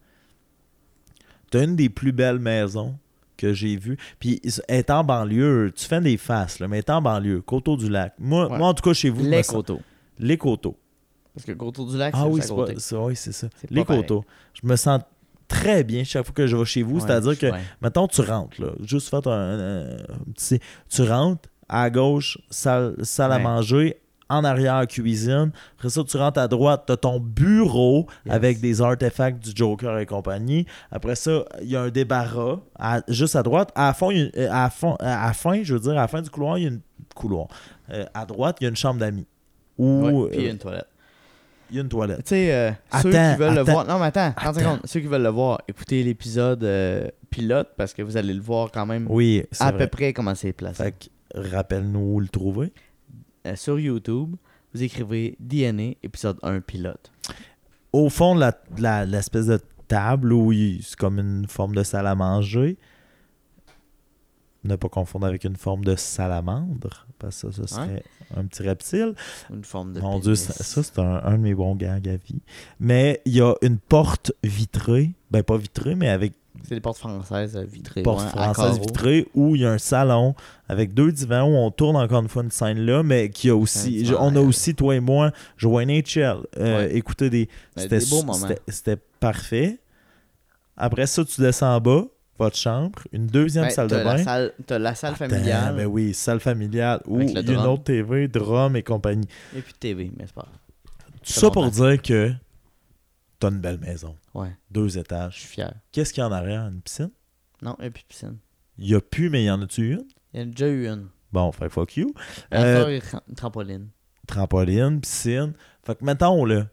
T'as une des plus belles maisons que j'ai vues. Puis, elle est en banlieue, tu fais des faces, là, mais elle est en banlieue, Coteau-du-Lac. Moi, Ouais. moi, en tout cas, chez vous, je me Les sens- coteaux. Les coteaux. Parce que Coteau du Lac, Ah c'est oui, juste c'est à pas, côté. c'est, oui, c'est ça. C'est Les pas pareil. coteaux. Je me sens très bien chaque fois que je vais chez vous. Ouais, C'est-à-dire je que, sais bien. mettons, tu rentres, là, juste fait un, un- un petit... Tu rentres, à gauche, salle, salle à Ouais. manger, en arrière, cuisine. Après ça, tu rentres à droite, t'as ton bureau Yes. avec des artefacts du Joker et compagnie. Après ça, il y a un débarras à- juste à droite. À la, fin, il y a une- à, la fin, à la fin, je veux dire, à la fin du couloir, il y a une couloir. Euh, à droite, il y a une chambre d'amis. Ou Ouais, puis il y a euh, une toilette. il y a une toilette. Tu sais, euh, ceux Attends, qui veulent le attends. voir. Non, mais attends, trente Attends. secondes. Ceux qui veulent le voir, écoutez l'épisode euh, pilote parce que vous allez le voir quand même Oui, c'est à vrai. peu près comment c'est placé. Fait que, rappelle-nous où le trouver. Euh, sur YouTube, vous écrivez D N A épisode un pilote. Au fond de la, de la- l'espèce de table où il- c'est comme une forme de salle à manger. Ne pas confondre avec une forme de salamandre, parce que ça, ce serait un petit reptile. Une forme de Mon pénis. Dieu, ça, ça, c'est un, un de mes bons gags à vie. Mais il y a une porte vitrée, ben pas vitrée, mais avec C'est des portes françaises euh, vitrées. porte ouais, à française carreaux. vitrée où il y a un salon avec deux divans où on tourne encore une fois une scène là, mais qui a aussi, Un divan, on a euh, aussi, toi et moi, joué à N H L, euh, Ouais. écouter des... Ben, C'était, des beaux moments. c'était, c'était parfait. Après ça, tu descends en bas, votre chambre, une deuxième Ben, salle de t'as la bain. salle- T'as la salle Attends, familiale ben oui, salle familiale où Avec il y le a une drum. autre T V, drum et compagnie. et puis T V, mais c'est pas grave. Tout fait ça pour longtemps. dire que t'as une belle maison. Ouais, Deux je suis étages. fier. Qu'est-ce qu'il y a en arrière? Une piscine? Non, et puis piscine. Il y a plus, mais il y en a-tu une? Il y en a déjà eu une. Bon, fait fuck you. À Euh, faire une tra- une trampoline. Trampoline, piscine. Fait que mettons, là,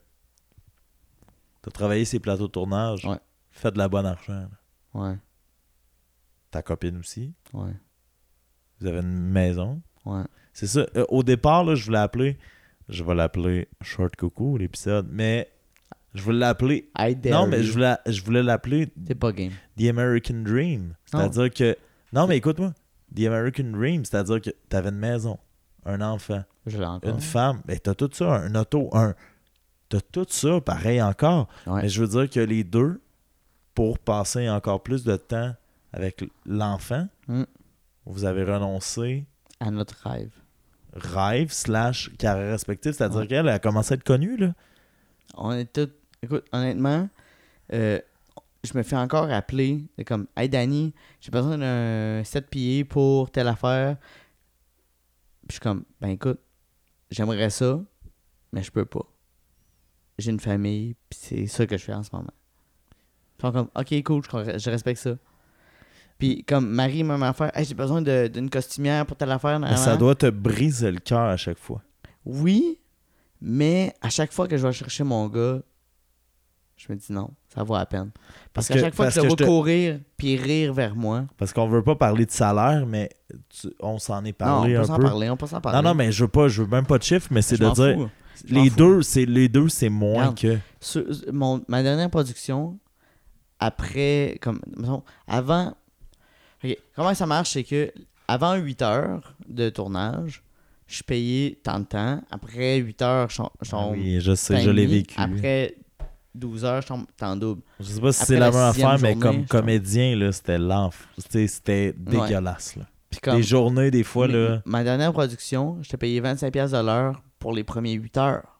t'as travaillé ces plateaux de tournage. Ouais. Fait de la bonne argent. là. Ouais. ta copine aussi. Ouais. Vous avez une maison. Ouais. C'est ça. Euh, au départ, là, je voulais appeler... Je vais l'appeler Short Coucou, l'épisode, mais je voulais l'appeler... I dare Non, mais you. je voulais, je voulais l'appeler T'es pas game. The American Dream. C'est-à-dire que... Non, mais écoute-moi. The American Dream, c'est-à-dire que t'avais une maison, un enfant, Je l'ai encore. une femme, mais t'as tout ça, un auto, un... T'as tout ça, pareil encore. Ouais. Mais je veux dire que les deux, pour passer encore plus de temps avec l'enfant, Mm. vous avez renoncé À notre rêve. rêve slash carrière respective, c'est-à-dire Ouais. qu'elle a commencé à être connue, là. On est tous... Écoute, honnêtement, euh, je me fais encore appeler. C'est comme, hey Danny, j'ai besoin d'un sept pieds pour telle affaire. Puis je suis comme, ben écoute, j'aimerais ça, mais je peux pas. J'ai une famille, puis c'est ça que je fais en ce moment. Ils sont comme, ok, cool, je, je respecte ça. Puis comme Marie, même affaire, hey, j'ai besoin de- d'une costumière pour telle affaire. Mais nan, ça nan. doit te briser le cœur à chaque fois. Oui, mais à chaque fois que je vais chercher mon gars, je me dis non, ça vaut la peine. Parce, Parce qu'à que- chaque fois parce que je que le vois je te- courir puis rire vers moi, Parce qu'on veut pas parler de salaire, mais tu- on s'en est non, parlé on un peut s'en peu. parler, on peut s'en parler. Non, non, mais je veux pas, je veux même pas de chiffres, mais c'est Je de m'en dire fous. Je m'en les fous. deux, c'est les deux, c'est moins Regarde. que. Sur- mon, ma dernière production, après, comme, mettons, avant, ok, comment ça marche, c'est que avant huit heures de tournage, je suis payé tant de temps. Après huit heures, je tombe- je Ah tombe oui, je sais, tant je et l'ai demi. vécu. Après douze heures, je tombe temps double. Je sais pas si après c'est la la même sixième affaire, mais journée, comme je comédien, là, c'était l'enf. C'était c'était dégueulasse. Là. Puis comme, Des journées, des fois, Mais- là. Ma dernière production, je t'ai payé vingt-cinq piastres de l'heure pour les premiers huit heures.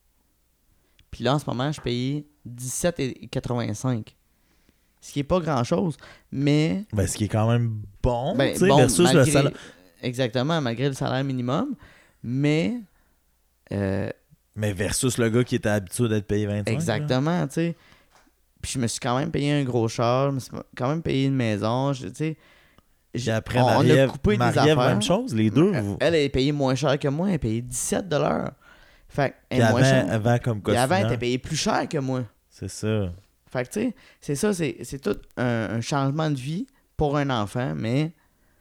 Puis là, en ce moment, je payé dix-sept quatre-vingt-cinq. Ce qui est pas grand-chose, mais... Ben, ce qui est quand même bon, ben, tu sais, bon, versus le malgré- salaire. Exactement, malgré le salaire minimum. Mais... euh, Mais versus le gars qui était habitué d'être payé vingt-cinq. là. exactement, tu sais. Puis je me suis quand même payé un gros char, je me suis quand même payé une maison, je- tu sais. Puis après, on, on a Marie-Ève, coupé des Marie-Ève, affaires. même chose, les deux. vous- Elle est payée moins cher que moi, elle est payée dix-sept de l'heure. Fait Puis qu'elle est moins avant, chère. avant, comme Puis avant, elle costumière, était payée plus cher que moi. c'est ça. Fait que, tu sais, c'est ça, c'est, c'est tout un, un changement de vie pour un enfant, mais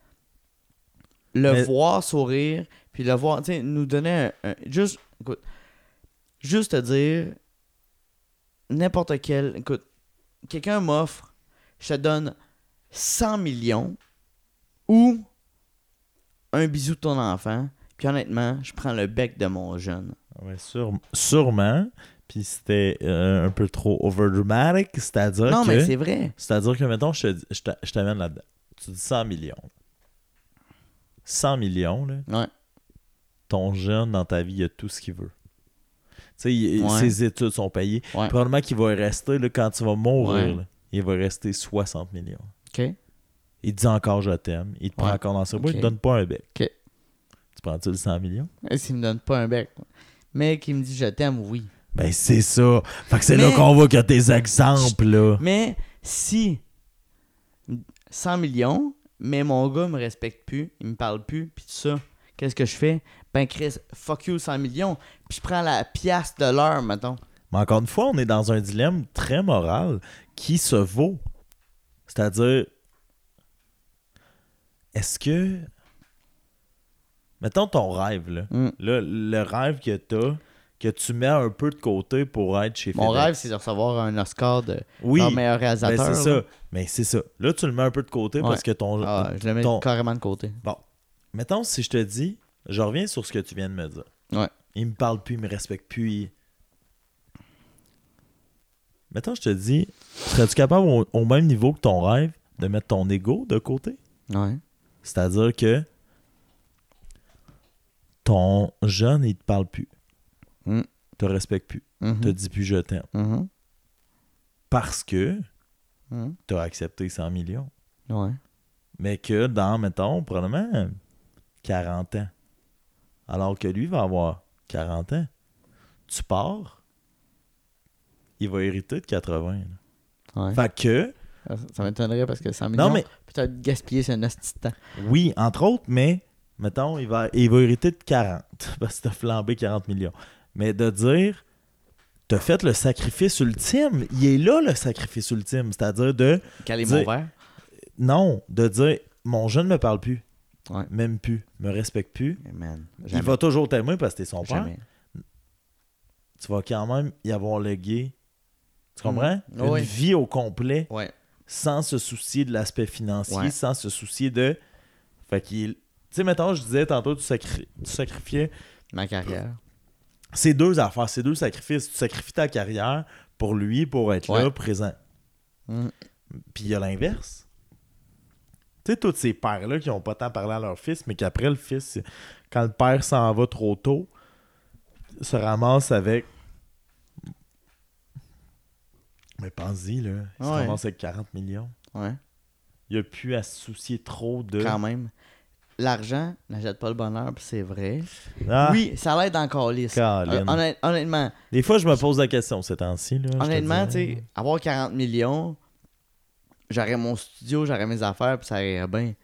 le Mais- voir sourire, puis le voir, tu sais, nous donner un, un- juste, écoute, juste te dire, n'importe quel, écoute, quelqu'un m'offre, je te donne cent millions ou un bisou de ton enfant, puis honnêtement, je prends le bec de mon jeune. Ouais, sûre- sûrement. Puis c'était euh, un peu trop overdramatic, c'est-à-dire Non, que... mais c'est vrai. C'est-à-dire que, mettons, je te dis- je t'a- je t'amène là-dedans. Tu dis cent millions. cent millions, là. Ouais. Ton jeune, dans ta vie, il a tout ce qu'il veut. Tu sais, il- Ouais. ses études sont payées. Ouais. Probablement qu'il va rester, là, quand tu vas mourir, Ouais. là, il va rester soixante millions. OK. Il te dit encore « je t'aime ». Il te prend Ouais. encore dans ses bras, il Ok. te donne pas un bec. OK. Tu prends-tu le cent millions? S'il me donne pas un bec. Mais qu'il me dit je t'aime, oui. Ben, c'est ça. Fait que c'est Mais- là qu'on voit que tes exemples, là. Mais si cent millions, mais mon gars me respecte plus, il me parle plus, puis tout ça, qu'est-ce que je fais? Ben Chris, fuck you cent millions, puis je prends la pièce de l'heure, mettons. Mais encore une fois, on est dans un dilemme très moral qui se vaut. C'est-à-dire, est-ce que... Mettons ton rêve, là. Mm. Là, le rêve que t'as, que tu mets un peu de côté pour être chez Mon FedEx. rêve, c'est de recevoir un Oscar de Oui, genre meilleur ben réalisateur. c'est là. ça. Mais c'est ça. Là, tu le mets un peu de côté Ouais. parce que ton... Ah, je le mets ton- carrément de côté. Bon. Mettons, si je te dis... Je reviens sur ce que tu viens de me dire. Ouais. Il me parle plus, il me respecte plus. il- Mettons, je te dis... Serais-tu capable, au, au même niveau que ton rêve, de mettre ton ego de côté? Ouais. C'est-à-dire que ton jeune, il te parle plus. Mm. Te respecte plus. Mhm. Te dit plus je t'aime. Mhm. Parce que Mhm. tu as accepté cent millions. Ouais. Mais que dans, mettons, probablement quarante ans. Alors que lui va avoir quarante ans. Tu pars, il va hériter de quatre-vingts. là. Ouais. Fait que, Ça, ça m'étonnerait parce que cent millions, non mais, peut-être gaspiller c'est un asti de temps. oui, entre autres, mais, mettons, il va, il va hériter de quarante. Parce que t'as flambé quarante millions. Mais de dire, t'as fait le sacrifice ultime. Il est là, le sacrifice ultime. C'est-à-dire de... Caler Dire- mon verre. non, de dire mon jeune ne me parle plus. Ouais. Même plus. Me respecte plus. Mais man, Il jamais. va toujours t'aimer parce que t'es son père. Jamais. Tu vas quand même y avoir légué. Tu comprends? Mm. Une Ouais. vie au complet Ouais. sans se soucier de l'aspect financier, Ouais. sans se soucier de. Fait qu'il. Tu sais, mettons, je disais tantôt, tu, sacri... tu sacrifiais. Ma carrière. C'est deux affaires, c'est deux sacrifices. Tu sacrifies ta carrière pour lui, pour être là, Ouais. présent. Mm. Puis il y a l'inverse. Tu sais, tous ces pères-là qui n'ont pas tant parlé à leur fils, mais qu'après, le fils, quand le père s'en va trop tôt, se ramasse avec. Mais pense-y, là. Il se Ouais. ramasse avec quarante millions. Ouais. Il a plus à se soucier trop de. Quand même. L'argent n'achète pas le bonheur, puis c'est vrai. Ah, Oui, ça l'aide encore lisse. Colin. Honnêt- honnêtement, Des fois, je me pose la question ces temps-ci. Là, je te honnêtement, tu dirais. sais, avoir quarante millions, j'aurais mon studio, j'aurais mes affaires, puis ça irait bien.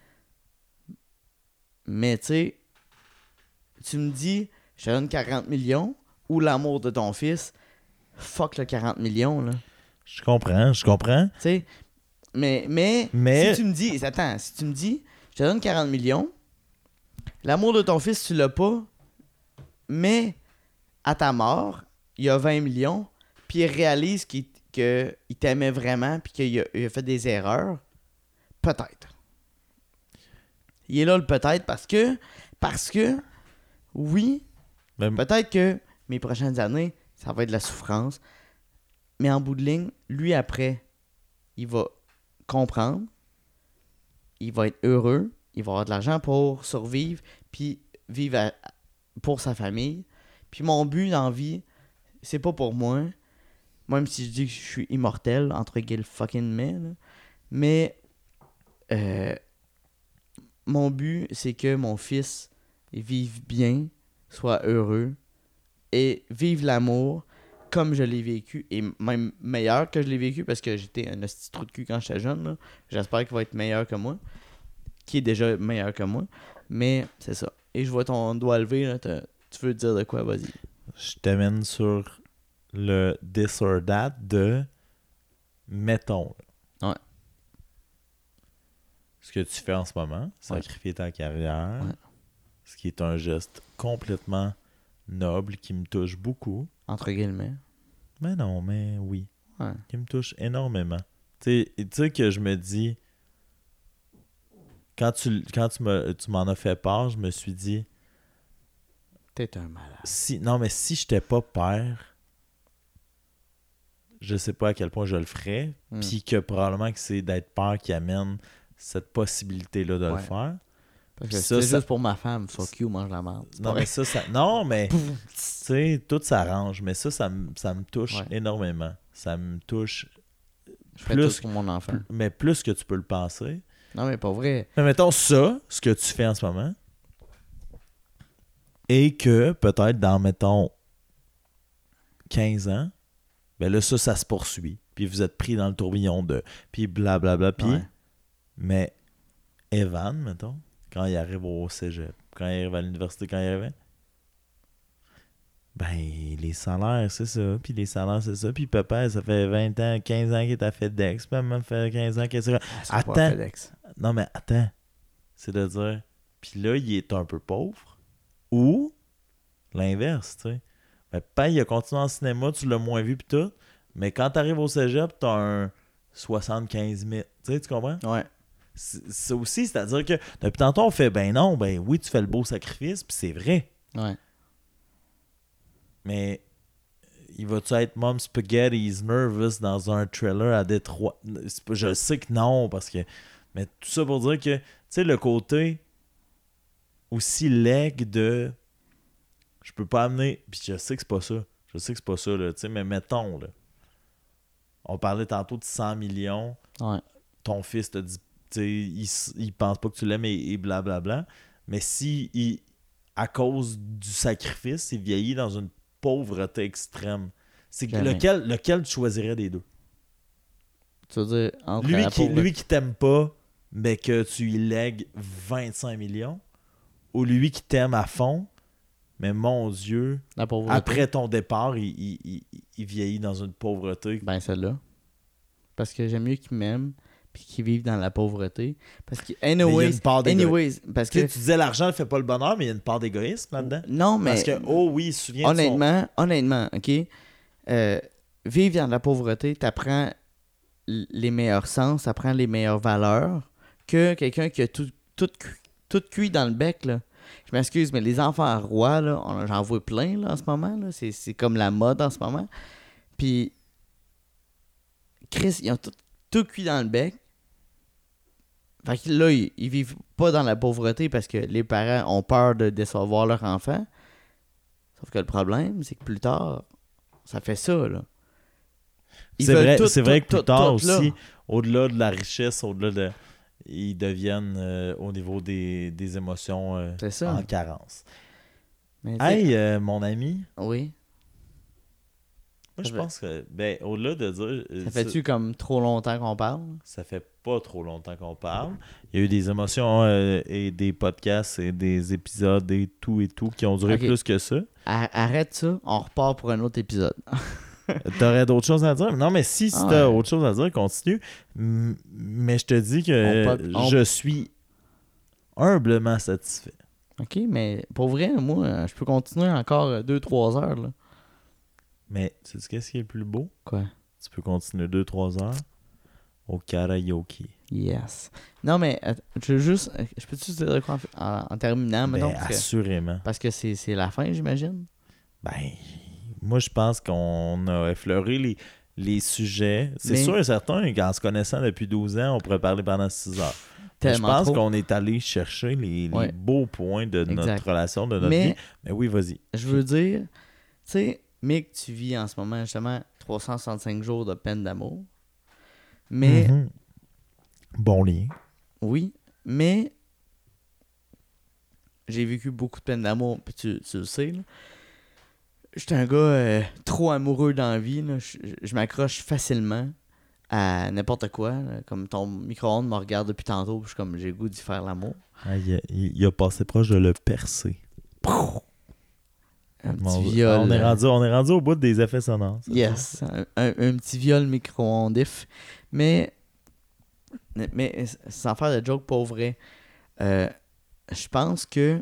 Mais tu sais, tu me dis, je te donne quarante millions, ou l'amour de ton fils, fuck le quarante millions, là. Je comprends, je comprends. Tu sais, mais, mais, Mais- si tu me dis, attends, si tu me dis, je te donne quarante millions, l'amour de ton fils, tu l'as pas, mais à ta mort, il y a vingt millions, puis il réalise qu'il que il t'aimait vraiment, puis qu'il a, il a fait des erreurs, peut-être. Il est là le peut-être parce que, parce que, oui, Mais- peut-être que mes prochaines années, ça va être de la souffrance, mais en bout de ligne, lui après, il va comprendre, il va être heureux, il va avoir de l'argent pour survivre, puis vivre à- pour sa famille. Puis mon but dans la vie, c'est pas pour moi, même si je dis que je suis immortel, entre guillemets, fucking mais, là, mais euh, mon but, c'est que mon fils vive bien, soit heureux, et vive l'amour comme je l'ai vécu, et même meilleur que je l'ai vécu, parce que j'étais un petit trou de cul quand j'étais jeune. Là. J'espère qu'il va être meilleur que moi, qui est déjà meilleur que moi, mais c'est ça. Et je vois ton doigt levé, là, t'as- tu veux dire de quoi, vas-y. Je t'amène sur le this or that de mettons. là. Ouais. Ce que tu fais en ce moment, sacrifier ta carrière, Ouais. ce qui est un geste complètement noble qui me touche beaucoup. Entre guillemets. Mais non, mais oui, Ouais. qui me touche énormément. Tu sais- tu sais que je me dis, quand tu, quand tu, me, tu m'en as fait part, je me suis dit, T'es un malade. si non, mais si j'étais pas père, je sais pas à quel point je le ferais. Mm. Puis que probablement que c'est d'être père qui amène cette possibilité-là de le Ouais. faire. Parce Puis que ça, c'est ça- juste pour ma femme, fuck you, mange la merde. C'est Non, pas mais vrai. ça, ça. Non, mais. Tu sais, tout s'arrange. Mais ça, ça, me- ça me touche Ouais. énormément. Ça me touche. Je fais tout plus- pour mon enfant. Mais plus que tu peux le penser. Non, mais pas vrai. Mais mettons ça, ce que tu fais en ce moment. Et que peut-être dans, mettons, quinze ans, ben là, ça, ça se poursuit. Puis vous êtes pris dans le tourbillon de. Puis blablabla. Puis. Ouais. Mais Evan, mettons, quand il arrive au cégep, quand il arrive à l'université, quand il arrive, ben, les salaires, c'est ça. Puis les salaires, c'est ça. Puis papa, ça fait vingt ans, quinze ans qu'il est à FedEx. Puis maman fait quinze ans qu'il est... Ah, c'est pas Attends. FedEx. Non, mais attends. C'est de dire... Puis là, il est un peu pauvre. Ou l'inverse, tu sais. Ben, papa, il a continué en cinéma, tu l'as moins vu, puis tout. Mais quand t'arrives au cégep, t'as un soixante-quinze mille. Tu sais, tu comprends? Ouais. C'est ça aussi, c'est-à-dire que depuis tantôt, on fait ben non, ben oui, tu fais le beau sacrifice, puis c'est vrai. Ouais. Mais il va-tu être Mom Spaghetti's Nervous dans un trailer à Détroit? C'est pas- Je sais que non, parce que. Mais tout ça pour dire que, tu sais, le côté aussi leg de. Je peux pas amener. Puis je sais que c'est pas ça. Je sais que c'est pas ça, là. Tu sais, mais mettons, là. On parlait tantôt de cent millions. Ouais. Ton fils te dit, tu sais, il, s- il pense pas que tu l'aimes et, et blablabla. Mais si, il, à cause du sacrifice, il vieillit dans une pauvreté extrême, c'est que Jamais. lequel, lequel tu choisirais des deux? Tu veux dire, entre Lui la qui, pauvre- lui qui t'aime pas, mais que tu lui lègues vingt-cinq millions, ou lui qui t'aime à fond, mais mon Dieu, la pauvreté. après ton départ, il, il, il, il vieillit dans une pauvreté. Ben, celle-là. Parce que j'aime mieux qu'il m'aime, puis puis qui vivent dans la pauvreté. Parce que, Mais il y a anyways, une part d'égoïsme. anyways parce Tu que... sais, tu disais l'argent ne fait pas le bonheur, mais il y a une part d'égoïsme là-dedans. Non, mais... Parce que, oh oui, souviens honnêtement, honnêtement, OK? Euh, vivre dans la pauvreté, t'apprends l- les meilleurs sens, t'apprends les meilleures valeurs que quelqu'un qui a tout, tout, cu- tout cuit dans le bec, là. Je m'excuse, mais les enfants rois, là, on- j'en vois plein, là, en ce moment, là. C'est, c'est comme la mode en ce moment. Puis, Chris, ils ont tout, tout cuit dans le bec. Fait que là, ils, ils vivent pas dans la pauvreté parce que les parents ont peur de décevoir leur enfant. Sauf que le problème, c'est que plus tard, ça fait ça, là. Ils C'est veulent vrai, tout, c'est tout, vrai que tout, plus tard tout, là. aussi, au-delà de la richesse, au-delà de... Ils deviennent, euh, au niveau des, des émotions, euh, C'est ça. en carence. Mais tu sais- Hey, euh, mon ami, Oui. moi, Ça je fait- pense que, ben, au-delà de dire... euh, Ça fait-tu comme trop longtemps qu'on parle? Ça fait pas trop longtemps qu'on parle. Il y a eu des émotions euh, et des podcasts et des épisodes et tout et tout qui ont duré Ok. plus que ça. Ar- Arrête ça, on repart pour un autre épisode. T'aurais d'autres choses à dire? Non, mais si, si Ah t'as ouais. autre chose à dire, continue. M- Mais je te dis que On peut- on- je suis humblement satisfait. OK, mais pour vrai, moi, euh, je peux continuer encore deux trois heures, là. Mais tu sais qu'est-ce qui est le plus beau? Quoi? Tu peux continuer deux trois heures au karaoke. Yes. Non, mais euh, je veux juste... euh, Je peux-tu te dire de quoi en, en- en terminant, Ben, mettons? Parce que, assurément. parce que c'est, c'est la fin, j'imagine? Ben, moi, je pense qu'on a effleuré les, les sujets. C'est Mais- sûr et certain qu'en se connaissant depuis douze ans, on pourrait parler pendant six heures. Mais je Tellement pense trop. qu'on est allé chercher les, les Ouais. beaux points de Exact. notre relation, de notre Mais- vie. Mais oui, vas-y. Je veux dire, tu sais, Mick, tu vis en ce moment, justement, trois cent soixante-cinq jours de peine d'amour. Mais... Mhm. Bon lien. Oui, mais j'ai vécu beaucoup de peine d'amour, puis tu, tu le sais, là. J'étais un gars euh, trop amoureux dans la vie, là. Je, je m'accroche facilement à n'importe quoi, là. Comme ton micro-ondes me regarde depuis tantôt, puis je suis comme, j'ai le goût d'y faire l'amour. Ah, il, a, il- il a passé proche de le percer. Un petit Mon- viol. on, est euh, rendu, on est rendu au bout des effets sonores. c'est Yes, un, un- un petit viol micro-ondif. Mais, mais sans faire de joke, pour vrai, euh, je pense que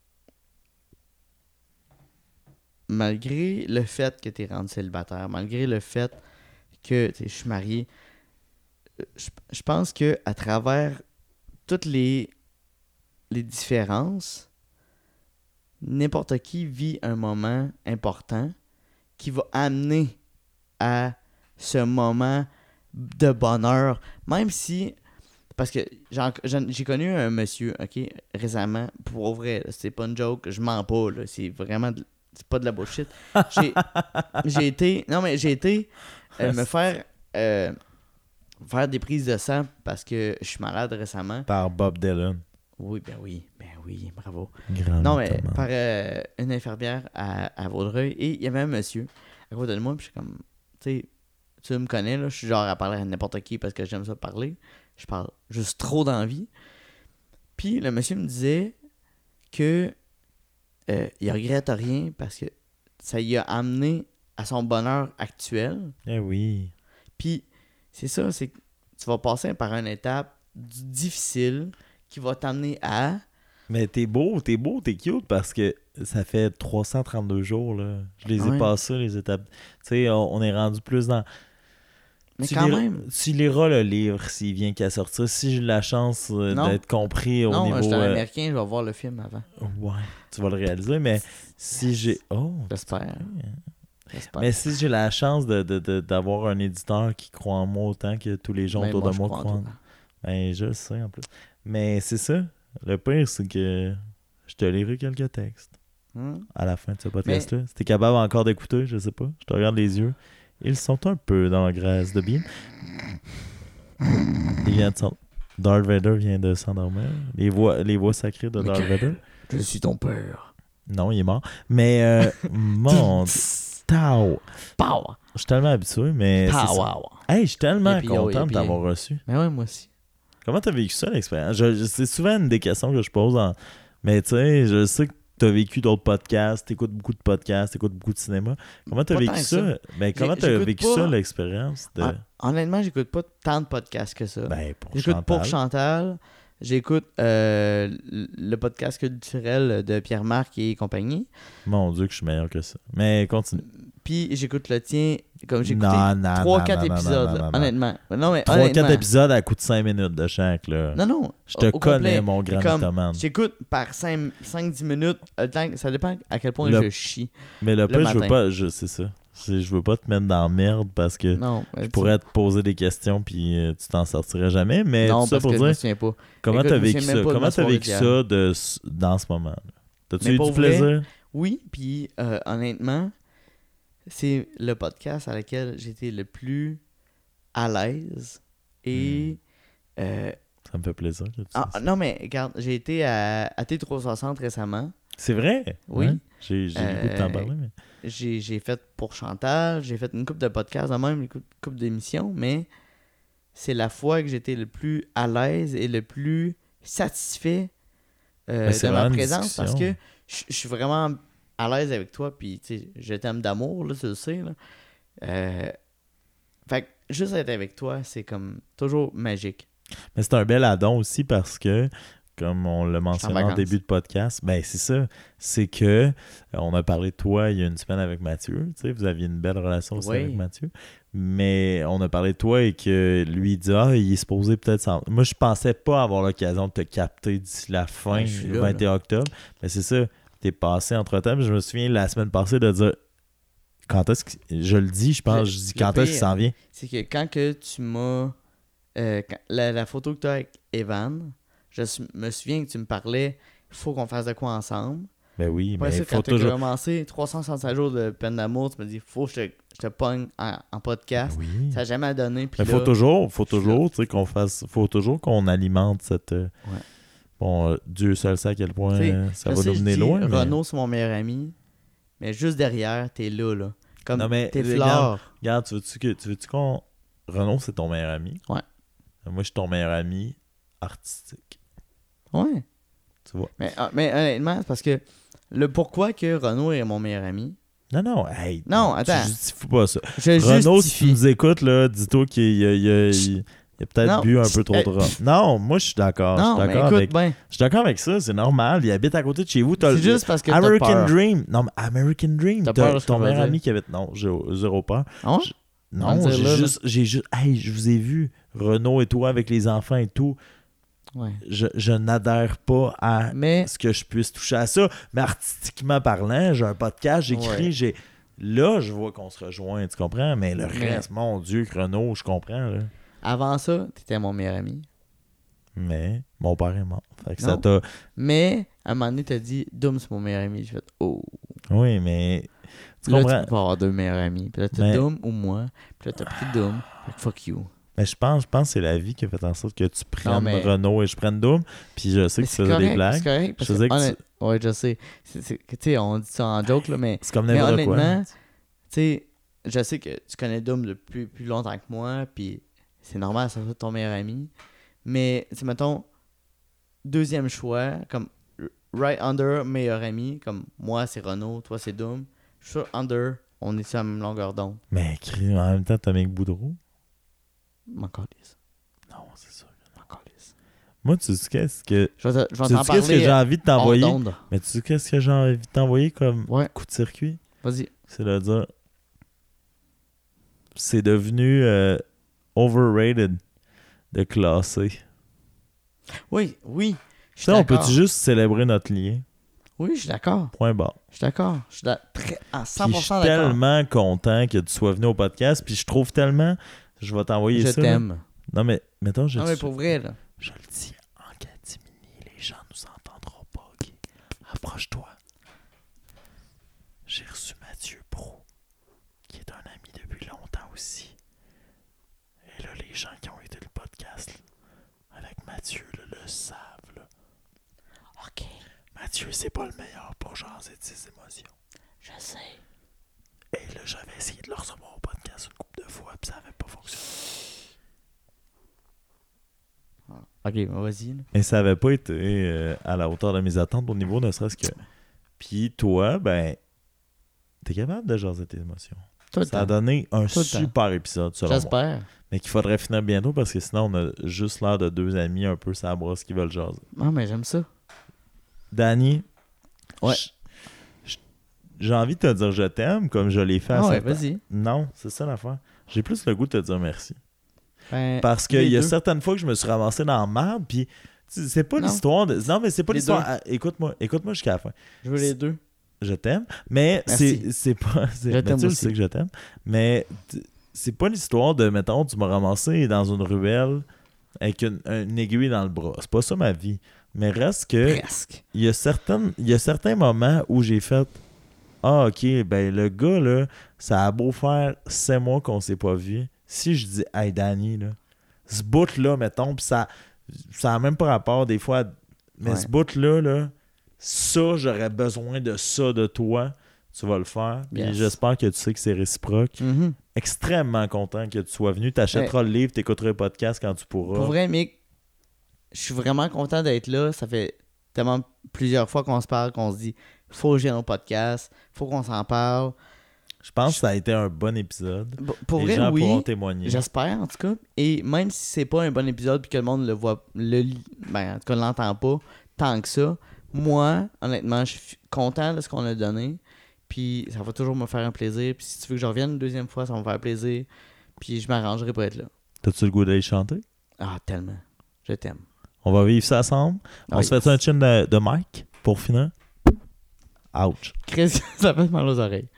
malgré le fait que tu es rendu célibataire, malgré le fait que t'sais, je suis marié, euh, je, je pense que à travers toutes les, les différences, n'importe qui vit un moment important qui va amener à ce moment de bonheur, même si, parce que j'en- j'en- j'ai connu un monsieur, ok, récemment, pour vrai, là, c'est pas une joke, je mens pas, là, c'est vraiment, de- c'est pas de la bullshit. J'ai j'ai été, non mais j'ai été euh, me faire euh, faire des prises de sang parce que je suis malade récemment. Par Bob Dylan. Oui, ben oui, ben oui, bravo. Grand Non, mais mythomane. par euh, une infirmière à, à Vaudreuil. Et il y avait un monsieur à côté de moi. Puis je suis comme, tu sais, tu me connais, là. Je suis genre à parler à n'importe qui parce que j'aime ça parler. Je parle juste trop d'envie. Puis le monsieur me disait que euh, il regrette rien parce que ça y a amené à son bonheur actuel. Eh oui. Puis c'est ça, c'est que tu vas passer par une étape du- difficile qui va t'amener à... Mais t'es beau, t'es beau, t'es cute parce que ça fait trois cent trente-deux jours, là. Je les ai Ouais. passés, les étapes. Tu sais, on, on est rendu plus dans... Mais tu quand liras- même... Tu liras le livre s'il vient qu'à sortir. Si j'ai la chance euh, Non. d'être compris au Non, niveau... je suis un euh, américain, je vais voir le film avant. ouais, tu vas le réaliser, mais si j'ai... Oh! J'espère. J'espère. Mais si j'ai la chance de, de, de- d'avoir un éditeur qui croit en moi autant que tous les gens Ben, autour moi, de je moi crois en croient en... toi. Ben, je le sais en plus. Mais c'est ça. Le pire, c'est que je te lirai quelques textes Hmm? à la fin de ce podcast-là. Si t'es capable encore d'écouter, je sais pas. Je te regarde les yeux. Ils sont un peu dans la graisse de bien. Il vient de s'en... Darth Vader vient de s'endormir. Les voix, les voix sacrées de Darth Vader. Je suis ton père. Non, il est mort. Mais, euh, mon... Tao. Pow! Je suis tellement habitué, mais... c'est ça. Pow! Hey, je suis tellement Et puis, oh, content et de puis- t'avoir reçu. Mais ouais, moi aussi. Comment t'as vécu ça, l'expérience? Je, je- c'est souvent une des questions que je pose. En... Mais tu sais, je sais que t'as vécu d'autres podcasts, t'écoutes beaucoup de podcasts, t'écoutes beaucoup de cinéma. Comment t'as Pas vécu tant que ça? ça. Ben, comment J'ai- t'as j'écoute vécu pas- ça, l'expérience? De... Hon- Honnêtement, j'écoute pas tant de podcasts que ça. Ben, pour J'écoute Chantal. pour Chantal. J'écoute euh, le podcast culturel de Pierre-Marc et compagnie. Mon Dieu, que je suis meilleur que ça. Mais continue. Puis j'écoute le tien, comme j'ai écouté Non, non, trois non, quatre non, non, épisodes, non, là, non, non. honnêtement. Non, mais trois quatre honnêtement. épisodes à coup de cinq minutes de chaque, là. Non, non. Je te au- au connais, complet. mon grand Comme, mythomane. J'écoute par cinq dix minutes. euh, tant- Ça dépend à quel point Le- je chie. Mais le pire, je veux matin. pas... Je, c'est ça. C'est- Je veux pas te mettre dans la merde parce que Non. je euh, pourrais te poser des questions puis euh, tu t'en sortirais jamais. Mais non, tout ça parce pour que je me dire, souviens pas. comment Écoute, t'as je me vécu souviens ça? même pas de Comment ma t'as soirée vécu d'hier. ça de, dans ce moment? Là? T'as-tu Mais eu pour du vrai, plaisir? Oui, puis euh, honnêtement, c'est le podcast à lequel j'étais le plus à l'aise. Et. euh, Ça me fait plaisir que tu ah, dises ça. non, mais regarde, j'ai été à, à T trois cent soixante récemment. C'est vrai? Oui. Ouais. J'ai j'ai le goût de t'en Euh, parler. Mais... J'ai, j'ai fait pour Chantal, j'ai fait une couple de podcasts, en même une couple, couple d'émissions, mais c'est la fois que j'étais le plus à l'aise et le plus satisfait euh, Ben, c'est de ma vraiment une présence parce discussion. que je je suis vraiment à l'aise avec toi, puis tu sais, je t'aime d'amour, là, tu le sais. Là. Euh, fait que juste être avec toi, c'est comme toujours magique. Mais c'est un bel addon aussi parce que, comme on l'a mentionné en vacances. début de podcast, ben c'est ça. C'est que euh, on a parlé de toi il y a une semaine avec Mathieu. Tu sais, vous aviez une belle relation aussi Oui. avec Mathieu. Mais on a parlé de toi et que lui il dit Ah, il est supposé peut-être s'en. Moi, je pensais pas avoir l'occasion de te capter d'ici la fin Ouais, je suis du là, vingt et un octobre. Mais c'est ça, t'es passé entre-temps. Puis je me souviens la semaine passée de dire quand est-ce que. Je le dis, je pense, Le- je dis le quand est-ce qu'il pire, s'en vient. C'est que quand que tu m'as... euh, quand- la, la photo que tu as avec Evan, je s- me souviens que tu me parlais, il faut qu'on fasse de quoi ensemble. Ben oui, Après mais ça, il faut quand tu as toujours. commencé trois cent soixante-cinq jours de peine d'amour, tu me dis, faut que je te, je te pogne en, en podcast. Oui. Ça n'a jamais donné. Puis Mais là, faut toujours, faut je suis toujours, tu sais, qu'on fasse, faut toujours qu'on alimente cette. euh, Ouais. Bon, euh, Dieu seul sait à quel point Tu sais, euh, ça je va sais, nous je mener dis, loin. mais- Renaud, c'est mon meilleur ami. Mais juste derrière, t'es là, là. Comme Non, mais t'es regarde, flore. Regarde, tu veux-tu que, tu veux-tu qu'on. Renaud, c'est ton meilleur ami. Ouais. Euh, Moi, je suis ton meilleur ami artistique. Ouais. Tu vois. Mais, ah, mais honnêtement, c'est parce que le pourquoi que Renaud est mon meilleur ami. Non, non, hey. Non, tu attends. justifies pas ça. Je Renaud, si tu justifie. nous écoutes, là, dis-toi qu'il y a, il y a- il y a- il a peut-être Non. bu un peu trop Hey. de rhum. Non, moi, je suis d'accord. Je Non, suis mais d'accord écoute avec, bien. je suis d'accord avec ça. C'est normal. Il habite à côté de chez vous. T'as C'est le- juste parce que t'as American peur. Dream. Non, mais American Dream. T'as T'as peur de ce ton qu'on va meilleur dire. ami qui habite. Non, j'ai zéro peur. Ah ouais? Je- On va Non, dire j'ai là, là. juste, j'ai juste. Hey, je vous ai vu, Renaud et toi avec les enfants et tout. Ouais. Je, je n'adhère pas à Mais ce que je puisse toucher à ça. Mais artistiquement parlant, j'ai un podcast, j'écris, Ouais. j'ai. Là, je vois qu'on se rejoint, tu comprends? Mais le Mais- reste, mon Dieu, que Renaud, je comprends. Là. avant ça, t'étais mon meilleur ami. Mais mon père est mort. Fait que Non. ça t'a. Mais à un moment donné, t'as dit Doom, c'est mon meilleur ami. J'ai fait oh. Oui, mais. Tu Là, comprends? tu peux pas avoir deux meilleurs amis. Puis là, t'as Mais- Doom ou moi. Puis là, t'as pris Doom. Fait que fuck you. Mais je pense, je pense que c'est la vie qui a fait en sorte que tu prennes Non, mais- Renaud et je prenne Doom. Puis je sais Mais que tu c'est faisais correct, des blagues. c'est correct. Parce Je faisais que, que tu- honnête- Ouais, je sais. C'est- c'est- Tu sais, on dit ça en joke, là, mais C'est comme Mais n'importe quoi. honnêtement, tu sais, je sais que tu connais Doom depuis plus longtemps que moi, puis c'est normal, c'est ton meilleur ami. Mais, tu sais, mettons, deuxième choix, comme right under meilleur ami, comme moi c'est Renaud, toi c'est Doom. Je suis sûr, under, on est sur la même longueur d'onde. Mais écris en même temps, t'as Mick Boudreau. M'en calisse. Non, c'est sûr. M'en calisse. Moi, tu sais qu'est-ce que. Je vais te- je vais Tu t'en sais qu'est-ce que parler j'ai envie de hors t'envoyer? d'onde. Mais tu sais qu'est-ce que j'ai envie de t'envoyer comme Ouais, coup de circuit? vas-y. C'est de dire. C'est devenu euh, overrated de classer. Oui, oui. Je Tu suis sais, on d'accord. peut-tu juste célébrer notre lien? Oui, je suis d'accord. Point barre. Je suis d'accord. Je suis da- très- à Puis cent je pour suis cent d'accord. tellement content que tu sois venu au podcast. Puis je trouve tellement. Je vais t'envoyer Je ça. là. t'aime. Non, mais mettons, je, Non, mais pour vrai, là. je le dis en catimini. Les gens nous entendront pas, ok? Approche-toi. J'ai reçu Mathieu Pro, qui est un ami depuis longtemps aussi. Et là, les gens qui ont été le podcast là, avec Mathieu là, le savent. Là. Ok, Mathieu, c'est pas le meilleur pour jaser de ses émotions. je sais. Et là, j'avais essayé de le recevoir au podcast une couple de fois, puis ça avait pas fonctionné. Ok, vas-y. là. Mais ça avait pas été euh, à la hauteur de mes attentes au niveau ne serait-ce que Puis toi, ben, t'es capable de jaser tes émotions. Tout le Ça a temps. donné un Tout le super épisode, selon moi. J'espère. Mais qu'il faudrait finir bientôt parce que sinon, on a juste l'air de deux amis un peu sur la brosse qui veulent jaser. Ah, mais j'aime ça. Danny, Ouais. j- j- j'ai envie de te dire je t'aime comme je l'ai fait à Ah ouais, certains- vas-y. Non, c'est ça l'affaire. J'ai plus le goût de te dire merci. Ben, Parce les qu'il y a deux. certaines fois que je me suis ramassé dans la merde, puis tu sais, c'est pas Non. l'histoire de. Non, mais c'est pas Les l'histoire. deux. Ah, écoute-moi, écoute-moi jusqu'à la fin. Je veux les deux. Je t'aime, mais Merci. c'est c'est pas. c'est- Je ben, t'aime tu le aussi. sais que je t'aime, mais t- c'est pas l'histoire de, mettons, tu m'as ramassé dans une ruelle avec une, une aiguille dans le bras. C'est pas ça ma vie. Mais reste que. Presque. Il y a certaines, il y a certains moments où j'ai fait ah ok, ben le gars là, ça a beau faire sept mois qu'on s'est pas vu. Si je dis hey Danny là, ce bout là mettons, pis ça ça a même pas rapport des fois, mais Ouais. ce bout là là, ça j'aurais besoin de ça de toi, tu vas le faire. Puis Yes. j'espère que tu sais que c'est réciproque. Mhm. Extrêmement content que tu sois venu, t'achèteras le livre, t'écouteras le podcast quand tu pourras. Pour vrai, Mick, je suis vraiment content d'être là. Ça fait tellement plusieurs fois qu'on se parle, qu'on se dit faut que j'ai un podcast, faut qu'on s'en parle. Je pense que ça a été un bon épisode. B- Pour Les vrai, gens oui. pourront témoigner. J'espère, en tout cas. Et même si c'est pas un bon épisode puis que le monde le voit, le lit- ben, en tout cas, l'entend pas tant que ça, moi, honnêtement, je suis content de ce qu'on a donné. Puis ça va toujours me faire un plaisir. Puis si tu veux que je revienne une deuxième fois, ça va me faire plaisir. Puis je m'arrangerai pour être là. T'as-tu le goût d'aller chanter? Ah, tellement. Je t'aime. On va vivre ça ensemble. On Ah, se yes. fait un chin de, de Mike pour finir. Ouch. Chris, ça fait mal aux oreilles.